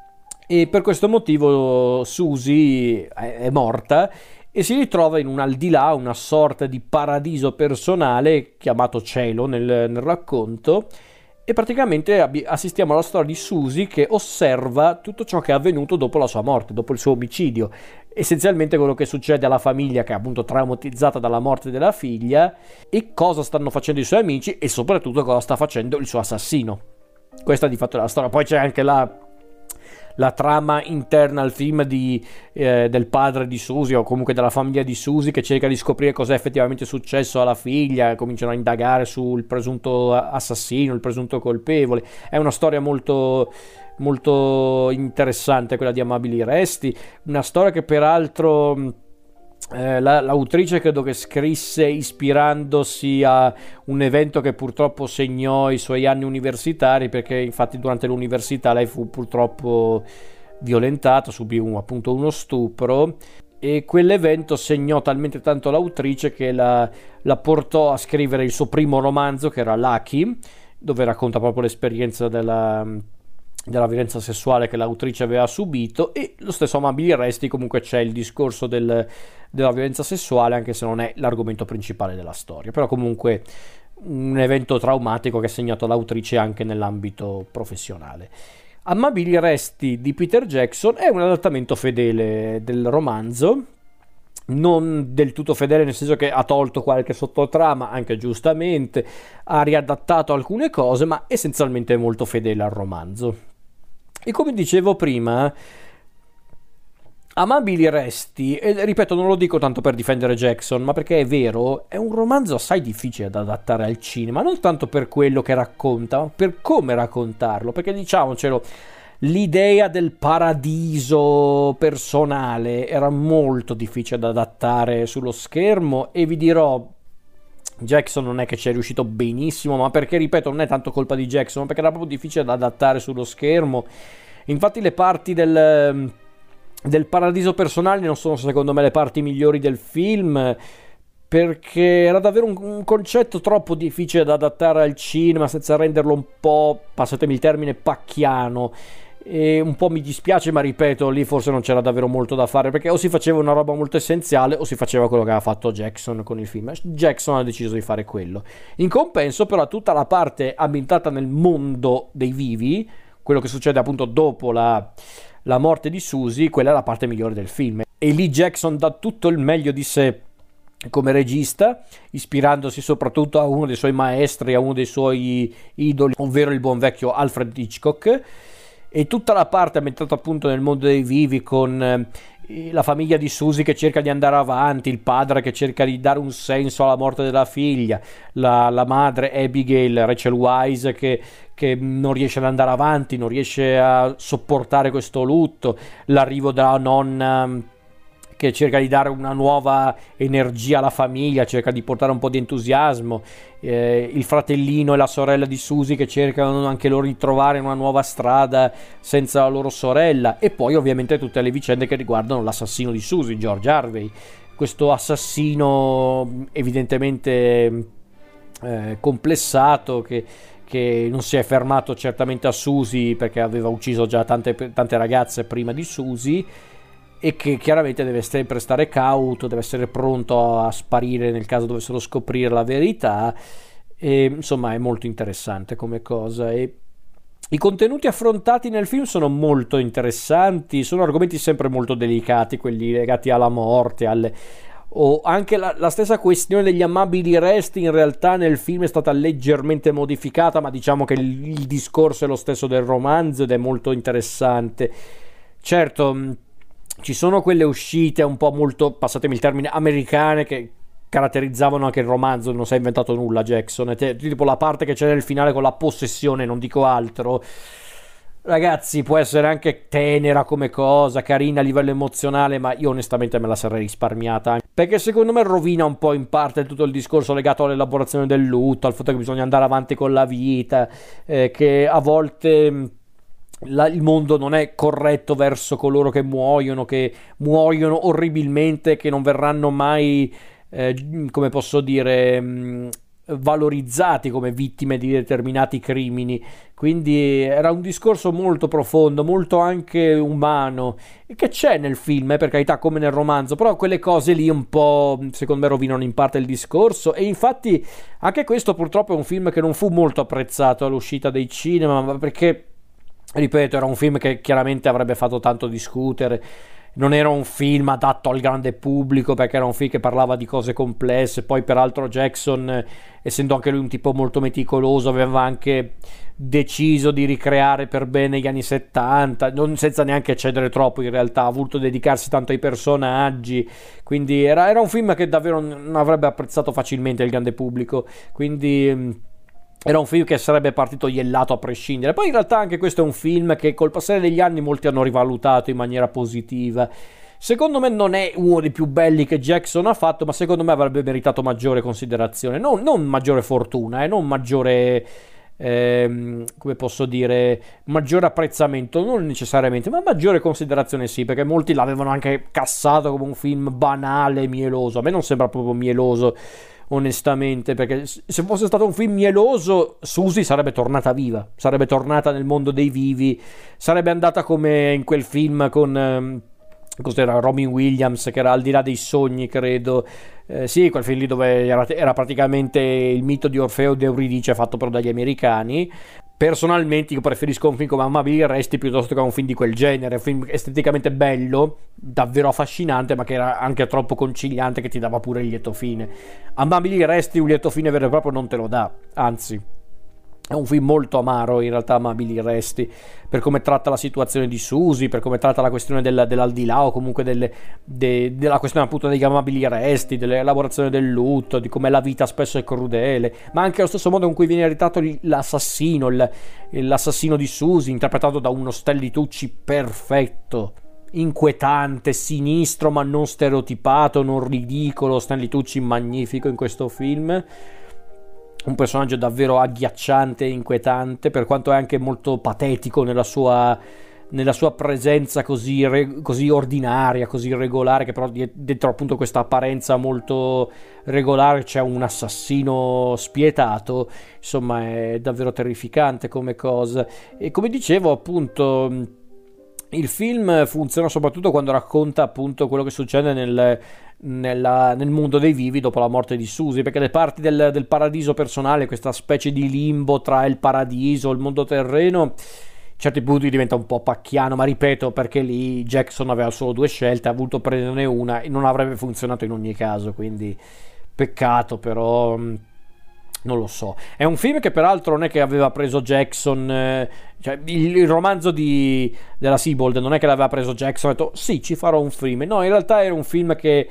e per questo motivo Susie è morta e si ritrova in un aldilà, una sorta di paradiso personale chiamato cielo nel racconto, e praticamente assistiamo alla storia di Susie che osserva tutto ciò che è avvenuto dopo la sua morte, dopo il suo omicidio, essenzialmente quello che succede alla famiglia che è appunto traumatizzata dalla morte della figlia, e cosa stanno facendo i suoi amici e soprattutto cosa sta facendo il suo assassino. Questa di fatto è la storia. Poi c'è anche la trama interna al film del padre di Susie, o comunque della famiglia di Susie, che cerca di scoprire cosa è effettivamente successo alla figlia, cominciano a indagare sul presunto assassino, il presunto colpevole. È una storia molto molto interessante quella di Amabili Resti, una storia che peraltro l'autrice credo che scrisse ispirandosi a un evento che purtroppo segnò i suoi anni universitari, perché infatti durante l'università lei fu purtroppo violentata, subì appunto uno stupro, e quell'evento segnò talmente tanto l'autrice che la portò a scrivere il suo primo romanzo, che era Lucky, dove racconta proprio l'esperienza della violenza sessuale che l'autrice aveva subito. E lo stesso Amabili Resti, comunque c'è il discorso della violenza sessuale, anche se non è l'argomento principale della storia, però comunque un evento traumatico che ha segnato l'autrice anche nell'ambito professionale. Amabili Resti di Peter Jackson è un adattamento fedele del romanzo, non del tutto fedele nel senso che ha tolto qualche sottotrama, anche giustamente, ha riadattato alcune cose, ma essenzialmente è molto fedele al romanzo. E come dicevo prima, Amabili Resti, e ripeto, non lo dico tanto per difendere Jackson, ma perché è vero, è un romanzo assai difficile da adattare al cinema, non tanto per quello che racconta, ma per come raccontarlo, perché diciamocelo, l'idea del paradiso personale era molto difficile da adattare sullo schermo, e vi dirò, Jackson non è che ci è riuscito benissimo, ma perché, ripeto, non è tanto colpa di Jackson, ma perché era proprio difficile da adattare sullo schermo. Infatti le parti del paradiso personale non sono secondo me le parti migliori del film, perché era davvero un concetto troppo difficile da adattare al cinema senza renderlo un po', passatemi il termine, pacchiano. E un po' mi dispiace, ma ripeto, lì forse non c'era davvero molto da fare, perché o si faceva una roba molto essenziale o si faceva quello che aveva fatto Jackson con il film. Jackson ha deciso di fare quello. In compenso però tutta la parte ambientata nel mondo dei vivi, quello che succede appunto dopo la morte di Susie, quella è la parte migliore del film, e lì Jackson dà tutto il meglio di sé come regista, ispirandosi soprattutto a uno dei suoi maestri, a uno dei suoi idoli, ovvero il buon vecchio Alfred Hitchcock. E tutta la parte ambientata appunto nel mondo dei vivi, con la famiglia di Susie che cerca di andare avanti, il padre che cerca di dare un senso alla morte della figlia, la madre Abigail, Rachel Weisz, che non riesce ad andare avanti, non riesce a sopportare questo lutto, l'arrivo della nonna che cerca di dare una nuova energia alla famiglia, cerca di portare un po' di entusiasmo, il fratellino e la sorella di Susie che cercano anche loro di trovare una nuova strada senza la loro sorella, e poi ovviamente tutte le vicende che riguardano l'assassino di Susie, George Harvey, questo assassino evidentemente complessato che non si è fermato certamente a Susie, perché aveva ucciso già tante ragazze prima di Susie, e che chiaramente deve sempre stare cauto, deve essere pronto a sparire nel caso dovessero scoprire la verità. E insomma è molto interessante come cosa, e i contenuti affrontati nel film sono molto interessanti, sono argomenti sempre molto delicati, quelli legati alla morte, o anche la stessa questione degli amabili resti. In realtà nel film è stata leggermente modificata, ma diciamo che il discorso è lo stesso del romanzo ed è molto interessante. Certo, ci sono quelle uscite un po' molto, passatemi il termine, americane, che caratterizzavano anche il romanzo. Non si è inventato nulla Jackson, tipo la parte che c'è nel finale con la possessione, non dico altro. Ragazzi, può essere anche tenera come cosa, carina a livello emozionale, ma io onestamente me la sarei risparmiata, perché secondo me rovina un po' in parte tutto il discorso legato all'elaborazione del lutto, al fatto che bisogna andare avanti con la vita, che a volte il mondo non è corretto verso coloro che muoiono orribilmente, che non verranno mai, come posso dire, valorizzati come vittime di determinati crimini. Quindi era un discorso molto profondo, molto anche umano, e che c'è nel film, per carità, come nel romanzo, però quelle cose lì un po' secondo me rovinano in parte il discorso. E infatti anche questo purtroppo è un film che non fu molto apprezzato all'uscita dei cinema, perché, ripeto, era un film che chiaramente avrebbe fatto tanto discutere. Non era un film adatto al grande pubblico, perché era un film che parlava di cose complesse. Poi peraltro Jackson, essendo anche lui un tipo molto meticoloso, aveva anche deciso di ricreare per bene gli anni 70, non senza neanche cedere troppo. In realtà ha voluto dedicarsi tanto ai personaggi, quindi era un film che davvero non avrebbe apprezzato facilmente il grande pubblico. Quindi era un film che sarebbe partito iellato a prescindere. Poi in realtà anche questo è un film che col passare degli anni molti hanno rivalutato in maniera positiva. Secondo me non è uno dei più belli che Jackson ha fatto, ma secondo me avrebbe meritato maggiore considerazione, non maggiore fortuna, non maggiore, come posso dire, maggiore apprezzamento, non necessariamente, ma maggiore considerazione sì, perché molti l'avevano anche cassato come un film banale, mieloso. A me non sembra proprio mieloso, onestamente, perché se fosse stato un film mieloso, Susie sarebbe tornata viva, sarebbe tornata nel mondo dei vivi, sarebbe andata come in quel film con cos'era, Robin Williams, che era Al di là dei sogni, credo. Sì, quel film lì dove era praticamente il mito di Orfeo ed Euridice fatto però dagli americani. Personalmente io preferisco un film come Amabili Resti piuttosto che un film di quel genere, un film esteticamente bello, davvero affascinante, ma che era anche troppo conciliante, che ti dava pure il lieto fine. Amabili Resti un lieto fine vero e proprio non te lo dà, anzi è un film molto amaro in realtà, Amabili Resti, per come tratta la situazione di Susie, per come tratta la questione dell'aldilà, o comunque della questione appunto degli amabili resti, dell'elaborazione del lutto, di come la vita spesso è crudele, ma anche allo stesso modo in cui viene ritratto l'assassino di Susie, interpretato da uno Stanley Tucci perfetto, inquietante, sinistro ma non stereotipato, non ridicolo. Stanley Tucci magnifico in questo film, un personaggio davvero agghiacciante e inquietante, per quanto è anche molto patetico nella sua presenza così ordinaria, così regolare, che però dentro appunto questa apparenza molto regolare c'è un assassino spietato. Insomma è davvero terrificante come cosa. E come dicevo appunto, il film funziona soprattutto quando racconta appunto quello che succede nel mondo dei vivi dopo la morte di Susie, perché le parti del paradiso personale, questa specie di limbo tra il paradiso e il mondo terreno, certi punti diventa un po' pacchiano, ma ripeto, perché lì Jackson aveva solo due scelte, ha voluto prenderne una e non avrebbe funzionato in ogni caso, quindi peccato, però non lo so. È un film che peraltro non è che aveva preso Jackson, cioè il romanzo della Siebold non è che l'aveva preso Jackson e ha detto sì, ci farò un film. No, in realtà era un film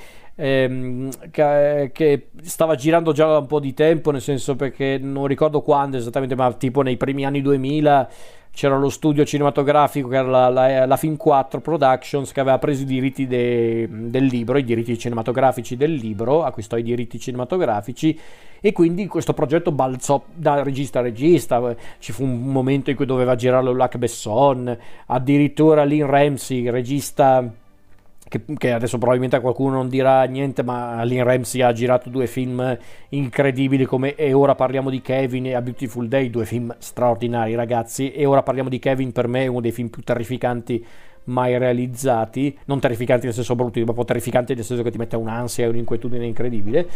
che stava girando già da un po' di tempo, nel senso, perché non ricordo quando esattamente, ma tipo nei primi anni 2000 c'era lo studio cinematografico che era la Film 4 Productions, che aveva preso i diritti del libro, i diritti cinematografici del libro, acquistò i diritti cinematografici, e quindi questo progetto balzò da regista a regista. Ci fu un momento in cui doveva girarlo Luc Besson, addirittura Lynn Ramsey, regista che adesso probabilmente a qualcuno non dirà niente, ma Lynn Ramsey ha girato due film incredibili come E ora parliamo di Kevin e A Beautiful Day, due film straordinari, ragazzi. E ora parliamo di Kevin per me è uno dei film più terrificanti mai realizzati, non terrificanti nel senso brutti, ma proprio terrificanti nel senso che ti mette un'ansia e un'inquietudine incredibile.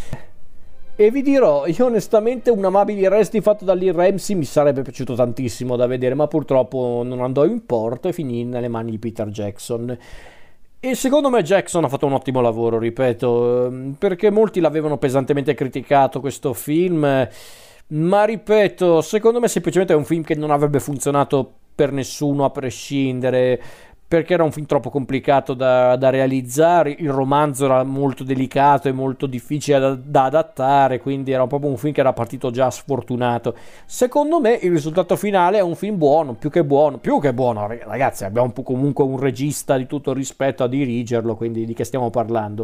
E vi dirò, io onestamente un Amabili Resti fatto da Lynn Ramsey mi sarebbe piaciuto tantissimo da vedere, ma purtroppo non andò in porto e finì nelle mani di Peter Jackson. E secondo me Jackson ha fatto un ottimo lavoro, ripeto, perché molti l'avevano pesantemente criticato questo film, ma ripeto, secondo me semplicemente è un film che non avrebbe funzionato per nessuno a prescindere, perché era un film troppo complicato da realizzare, il romanzo era molto delicato e molto difficile da adattare, quindi era proprio un film che era partito già sfortunato. Secondo me il risultato finale è un film buono, più che buono, ragazzi, abbiamo comunque un regista di tutto il rispetto a dirigerlo, quindi di che stiamo parlando?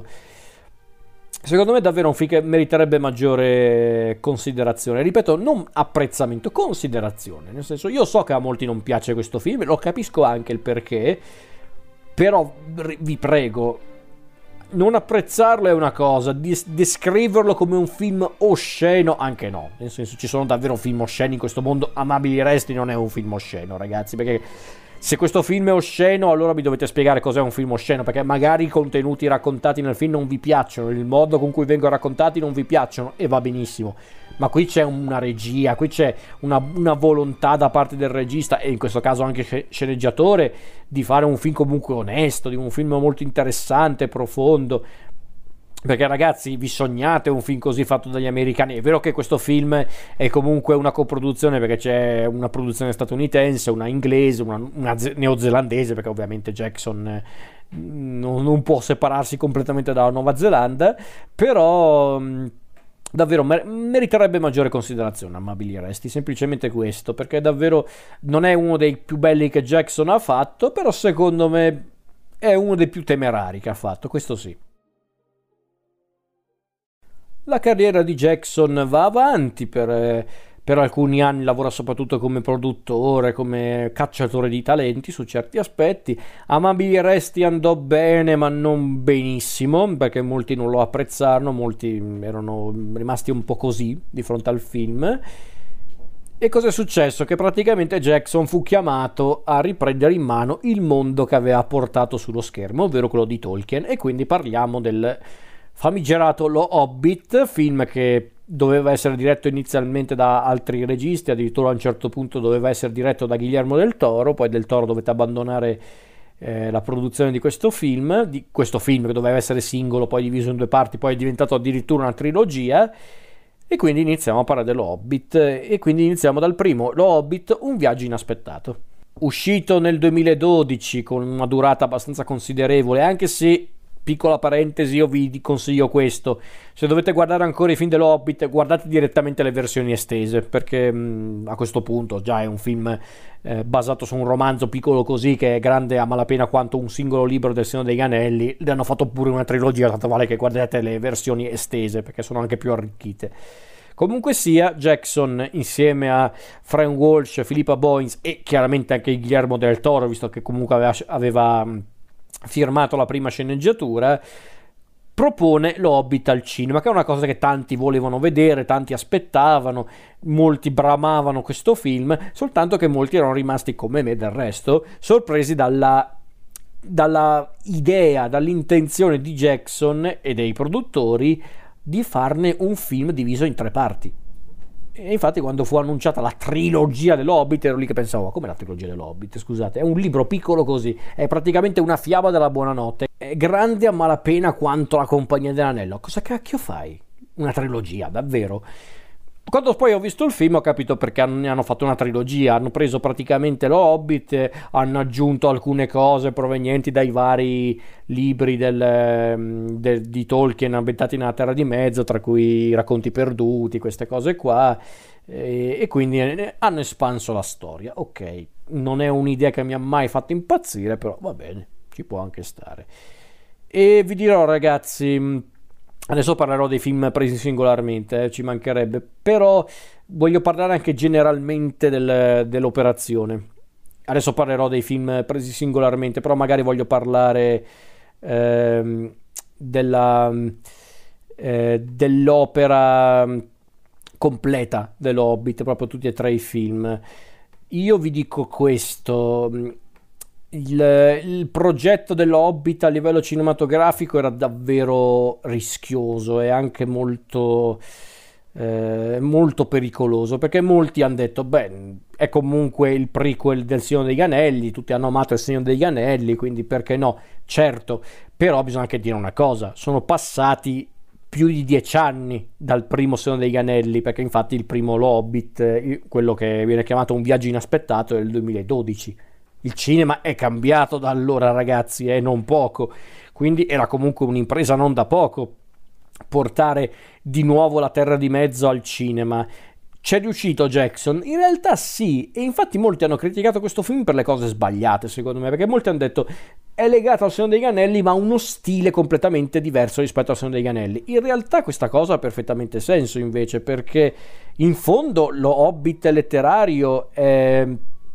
Secondo me è davvero un film che meriterebbe maggiore considerazione, ripeto, non apprezzamento, considerazione, nel senso, io so che a molti non piace questo film, lo capisco anche il perché, però vi prego, non apprezzarlo è una cosa, descriverlo come un film osceno anche no, nel senso, ci sono davvero film osceni in questo mondo. Amabili Resti non è un film osceno, ragazzi, perché se questo film è osceno, allora mi dovete spiegare cos'è un film osceno, perché magari i contenuti raccontati nel film non vi piacciono, il modo con cui vengono raccontati non vi piacciono, e va benissimo. Ma qui c'è una regia, qui c'è una volontà da parte del regista, e in questo caso anche sceneggiatore, di fare un film comunque onesto, di un film molto interessante, profondo. Perché ragazzi, vi sognate un film così fatto dagli americani? È vero che questo film è comunque una coproduzione, perché c'è una produzione statunitense, una inglese, una neozelandese, perché ovviamente Jackson non può separarsi completamente dalla Nuova Zelanda, però davvero meriterebbe maggiore considerazione Amabili Resti, semplicemente questo, perché davvero non è uno dei più belli che Jackson ha fatto, però secondo me è uno dei più temerari che ha fatto, questo sì. La carriera di Jackson va avanti, per alcuni anni lavora soprattutto come produttore, come cacciatore di talenti su certi aspetti. Amabili Resti andò bene ma non benissimo, perché molti non lo apprezzarono, molti erano rimasti un po' così di fronte al film. E cosa è successo? Che praticamente Jackson fu chiamato a riprendere in mano il mondo che aveva portato sullo schermo, ovvero quello di Tolkien, e quindi parliamo del famigerato Lo Hobbit, film che doveva essere diretto inizialmente da altri registi, addirittura a un certo punto doveva essere diretto da Guillermo del Toro, poi del Toro dovette abbandonare la produzione di questo film che doveva essere singolo, poi diviso in due parti, poi è diventato addirittura una trilogia, e quindi iniziamo a parlare dello Hobbit, e quindi iniziamo dal primo, Lo Hobbit, un viaggio inaspettato. Uscito nel 2012 con una durata abbastanza considerevole, anche se, piccola parentesi, io vi consiglio questo: se dovete guardare ancora i film dello Hobbit, guardate direttamente le versioni estese, perché a questo punto già è un film basato su un romanzo piccolo così, che è grande a malapena quanto un singolo libro del Signore degli Anelli. Le hanno fatto pure una trilogia, tanto vale che guardate le versioni estese, perché sono anche più arricchite. Comunque sia, Jackson insieme a Frank Walsh, Philippa Boyens e chiaramente anche Guillermo del Toro, visto che comunque aveva firmato la prima sceneggiatura, propone Lo Hobbit al cinema, che è una cosa che tanti volevano vedere, tanti aspettavano, molti bramavano questo film, soltanto che molti erano rimasti, come me del resto, sorpresi dalla idea, dall'intenzione di Jackson e dei produttori di farne un film diviso in tre parti. E infatti quando fu annunciata la trilogia dell'Hobbit ero lì che pensavo, ma come la trilogia dell'Hobbit? Scusate, è un libro piccolo così, è praticamente una fiaba della buonanotte, è grande a malapena quanto la Compagnia dell'Anello. Cosa cacchio fai? Una trilogia, davvero? Quando poi ho visto il film ho capito perché ne hanno fatto una trilogia, hanno preso praticamente lo Hobbit, hanno aggiunto alcune cose provenienti dai vari libri di Tolkien ambientati nella Terra di Mezzo, tra cui i racconti perduti, queste cose qua, e quindi hanno espanso la storia. Ok, non è un'idea che mi ha mai fatto impazzire, però va bene, ci può anche stare. E vi dirò, ragazzi, adesso parlerò dei film presi singolarmente, ci mancherebbe, però voglio parlare anche generalmente dell'operazione. Adesso parlerò dei film presi singolarmente, però magari voglio parlare dell'opera completa dello Hobbit, proprio tutti e tre i film. Io vi dico questo. Il progetto dell'Hobbit a livello cinematografico era davvero rischioso e anche molto pericoloso, perché molti hanno detto, beh, è comunque il prequel del Signore degli Anelli, tutti hanno amato il Signore degli Anelli, quindi perché no? Certo, però bisogna anche dire una cosa, sono passati più di 10 anni dal primo Signore degli Anelli, perché infatti il primo Hobbit, quello che viene chiamato Un viaggio inaspettato, è del 2012. Il cinema è cambiato da allora, ragazzi, e non poco, quindi era comunque un'impresa non da poco portare di nuovo la Terra di Mezzo al cinema. C'è riuscito Jackson? In realtà sì, e infatti molti hanno criticato questo film per le cose sbagliate, secondo me, perché molti hanno detto è legato al Signore degli Anelli ma ha uno stile completamente diverso rispetto al Signore degli Anelli. In realtà questa cosa ha perfettamente senso invece, perché in fondo lo Hobbit letterario è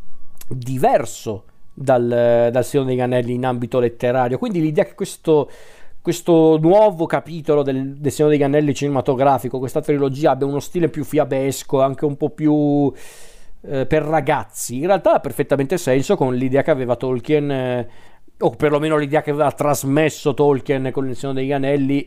diverso dal Signore degli Anelli in ambito letterario, quindi l'idea che questo nuovo capitolo del Signore degli Anelli cinematografico, questa trilogia, abbia uno stile più fiabesco, anche un po' più per ragazzi, in realtà ha perfettamente senso con l'idea che aveva Tolkien, o perlomeno l'idea che aveva trasmesso Tolkien con il Signore degli Anelli,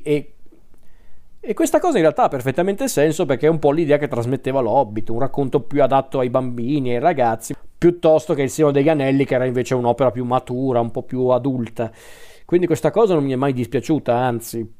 e questa cosa in realtà ha perfettamente senso perché è un po' l'idea che trasmetteva l'Hobbit, un racconto più adatto ai bambini e ai ragazzi, piuttosto che il Signore degli Anelli, che era invece un'opera più matura, un po' più adulta. Quindi questa cosa non mi è mai dispiaciuta, anzi.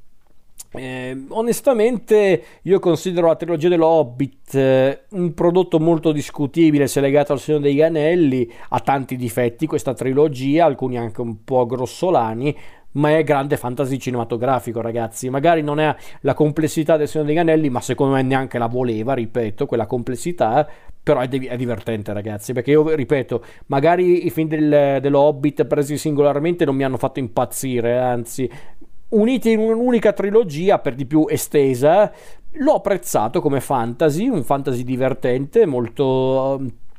Onestamente io considero la trilogia dello Hobbit un prodotto molto discutibile se legato al Signore degli Anelli. Ha tanti difetti questa trilogia, alcuni anche un po' grossolani, ma è grande fantasy cinematografico, ragazzi. Magari non è la complessità del Signore degli Anelli, ma secondo me neanche la voleva, ripeto, quella complessità, però è divertente, ragazzi, perché io ripeto, magari i film dello Hobbit presi singolarmente non mi hanno fatto impazzire, anzi, uniti in un'unica trilogia, per di più estesa, l'ho apprezzato come fantasy, un fantasy divertente, molto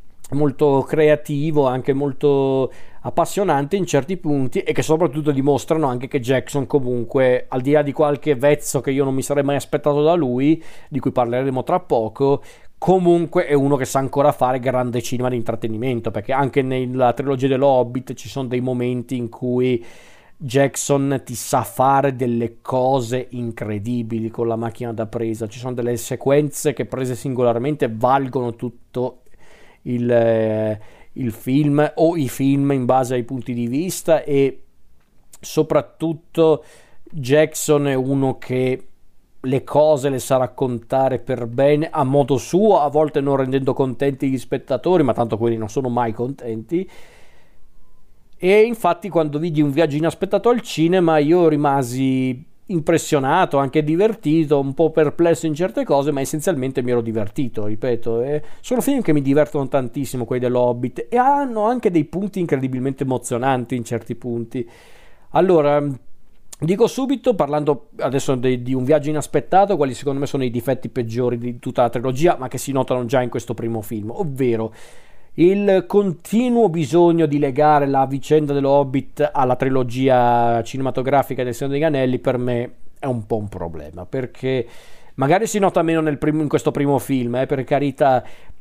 creativo, anche molto appassionante in certi punti, e che soprattutto dimostrano anche che Jackson comunque, al di là di qualche vezzo che io non mi sarei mai aspettato da lui, di cui parleremo tra poco, comunque è uno che sa ancora fare grande cinema di intrattenimento, perché anche nella trilogia dello Hobbit ci sono dei momenti in cui Jackson ti sa fare delle cose incredibili con la macchina da presa, ci sono delle sequenze che prese singolarmente valgono tutto il film o i film in base ai punti di vista, e soprattutto Jackson è uno che le cose le sa raccontare per bene a modo suo, a volte non rendendo contenti gli spettatori, ma tanto quelli non sono mai contenti. E infatti quando vidi Un viaggio inaspettato al cinema io rimasi impressionato, anche divertito, un po' perplesso in certe cose, ma essenzialmente mi ero divertito, ripeto. Sono film che mi divertono tantissimo, quelli dell'Hobbit, e hanno anche dei punti incredibilmente emozionanti in certi punti. Allora, dico subito, parlando adesso di Un viaggio inaspettato, quali secondo me sono i difetti peggiori di tutta la trilogia, ma che si notano già in questo primo film, ovvero il continuo bisogno di legare la vicenda dello Hobbit alla trilogia cinematografica del Signore degli Anelli. Per me è un po' un problema, perché magari si nota meno in questo primo film, per carità,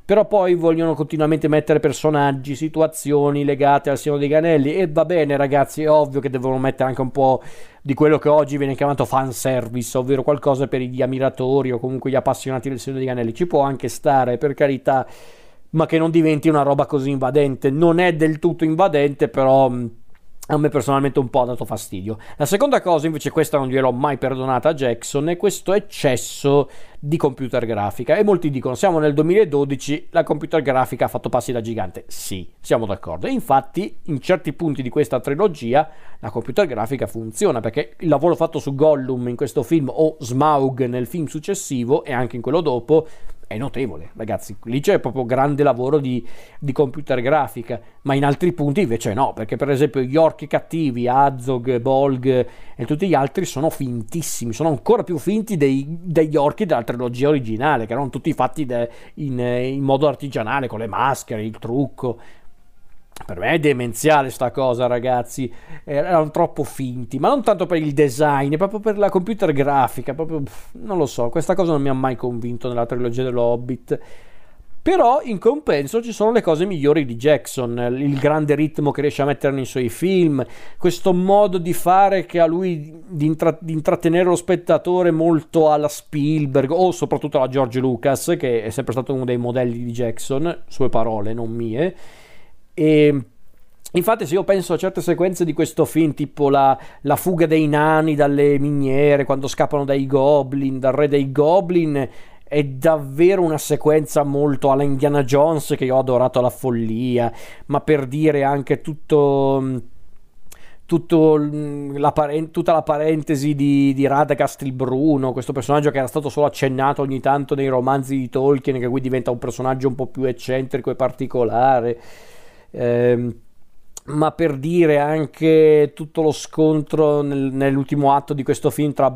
però poi vogliono continuamente mettere personaggi, situazioni legate al Signore degli Anelli, e va bene ragazzi, è ovvio che devono mettere anche un po' di quello che oggi viene chiamato fanservice, ovvero qualcosa per gli ammiratori o comunque gli appassionati del Signore degli Anelli, ci può anche stare, per carità, ma che non diventi una roba così invadente. Non è del tutto invadente, però a me personalmente un po' ha dato fastidio. La seconda cosa, invece, questa non gliel'ho mai perdonata a Jackson, è questo eccesso di computer grafica. E molti dicono, siamo nel 2012, la computer grafica ha fatto passi da gigante. Sì, siamo d'accordo. E infatti, in certi punti di questa trilogia, la computer grafica funziona, perché il lavoro fatto su Gollum in questo film, o Smaug nel film successivo, e anche in quello dopo, è notevole, ragazzi. Lì c'è proprio grande lavoro di computer grafica, ma in altri punti invece no, perché per esempio gli orchi cattivi, Azog, Bolg e tutti gli altri sono fintissimi, sono ancora più finti degli orchi della trilogia originale, che erano tutti fatti in modo artigianale, con le maschere, il trucco. Per me è demenziale sta cosa, ragazzi. Erano troppo finti, ma non tanto per il design, proprio per la computer grafica, proprio non lo so, questa cosa non mi ha mai convinto nella trilogia dello Hobbit. Però in compenso ci sono le cose migliori di Jackson, il grande ritmo che riesce a mettere nei suoi film, questo modo di fare che ha lui di intrattenere lo spettatore molto alla Spielberg o soprattutto alla George Lucas, che è sempre stato uno dei modelli di Jackson, sue parole, non mie. E infatti se io penso a certe sequenze di questo film, tipo la fuga dei nani dalle miniere, quando scappano dai goblin, dal re dei goblin, è davvero una sequenza molto alla Indiana Jones, che io ho adorato alla follia. Ma per dire anche tutta la parentesi di Radagast il Bruno, questo personaggio che era stato solo accennato ogni tanto nei romanzi di Tolkien, che qui diventa un personaggio un po' più eccentrico e particolare. Ma per dire anche tutto lo scontro nell'ultimo atto di questo film tra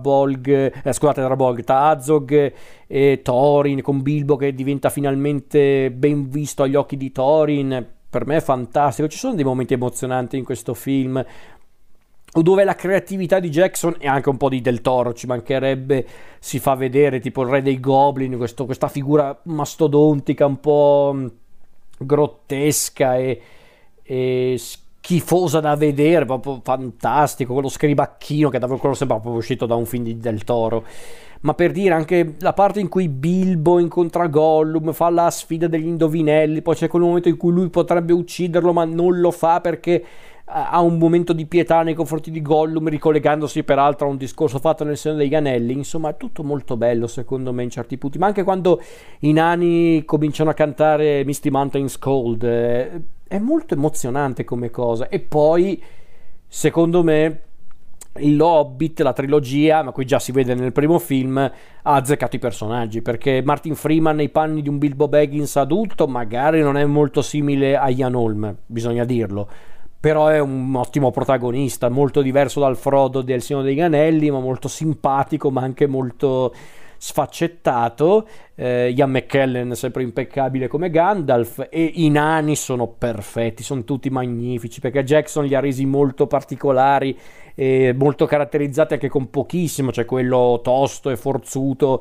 Azog e Thorin, con Bilbo che diventa finalmente ben visto agli occhi di Thorin. Per me è fantastico, ci sono dei momenti emozionanti in questo film, dove la creatività di Jackson e anche un po' di Del Toro, ci mancherebbe, si fa vedere, tipo il re dei goblin, questa figura mastodontica un po' grottesca e schifosa da vedere, proprio fantastico, quello scribacchino che davvero sembra proprio uscito da un film di Del Toro. Ma per dire anche la parte in cui Bilbo incontra Gollum, fa la sfida degli indovinelli, poi c'è quel momento in cui lui potrebbe ucciderlo ma non lo fa perché ha un momento di pietà nei confronti di Gollum, ricollegandosi peraltro a un discorso fatto nel Signore degli Anelli. Insomma, è tutto molto bello secondo me in certi punti, ma anche quando i nani cominciano a cantare Misty Mountains Cold, è molto emozionante come cosa. E poi secondo me il Hobbit, la trilogia, ma qui già si vede nel primo film, ha azzeccato i personaggi, perché Martin Freeman nei panni di un Bilbo Baggins adulto magari non è molto simile a Ian Holm, bisogna dirlo, però è un ottimo protagonista, molto diverso dal Frodo del Signore degli Anelli, ma molto simpatico, ma anche molto sfaccettato. Ian McKellen sempre impeccabile come Gandalf, e i nani sono perfetti, sono tutti magnifici, perché Jackson li ha resi molto particolari e molto caratterizzati anche con pochissimo. C'è quello tosto e forzuto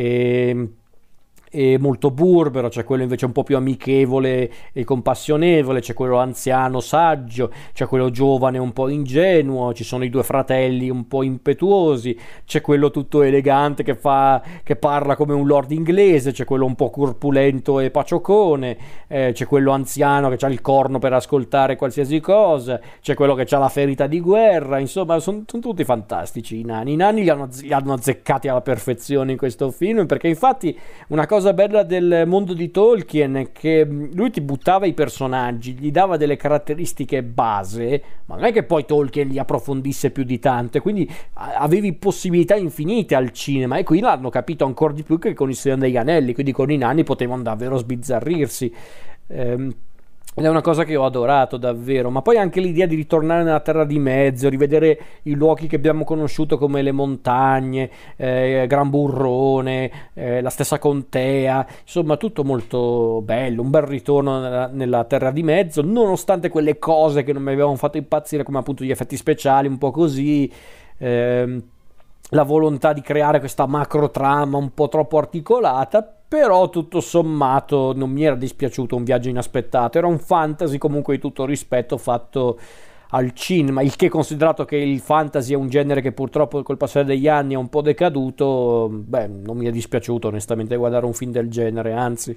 e molto burbero, c'è quello invece un po' più amichevole e compassionevole, c'è quello anziano saggio, c'è quello giovane un po' ingenuo, ci sono i due fratelli un po' impetuosi, c'è quello tutto elegante che parla come un lord inglese, c'è quello un po' corpulento e pacioccone, c'è quello anziano che ha il corno per ascoltare qualsiasi cosa, c'è quello che ha la ferita di guerra. Insomma, sono tutti fantastici i nani. Li hanno azzeccati alla perfezione in questo film, perché infatti una cosa bella del mondo di Tolkien è che lui ti buttava i personaggi, gli dava delle caratteristiche base, ma non è che poi Tolkien li approfondisse più di tanto, e quindi avevi possibilità infinite al cinema, e qui l'hanno capito ancora di più che con il Signore degli Anelli, quindi con i nani potevano davvero sbizzarrirsi. Ed è una cosa che ho adorato davvero. Ma poi anche l'idea di ritornare nella Terra di Mezzo, rivedere i luoghi che abbiamo conosciuto come le montagne, Gran Burrone, la stessa contea, insomma tutto molto bello, un bel ritorno nella Terra di Mezzo, nonostante quelle cose che non mi avevano fatto impazzire, come appunto gli effetti speciali un po' così, la volontà di creare questa macro trama un po' troppo articolata. però tutto sommato non mi era dispiaciuto un viaggio inaspettato, era un fantasy comunque di tutto rispetto fatto al cinema, il che, considerato che il fantasy è un genere che purtroppo col passare degli anni è un po' decaduto, beh, non mi è dispiaciuto onestamente guardare un film del genere, anzi.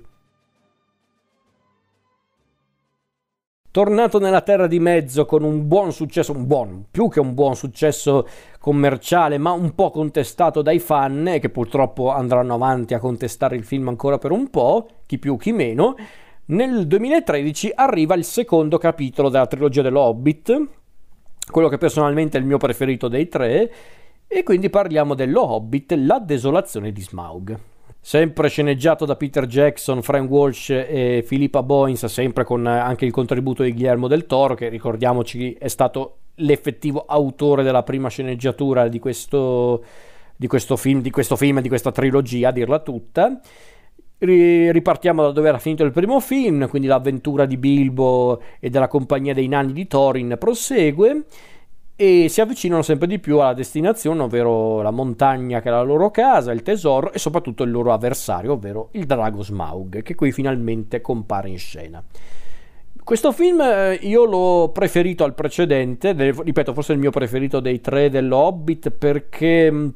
Tornato nella terra di mezzo con un buon successo, più che un buon successo commerciale, ma un po' contestato dai fan, e che purtroppo andranno avanti a contestare il film ancora per un po', chi più chi meno, nel 2013 arriva il secondo capitolo della trilogia dello Hobbit, quello che personalmente è il mio preferito dei tre, e quindi parliamo dello Hobbit, La desolazione di Smaug. Sempre sceneggiato da Peter Jackson, Frank Walsh e Philippa Boyens, sempre con anche il contributo di Guillermo del Toro, che ricordiamoci è stato l'effettivo autore della prima sceneggiatura di questo film, di questa trilogia, a dirla tutta. Ripartiamo da dove era finito il primo film, quindi l'avventura di Bilbo e della compagnia dei nani di Thorin prosegue e si avvicinano sempre di più alla destinazione, ovvero la montagna che è la loro casa, il tesoro e soprattutto il loro avversario, ovvero il drago Smaug, che qui finalmente compare in scena. Questo film io l'ho preferito al precedente, ripeto, forse è il mio preferito dei tre dello Hobbit, perché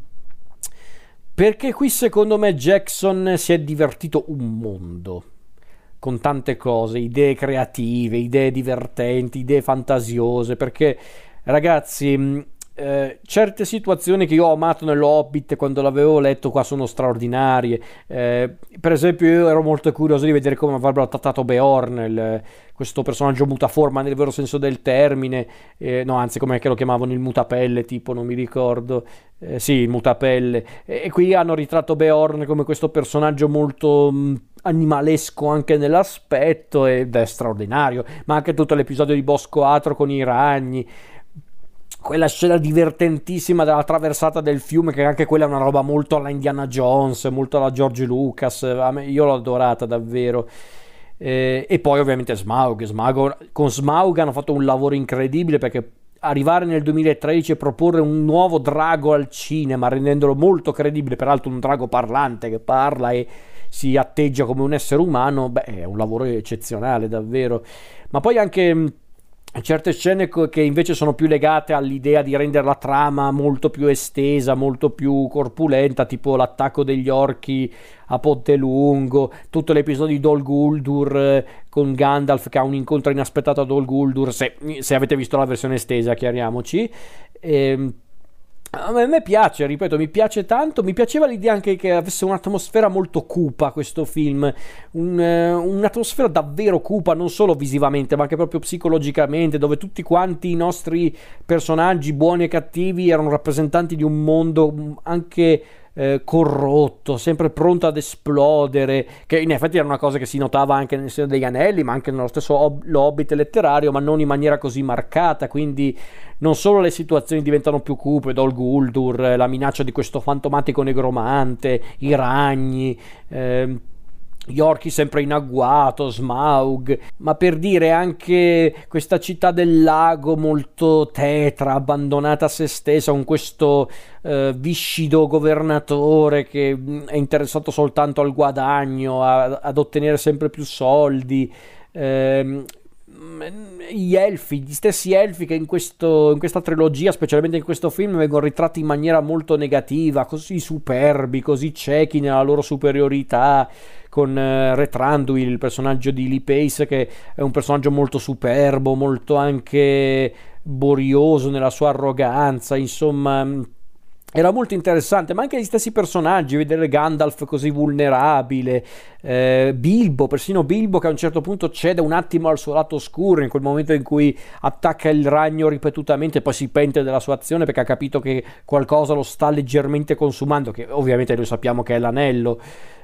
qui secondo me Jackson si è divertito un mondo con tante cose, idee creative, idee divertenti, idee fantasiose, perché ragazzi, certe situazioni che io ho amato nello Hobbit quando l'avevo letto qua sono straordinarie. Per esempio io ero molto curioso di vedere come avrebbero trattato Beorn, questo personaggio mutaforma nel vero senso del termine, no, anzi, com'è che lo chiamavano, il mutapelle, tipo, non mi ricordo, sì, il mutapelle, e qui hanno ritratto Beorn come questo personaggio molto animalesco anche nell'aspetto, ed è straordinario, ma anche tutto l'episodio di Bosco Atro con i ragni, quella scena divertentissima della traversata del fiume, che anche quella è una roba molto alla Indiana Jones, molto alla George Lucas, io l'ho adorata davvero. E poi ovviamente con Smaug hanno fatto un lavoro incredibile, perché arrivare nel 2013 e proporre un nuovo drago al cinema, rendendolo molto credibile, peraltro un drago parlante che parla e si atteggia come un essere umano, beh, è un lavoro eccezionale davvero. Ma poi anche certe scene che invece sono più legate all'idea di rendere la trama molto più estesa, molto più corpulenta, tipo l'attacco degli orchi a Ponte Lungo, tutto l'episodio di Dol Guldur con Gandalf che ha un incontro inaspettato a Dol Guldur, se avete visto la versione estesa, chiariamoci. A me piace, ripeto, mi piace tanto. Mi piaceva l'idea anche che avesse un'atmosfera molto cupa questo film, un'atmosfera davvero cupa, non solo visivamente ma anche proprio psicologicamente, dove tutti quanti i nostri personaggi, buoni e cattivi, erano rappresentanti di un mondo anche corrotto, sempre pronto ad esplodere, che in effetti era una cosa che si notava anche nel Signore degli Anelli, ma anche nello stesso lo Hobbit letterario, ma non in maniera così marcata. Quindi non solo le situazioni diventano più cupe, Dol Guldur, la minaccia di questo fantomatico negromante, i ragni, gli orchi sempre in agguato, Smaug, ma per dire anche questa città del lago molto tetra, abbandonata a se stessa, con questo viscido governatore che è interessato soltanto al guadagno, ad ottenere sempre più soldi. Gli stessi elfi che in questa trilogia, specialmente in questo film, vengono ritratti in maniera molto negativa, così superbi, così ciechi nella loro superiorità, con Re Thranduil, il personaggio di Lee Pace, che è un personaggio molto superbo, molto anche borioso nella sua arroganza, insomma era molto interessante. Ma anche gli stessi personaggi, vedere Gandalf così vulnerabile, persino Bilbo che a un certo punto cede un attimo al suo lato oscuro in quel momento in cui attacca il ragno ripetutamente, poi si pente della sua azione perché ha capito che qualcosa lo sta leggermente consumando, che ovviamente noi sappiamo che è l'anello.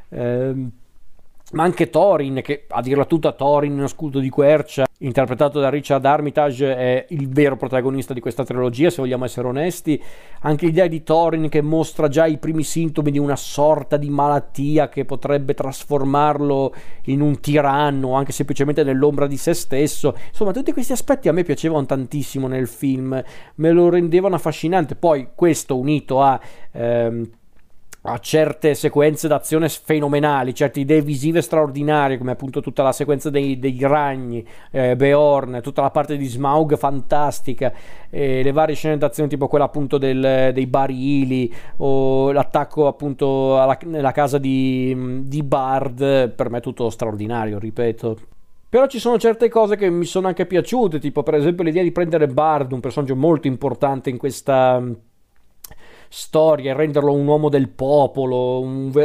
Ma anche Thorin, che a dirla tutta, Thorin, uno scudo di quercia, interpretato da Richard Armitage, è il vero protagonista di questa trilogia, se vogliamo essere onesti. Anche l'idea di Thorin che mostra già i primi sintomi di una sorta di malattia che potrebbe trasformarlo in un tiranno, o anche semplicemente nell'ombra di se stesso. Insomma, tutti questi aspetti a me piacevano tantissimo nel film, me lo rendevano affascinante. Poi questo unito ha certe sequenze d'azione fenomenali, certe idee visive straordinarie, come appunto tutta la sequenza dei ragni, Beorn, tutta la parte di Smaug fantastica, le varie scene d'azione tipo quella appunto dei barili, o l'attacco appunto nella casa di Bard. Per me è tutto straordinario, ripeto. Però ci sono certe cose che mi sono anche piaciute, tipo per esempio l'idea di prendere Bard, un personaggio molto importante in questa storia, e renderlo un uomo del popolo,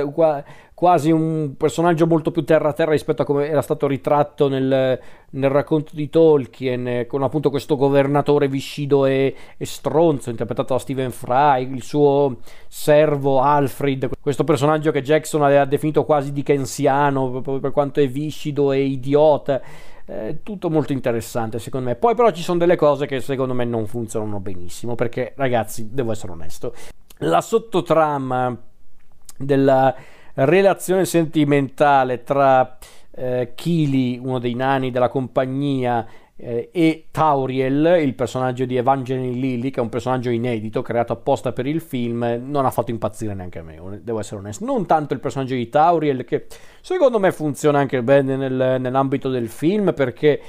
quasi un personaggio molto più terra-terra rispetto a come era stato ritratto nel racconto di Tolkien, con appunto questo governatore viscido e stronzo, interpretato da Stephen Fry, il suo servo Alfred, questo personaggio che Jackson aveva definito quasi dickensiano, proprio per quanto è viscido e idiota. Tutto molto interessante secondo me. Poi però ci sono delle cose che secondo me non funzionano benissimo, perché ragazzi, devo essere onesto, la sottotrama della relazione sentimentale tra Kili, uno dei nani della compagnia, e Tauriel, il personaggio di Evangeline Lilly, che è un personaggio inedito creato apposta per il film, non ha fatto impazzire neanche a me, devo essere onesto. Non tanto il personaggio di Tauriel, che secondo me funziona anche bene nell'ambito del film, perché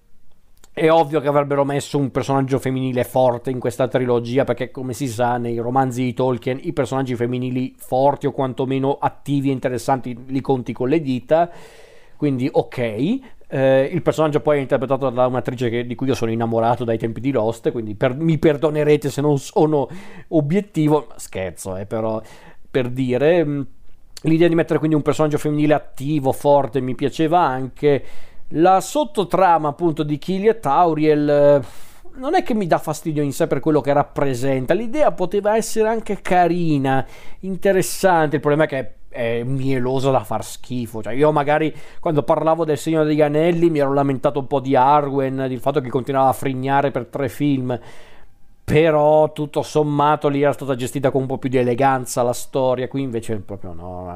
è ovvio che avrebbero messo un personaggio femminile forte in questa trilogia, perché come si sa nei romanzi di Tolkien i personaggi femminili forti o quantomeno attivi e interessanti li conti con le dita, quindi ok. Il personaggio poi è interpretato da un'attrice di cui io sono innamorato dai tempi di Lost, quindi mi perdonerete se non sono obiettivo, scherzo, però per dire, l'idea di mettere quindi un personaggio femminile attivo, forte, mi piaceva anche. La sottotrama appunto di Kili e Tauriel non è che mi dà fastidio in sé per quello che rappresenta, l'idea poteva essere anche carina, interessante, il problema è che è mielosa da far schifo. Cioè, io magari quando parlavo del Signore degli Anelli mi ero lamentato un po' di Arwen, del fatto che continuava a frignare per 3 film, però tutto sommato lì era stata gestita con un po' più di eleganza la storia, qui invece proprio no.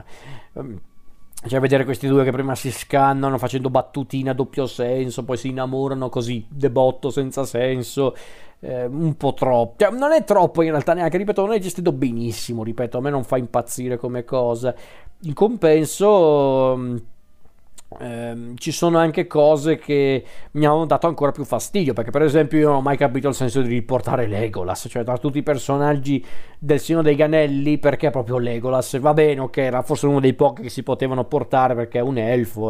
Cioè, vedere questi due che prima si scannano facendo battutine a doppio senso, poi si innamorano così de botto senza senso, un po' troppo. Cioè, non è troppo in realtà neanche, ripeto, non è gestito benissimo, ripeto, a me non fa impazzire come cosa. In compenso ci sono anche cose che mi hanno dato ancora più fastidio, perché per esempio io non ho mai capito il senso di riportare Legolas, cioè tra tutti i personaggi del Signore degli Anelli, perché proprio Legolas? Va bene, ok, era forse uno dei pochi che si potevano portare perché è un elfo,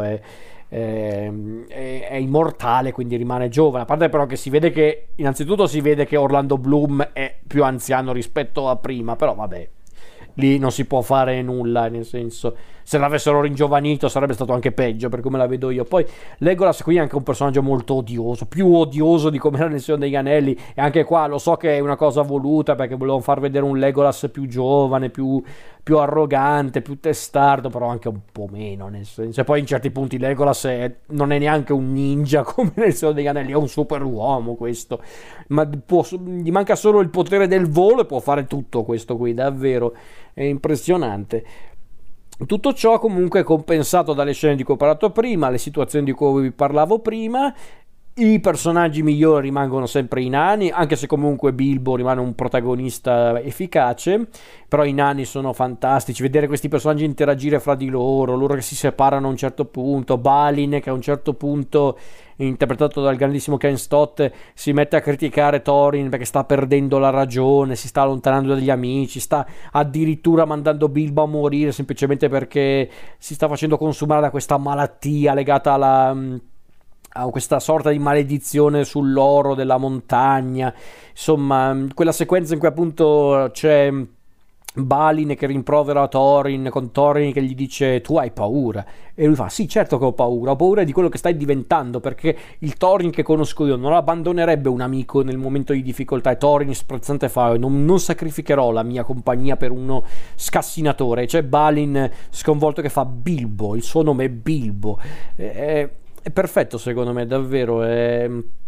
è immortale, quindi rimane giovane, a parte però che si vede che innanzitutto si vede che Orlando Bloom è più anziano rispetto a prima, però vabbè, lì non si può fare nulla, nel senso, se l'avessero ringiovanito sarebbe stato anche peggio per come la vedo io. Poi Legolas qui è anche un personaggio molto odioso, più odioso di come era nel Signore degli Anelli, e anche qua lo so che è una cosa voluta perché volevano far vedere un Legolas più giovane, più arrogante, più testardo, però anche un po' meno, nel senso. E poi in certi punti Legolas non è neanche un ninja come nel Signore degli Anelli, è un superuomo questo, ma gli manca solo il potere del volo e può fare tutto questo qui, davvero è impressionante. Tutto ciò comunque è compensato dalle scene di cui ho parlato prima, le situazioni di cui vi parlavo prima. I personaggi migliori rimangono sempre i nani, anche se comunque Bilbo rimane un protagonista efficace, però i nani sono fantastici, vedere questi personaggi interagire fra di loro che si separano a un certo punto, Balin che a un certo punto, interpretato dal grandissimo Ken Stott, si mette a criticare Thorin perché sta perdendo la ragione, si sta allontanando dagli amici, sta addirittura mandando Bilbo a morire semplicemente perché si sta facendo consumare da questa malattia legata a questa sorta di maledizione sull'oro della montagna. Insomma, quella sequenza in cui appunto c'è Balin che rimprovera Thorin, con Thorin che gli dice tu hai paura, e lui fa sì, certo che ho paura di quello che stai diventando, perché il Thorin che conosco io non abbandonerebbe un amico nel momento di difficoltà, e Thorin sprezzante fa non sacrificherò la mia compagnia per uno scassinatore. E c'è Balin sconvolto che fa Bilbo, il suo nome è Bilbo. È perfetto secondo me, davvero.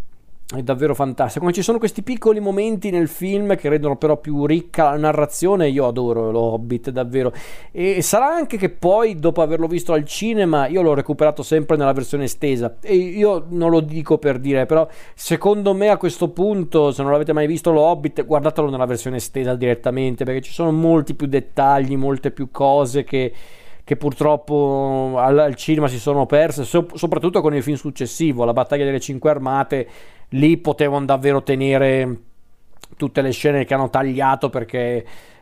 È davvero fantastico. Come ci sono questi piccoli momenti nel film che rendono però più ricca la narrazione, io adoro lo Hobbit, davvero. E sarà anche che poi, dopo averlo visto al cinema, io l'ho recuperato sempre nella versione estesa. E io non lo dico per dire, però secondo me a questo punto, se non l'avete mai visto lo Hobbit, guardatelo nella versione estesa direttamente, perché ci sono molti più dettagli, molte più cose che purtroppo al cinema si sono perse, soprattutto con il film successivo, la battaglia delle Cinque Armate. Lì potevano davvero tenere tutte le scene che hanno tagliato perché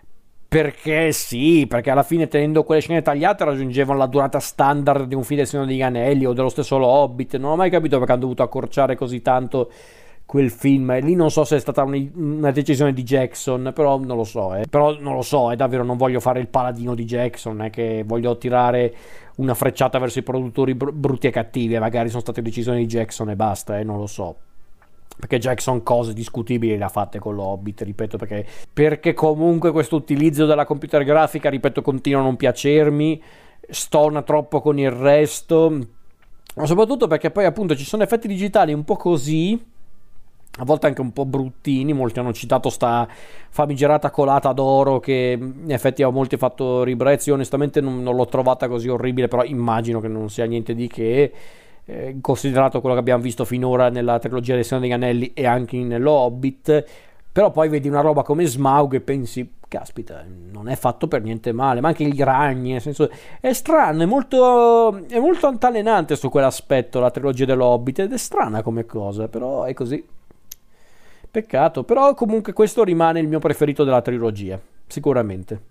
sì, perché alla fine tenendo quelle scene tagliate raggiungevano la durata standard di un film del Signore degli Anelli o dello stesso Lo Hobbit. Non ho mai capito perché hanno dovuto accorciare così tanto quel film. Lì non so se è stata una decisione di Jackson, però non lo so, però non lo so, è davvero, non voglio fare il paladino di Jackson, è che voglio tirare una frecciata verso i produttori brutti e cattivi, magari sono state decisioni di Jackson e basta, non lo so. Perché Jackson cose discutibili le ha fatte con l'Hobbit, ripeto, perché comunque questo utilizzo della computer grafica, ripeto, continua a non piacermi, stona troppo con il resto, ma soprattutto perché poi appunto ci sono effetti digitali un po' così, a volte anche un po' bruttini. Molti hanno citato sta famigerata colata d'oro che in effetti a molti ha fatto ribrezzo. Io onestamente non l'ho trovata così orribile, però immagino che non sia niente di che, considerato quello che abbiamo visto finora nella trilogia del Signore degli Anelli e anche nello Hobbit. Però poi vedi una roba come Smaug e pensi, caspita, non è fatto per niente male, ma anche i ragni, nel senso, è strano, è molto altalenante su quell'aspetto la trilogia dello Hobbit, ed è strana come cosa, però è così. Peccato, però comunque questo rimane il mio preferito della trilogia, sicuramente.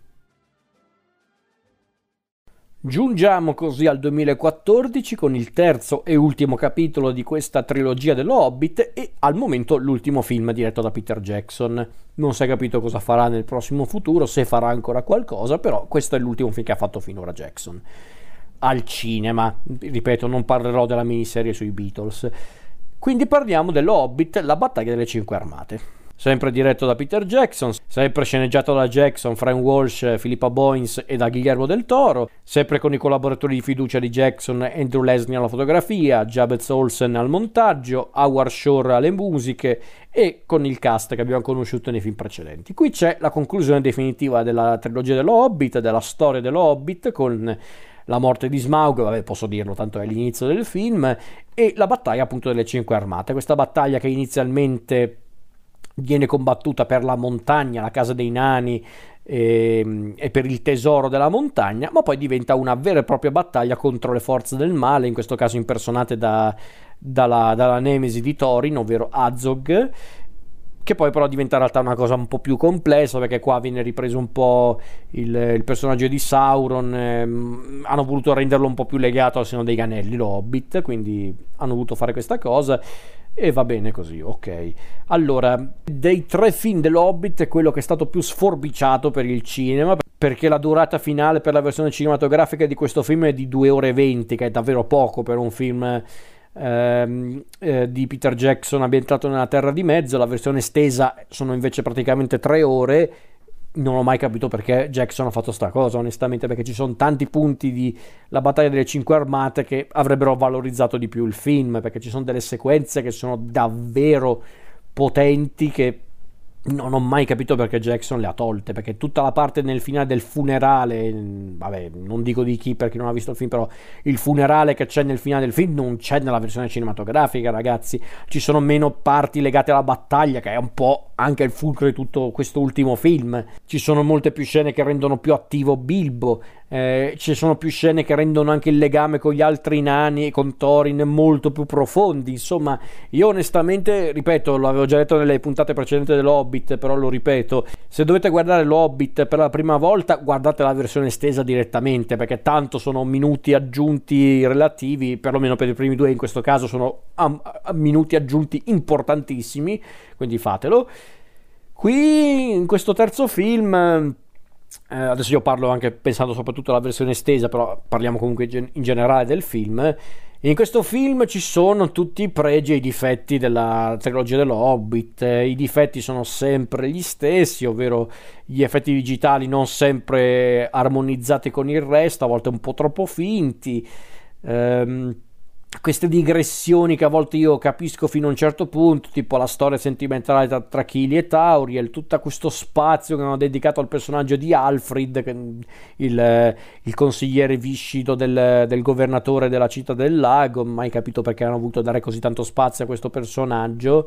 Giungiamo così al 2014 con il terzo e ultimo capitolo di questa trilogia dello Hobbit e al momento l'ultimo film diretto da Peter Jackson. Non si è capito cosa farà nel prossimo futuro, se farà ancora qualcosa, però questo è l'ultimo film che ha fatto finora Jackson. Al cinema, ripeto, non parlerò della miniserie sui Beatles. Quindi parliamo dello Hobbit, la battaglia delle Cinque Armate. Sempre diretto da Peter Jackson, sempre sceneggiato da Jackson, Frank Walsh, Philippa Boyens e da Guillermo del Toro, sempre con i collaboratori di fiducia di Jackson, Andrew Lesnie alla fotografia, Jabez Olsen al montaggio, Howard Shore alle musiche e con il cast che abbiamo conosciuto nei film precedenti. Qui c'è la conclusione definitiva della trilogia dello Hobbit, della storia dello Hobbit, con la morte di Smaug, vabbè, posso dirlo, tanto è l'inizio del film, e la battaglia appunto delle Cinque Armate, questa battaglia che inizialmente viene combattuta per la montagna, la casa dei nani e per il tesoro della montagna, ma poi diventa una vera e propria battaglia contro le forze del male, in questo caso impersonate dalla nemesi di Thorin, ovvero Azog, che poi però diventa in realtà una cosa un po' più complessa, perché qua viene ripreso un po' il personaggio di Sauron, hanno voluto renderlo un po' più legato al Signore degli Anelli, lo Hobbit, quindi hanno voluto fare questa cosa e va bene così, ok. Allora, dei tre film dello Hobbit è quello che è stato più sforbiciato per il cinema, perché la durata finale per la versione cinematografica di questo film è di 2 ore e 20, che è davvero poco per un film di Peter Jackson ambientato nella Terra di Mezzo. La versione estesa sono invece praticamente 3 ore. Non ho mai capito perché Jackson ha fatto sta cosa, onestamente, perché ci sono tanti punti di la battaglia delle Cinque Armate che avrebbero valorizzato di più il film, perché ci sono delle sequenze che sono davvero potenti che non ho mai capito perché Jackson le ha tolte, perché tutta la parte nel finale del funerale, vabbè, non dico di chi per chi non ha visto il film, però il funerale che c'è nel finale del film non c'è nella versione cinematografica, ragazzi. Ci sono meno parti legate alla battaglia, che è un po' anche il fulcro di tutto questo ultimo film. Ci sono molte più scene che rendono più attivo Bilbo, ci sono più scene che rendono anche il legame con gli altri nani e con Thorin molto più profondi. Insomma, io onestamente, ripeto, lo avevo già detto nelle puntate precedenti dell'Hobbit, però lo ripeto, se dovete guardare l'Hobbit per la prima volta, guardate la versione estesa direttamente, perché tanto sono minuti aggiunti relativi, perlomeno per i primi 2 in questo caso sono minuti aggiunti importantissimi, quindi fatelo. Qui in questo terzo film, adesso io parlo anche pensando soprattutto alla versione estesa, però parliamo comunque in generale del film. In questo film ci sono tutti i pregi e i difetti della trilogia dello Hobbit. I difetti sono sempre gli stessi, ovvero gli effetti digitali non sempre armonizzati con il resto, a volte un po' troppo finti. queste digressioni che a volte io capisco fino a un certo punto, tipo la storia sentimentale tra Kili e Tauriel, tutto questo spazio che hanno dedicato al personaggio di Alfred, il consigliere viscido del governatore della città del lago. Mai capito perché hanno voluto dare così tanto spazio a questo personaggio.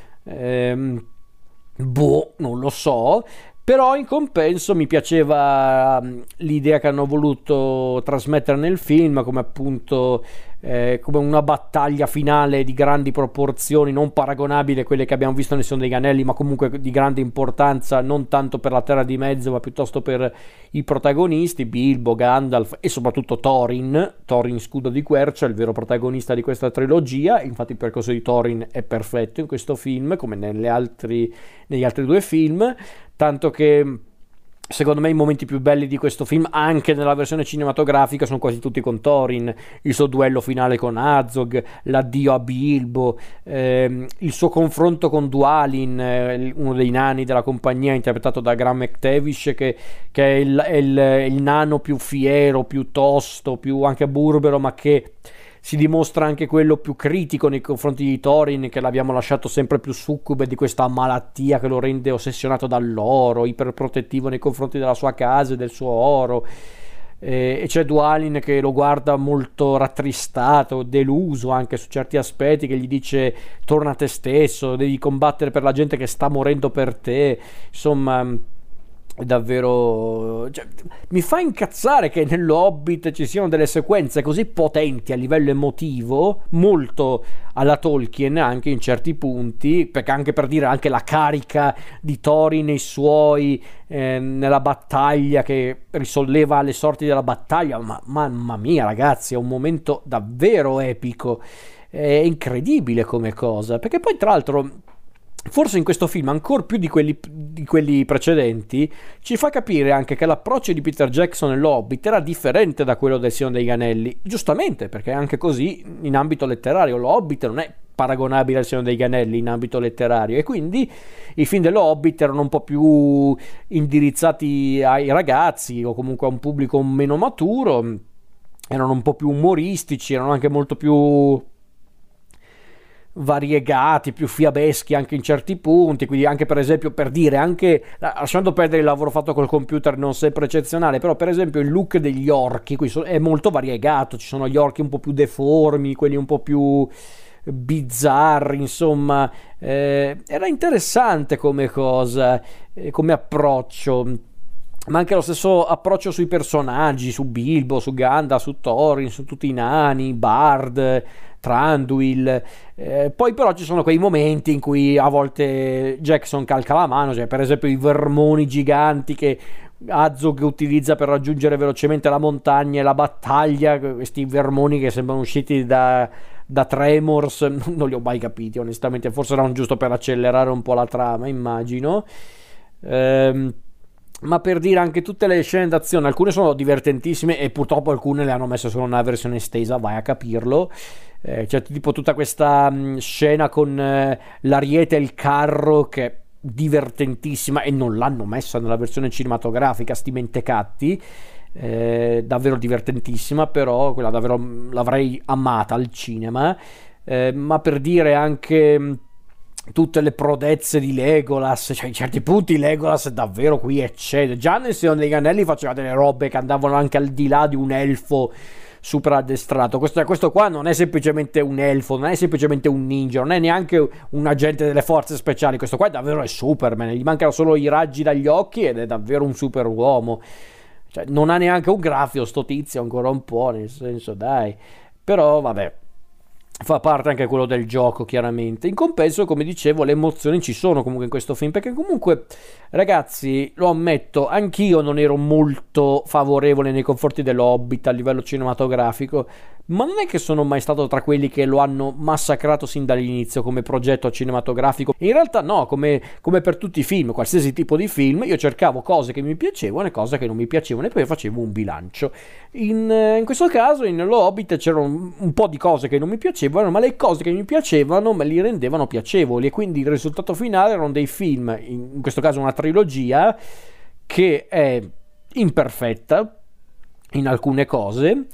Non lo so. Però in compenso mi piaceva l'idea che hanno voluto trasmettere nel film, come appunto come una battaglia finale di grandi proporzioni, non paragonabile a quelle che abbiamo visto nel Signore degli Anelli, ma comunque di grande importanza, non tanto per la Terra di Mezzo, ma piuttosto per i protagonisti, Bilbo, Gandalf e soprattutto Thorin Scudo di Quercia, il vero protagonista di questa trilogia. Infatti il percorso di Thorin è perfetto in questo film, come negli altri due film, tanto che secondo me i momenti più belli di questo film, anche nella versione cinematografica, sono quasi tutti con Thorin. Il suo duello finale con Azog, l'addio a Bilbo, il suo confronto con Dwalin, uno dei nani della compagnia, interpretato da Graham McTavish, che è il nano più fiero, più tosto, più anche burbero, ma che si dimostra anche quello più critico nei confronti di Thorin, che l'abbiamo lasciato sempre più succube di questa malattia che lo rende ossessionato dall'oro, iperprotettivo nei confronti della sua casa e del suo oro. E c'è Dwalin che lo guarda molto rattristato, deluso anche su certi aspetti, che gli dice: torna a te stesso, devi combattere per la gente che sta morendo per te. Insomma, è davvero, cioè, mi fa incazzare che nello Hobbit ci siano delle sequenze così potenti a livello emotivo, molto alla Tolkien anche in certi punti, perché anche per dire anche la carica di Thorin e i suoi nella battaglia, che risolleva le sorti della battaglia, ma mamma mia ragazzi, è un momento davvero epico, è incredibile come cosa, perché poi tra l'altro forse in questo film, ancora più di quelli precedenti, ci fa capire anche che l'approccio di Peter Jackson nell'Hobbit era differente da quello del Signore degli Anelli, giustamente, perché anche così in ambito letterario l'Hobbit non è paragonabile al Signore degli Anelli in ambito letterario, e quindi i film dell'Hobbit erano un po' più indirizzati ai ragazzi o comunque a un pubblico meno maturo, erano un po' più umoristici, erano anche molto più variegati, più fiabeschi anche in certi punti. Quindi anche, per esempio, per dire, anche lasciando perdere il lavoro fatto col computer non sempre eccezionale, però per esempio il look degli orchi qui è molto variegato, ci sono gli orchi un po' più deformi, quelli un po' più bizzarri, insomma, era interessante come cosa, come approccio. Ma anche lo stesso approccio sui personaggi, su Bilbo, su Gandalf, su Thorin, su tutti i nani, Bard, Thranduil. Poi però ci sono quei momenti in cui a volte Jackson calca la mano, cioè per esempio i vermoni giganti che Azog utilizza per raggiungere velocemente la montagna e la battaglia, questi vermoni che sembrano usciti da Tremors, non li ho mai capiti onestamente, forse erano giusto per accelerare un po' la trama, immagino. Ma per dire, anche tutte le scene d'azione, alcune sono divertentissime e purtroppo alcune le hanno messe solo nella versione estesa, vai a capirlo. C'è tipo tutta questa scena con l'ariete e il carro che è divertentissima e non l'hanno messa nella versione cinematografica, sti mentecatti. Davvero divertentississima, però quella davvero l'avrei amata al cinema. Ma per dire anche tutte le prodezze di Legolas, cioè in certi punti Legolas davvero qui eccede. Già nel Signore degli Anelli faceva delle robe che andavano anche al di là di un elfo super addestrato. Questo qua non è semplicemente un elfo, non è semplicemente un ninja, non è neanche un agente delle forze speciali, questo qua davvero è Superman, gli mancano solo i raggi dagli occhi ed è davvero un super uomo. Cioè, non ha neanche un graffio sto tizio, ancora un po', nel senso, dai. Però vabbè, fa parte anche quello del gioco, chiaramente. In compenso, come dicevo, le emozioni ci sono comunque in questo film, perché comunque, ragazzi, lo ammetto, anch'io non ero molto favorevole nei confronti dell'Hobbit a livello cinematografico, ma non è che sono mai stato tra quelli che lo hanno massacrato sin dall'inizio come progetto cinematografico. In realtà no, come per tutti i film, qualsiasi tipo di film, io cercavo cose che mi piacevano e cose che non mi piacevano e poi facevo un bilancio. In questo caso, in Lo Hobbit c'erano un po' di cose che non mi piacevano, ma le cose che mi piacevano me li rendevano piacevoli, e quindi il risultato finale erano dei film, in questo caso una trilogia, che è imperfetta in alcune cose,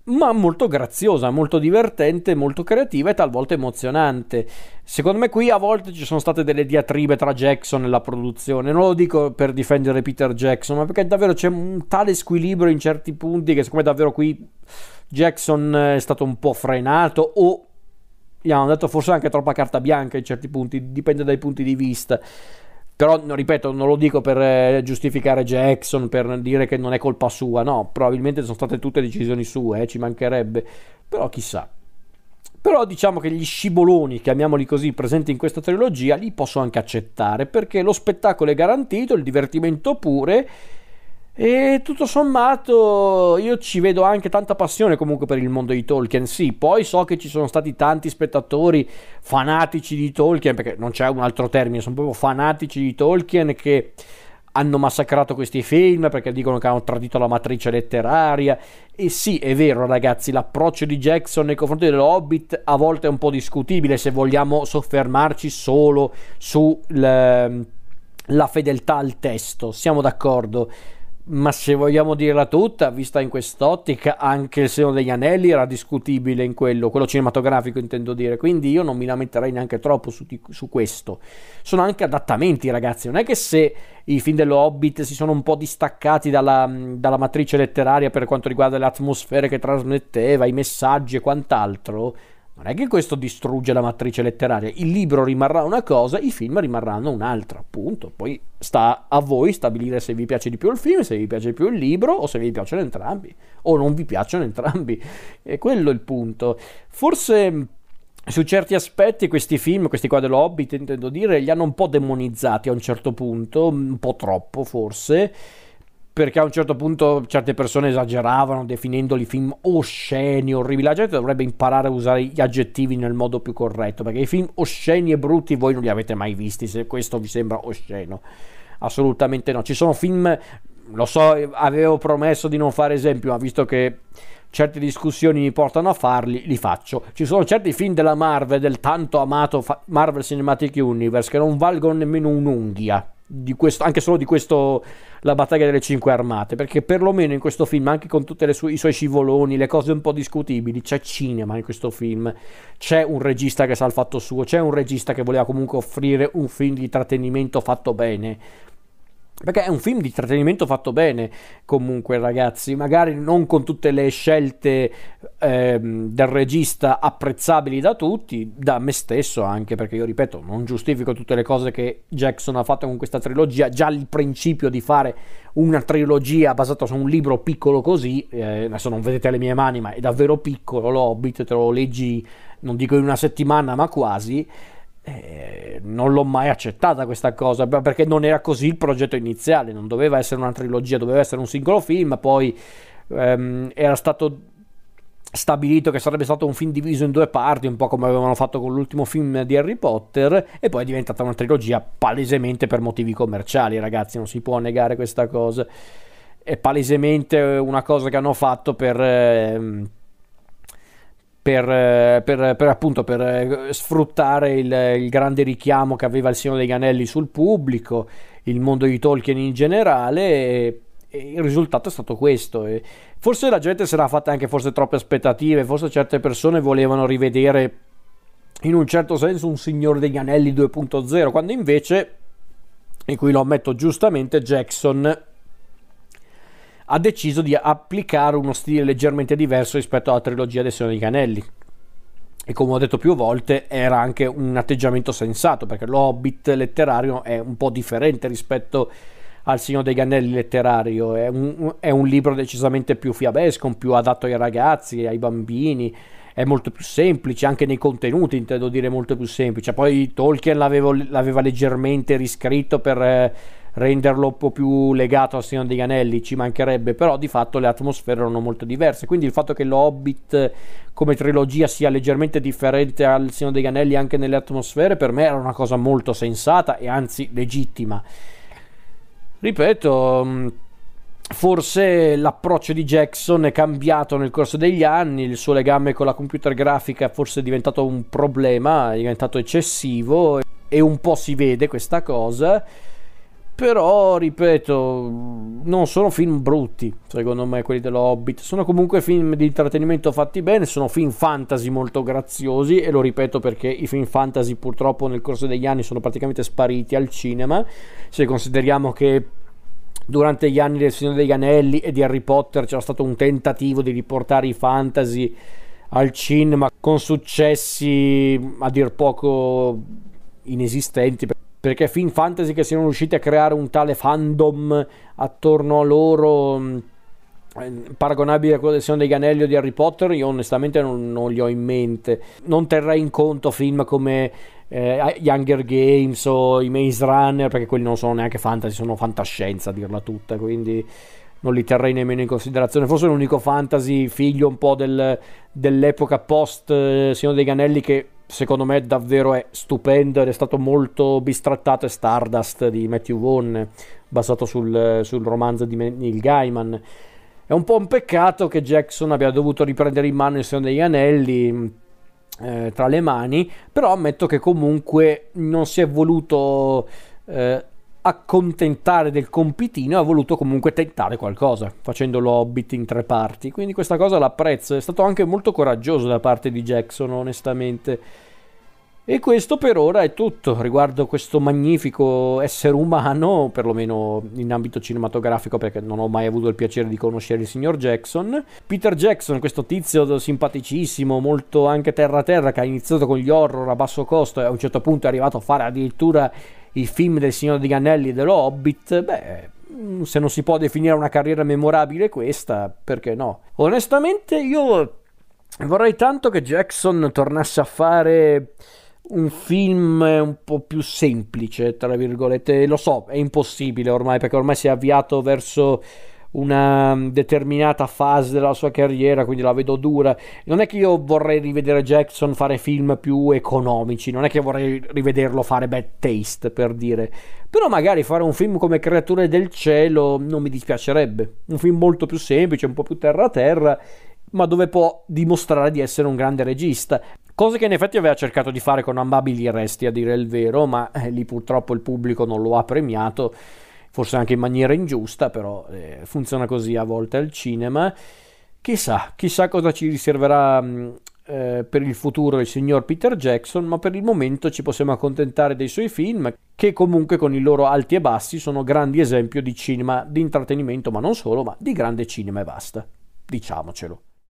ma molto graziosa, molto divertente, molto creativa e talvolta emozionante. Secondo me qui a volte ci sono state delle diatribe tra Jackson e la produzione, non lo dico per difendere Peter Jackson, ma perché davvero c'è un tale squilibrio in certi punti che secondo me davvero qui Jackson è stato un po' frenato, o gli hanno dato forse anche troppa carta bianca in certi punti, dipende dai punti di vista. Però, ripeto, non lo dico per giustificare Jackson, per dire che non è colpa sua, no, probabilmente sono state tutte decisioni sue, ci mancherebbe, però chissà. Però diciamo che gli scivoloni, chiamiamoli così, presenti in questa trilogia, li posso anche accettare, perché lo spettacolo è garantito, il divertimento pure, e tutto sommato io ci vedo anche tanta passione comunque per il mondo di Tolkien. Sì, poi so che ci sono stati tanti spettatori fanatici di Tolkien, perché non c'è un altro termine, sono proprio fanatici di Tolkien, che hanno massacrato questi film perché dicono che hanno tradito la matrice letteraria. E sì, è vero ragazzi, l'approccio di Jackson nei confronti dello Hobbit a volte è un po' discutibile, se vogliamo soffermarci solo sulla fedeltà al testo, siamo d'accordo. Ma se vogliamo dirla tutta, vista in quest'ottica, anche il Signore degli Anelli era discutibile in quello cinematografico intendo dire, quindi io non mi lamenterei neanche troppo su questo. Sono anche adattamenti ragazzi, non è che se i film dello Hobbit si sono un po' distaccati dalla matrice letteraria per quanto riguarda le atmosfere che trasmetteva, i messaggi e quant'altro, non è che questo distrugge la matrice letteraria. Il libro rimarrà una cosa, i film rimarranno un'altra, appunto. Poi sta a voi stabilire se vi piace di più il film, se vi piace più il libro, o se vi piacciono entrambi, o non vi piacciono entrambi. E quello è il punto. Forse su certi aspetti questi film, questi qua dello Hobbit intendo dire, li hanno un po' demonizzati a un certo punto, un po' troppo forse, perché a un certo punto certe persone esageravano definendoli film osceni, orribili. La gente dovrebbe imparare a usare gli aggettivi nel modo più corretto, perché i film osceni e brutti voi non li avete mai visti, se questo vi sembra osceno. Assolutamente no. Ci sono film, lo so, avevo promesso di non fare esempi, ma visto che certe discussioni mi portano a farli, li faccio. Ci sono certi film della Marvel, del tanto amato Marvel Cinematic Universe, che non valgono nemmeno un'unghia di questo, anche solo di questo, la battaglia delle 5 armate, perché perlomeno in questo film, anche con tutti i suoi scivoloni, le cose un po' discutibili, c'è cinema in questo film, c'è un regista che sa il fatto suo, c'è un regista che voleva comunque offrire un film di intrattenimento fatto bene, perché è un film di intrattenimento fatto bene comunque ragazzi, magari non con tutte le scelte del regista apprezzabili da tutti, da me stesso anche, perché io ripeto non giustifico tutte le cose che Jackson ha fatto con questa trilogia. Già il principio di fare una trilogia basata su un libro piccolo così, adesso non vedete le mie mani ma è davvero piccolo, lo Hobbit te lo leggi non dico in una settimana ma quasi. Non l'ho mai accettata questa cosa, perché non era così il progetto iniziale, non doveva essere una trilogia, doveva essere un singolo film. Poi era stato stabilito che sarebbe stato un film diviso in due parti, un po' come avevano fatto con l'ultimo film di Harry Potter, e poi è diventata una trilogia palesemente per motivi commerciali, ragazzi, non si può negare questa cosa. È palesemente una cosa che hanno fatto per appunto per sfruttare il grande richiamo che aveva il Signore degli Anelli sul pubblico, il mondo di Tolkien in generale, e il risultato è stato questo. E forse la gente si era fatta anche forse troppe aspettative, forse certe persone volevano rivedere in un certo senso un Signore degli Anelli 2.0, quando invece, in cui lo ammetto giustamente, Jackson ha deciso di applicare uno stile leggermente diverso rispetto alla trilogia del Signore degli Anelli, e come ho detto più volte era anche un atteggiamento sensato, perché lo Hobbit letterario è un po' differente rispetto al Signore degli Anelli letterario, è un libro decisamente più fiabesco, più adatto ai ragazzi, ai bambini, è molto più semplice anche nei contenuti, intendo dire molto più semplice. Poi Tolkien l'aveva leggermente riscritto per renderlo un po' più legato al Signore degli Anelli, ci mancherebbe, però di fatto le atmosfere erano molto diverse, quindi il fatto che lo Hobbit come trilogia sia leggermente differente al Signore degli Anelli anche nelle atmosfere, per me era una cosa molto sensata e anzi legittima. Ripeto, forse l'approccio di Jackson è cambiato nel corso degli anni, il suo legame con la computer grafica forse è diventato un problema, è diventato eccessivo, e un po' si vede questa cosa. Però, ripeto, non sono film brutti, secondo me, quelli dello Hobbit. Sono comunque film di intrattenimento fatti bene, sono film fantasy molto graziosi, e lo ripeto perché i film fantasy purtroppo nel corso degli anni sono praticamente spariti al cinema, se consideriamo che durante gli anni del Signore degli Anelli e di Harry Potter c'era stato un tentativo di riportare i fantasy al cinema con successi a dir poco inesistenti, perché film fantasy che siano riusciti a creare un tale fandom attorno a loro paragonabile a quello del Signore degli Anelli o di Harry Potter, io onestamente non li ho in mente. Non terrei in conto film come Hunger Games o i Maze Runner, perché quelli non sono neanche fantasy, sono fantascienza a dirla tutta, quindi non li terrei nemmeno in considerazione. Forse l'unico fantasy figlio un po' dell'epoca post Signore degli Anelli che secondo me davvero è stupendo ed è stato molto bistrattato è Stardust di Matthew Vaughn, basato sul romanzo di Neil Gaiman. È un po' un peccato che Jackson abbia dovuto riprendere in mano il Signore degli Anelli tra le mani, però ammetto che comunque non si è voluto accontentare del compitino, ha voluto comunque tentare qualcosa facendo lo Hobbit in 3 parti, quindi questa cosa l'apprezzo. È stato anche molto coraggioso da parte di Jackson, onestamente. E questo per ora è tutto riguardo questo magnifico essere umano, perlomeno in ambito cinematografico, perché non ho mai avuto il piacere di conoscere il signor Jackson. Peter Jackson, questo tizio simpaticissimo, molto anche terra che ha iniziato con gli horror a basso costo e a un certo punto è arrivato a fare addirittura i film del Signore degli Anelli e dello Hobbit. Beh, se non si può definire una carriera memorabile questa, perché no? Onestamente io vorrei tanto che Jackson tornasse a fare un film un po' più semplice, tra virgolette. Lo so, è impossibile ormai, perché ormai si è avviato verso una determinata fase della sua carriera, quindi la vedo dura. Non è che io vorrei rivedere Jackson fare film più economici, non è che vorrei rivederlo fare Bad Taste, per dire, però magari fare un film come Creature del Cielo non mi dispiacerebbe, un film molto più semplice, un po' più terra, ma dove può dimostrare di essere un grande regista, cosa che in effetti aveva cercato di fare con Amabili Resti, a dire il vero, ma lì purtroppo il pubblico non lo ha premiato, forse anche in maniera ingiusta, però funziona così a volte al cinema. Chissà cosa ci riserverà per il futuro il signor Peter Jackson, ma per il momento ci possiamo accontentare dei suoi film, che comunque con i loro alti e bassi sono grandi esempio di cinema, di intrattenimento, ma non solo, ma di grande cinema e basta, diciamocelo.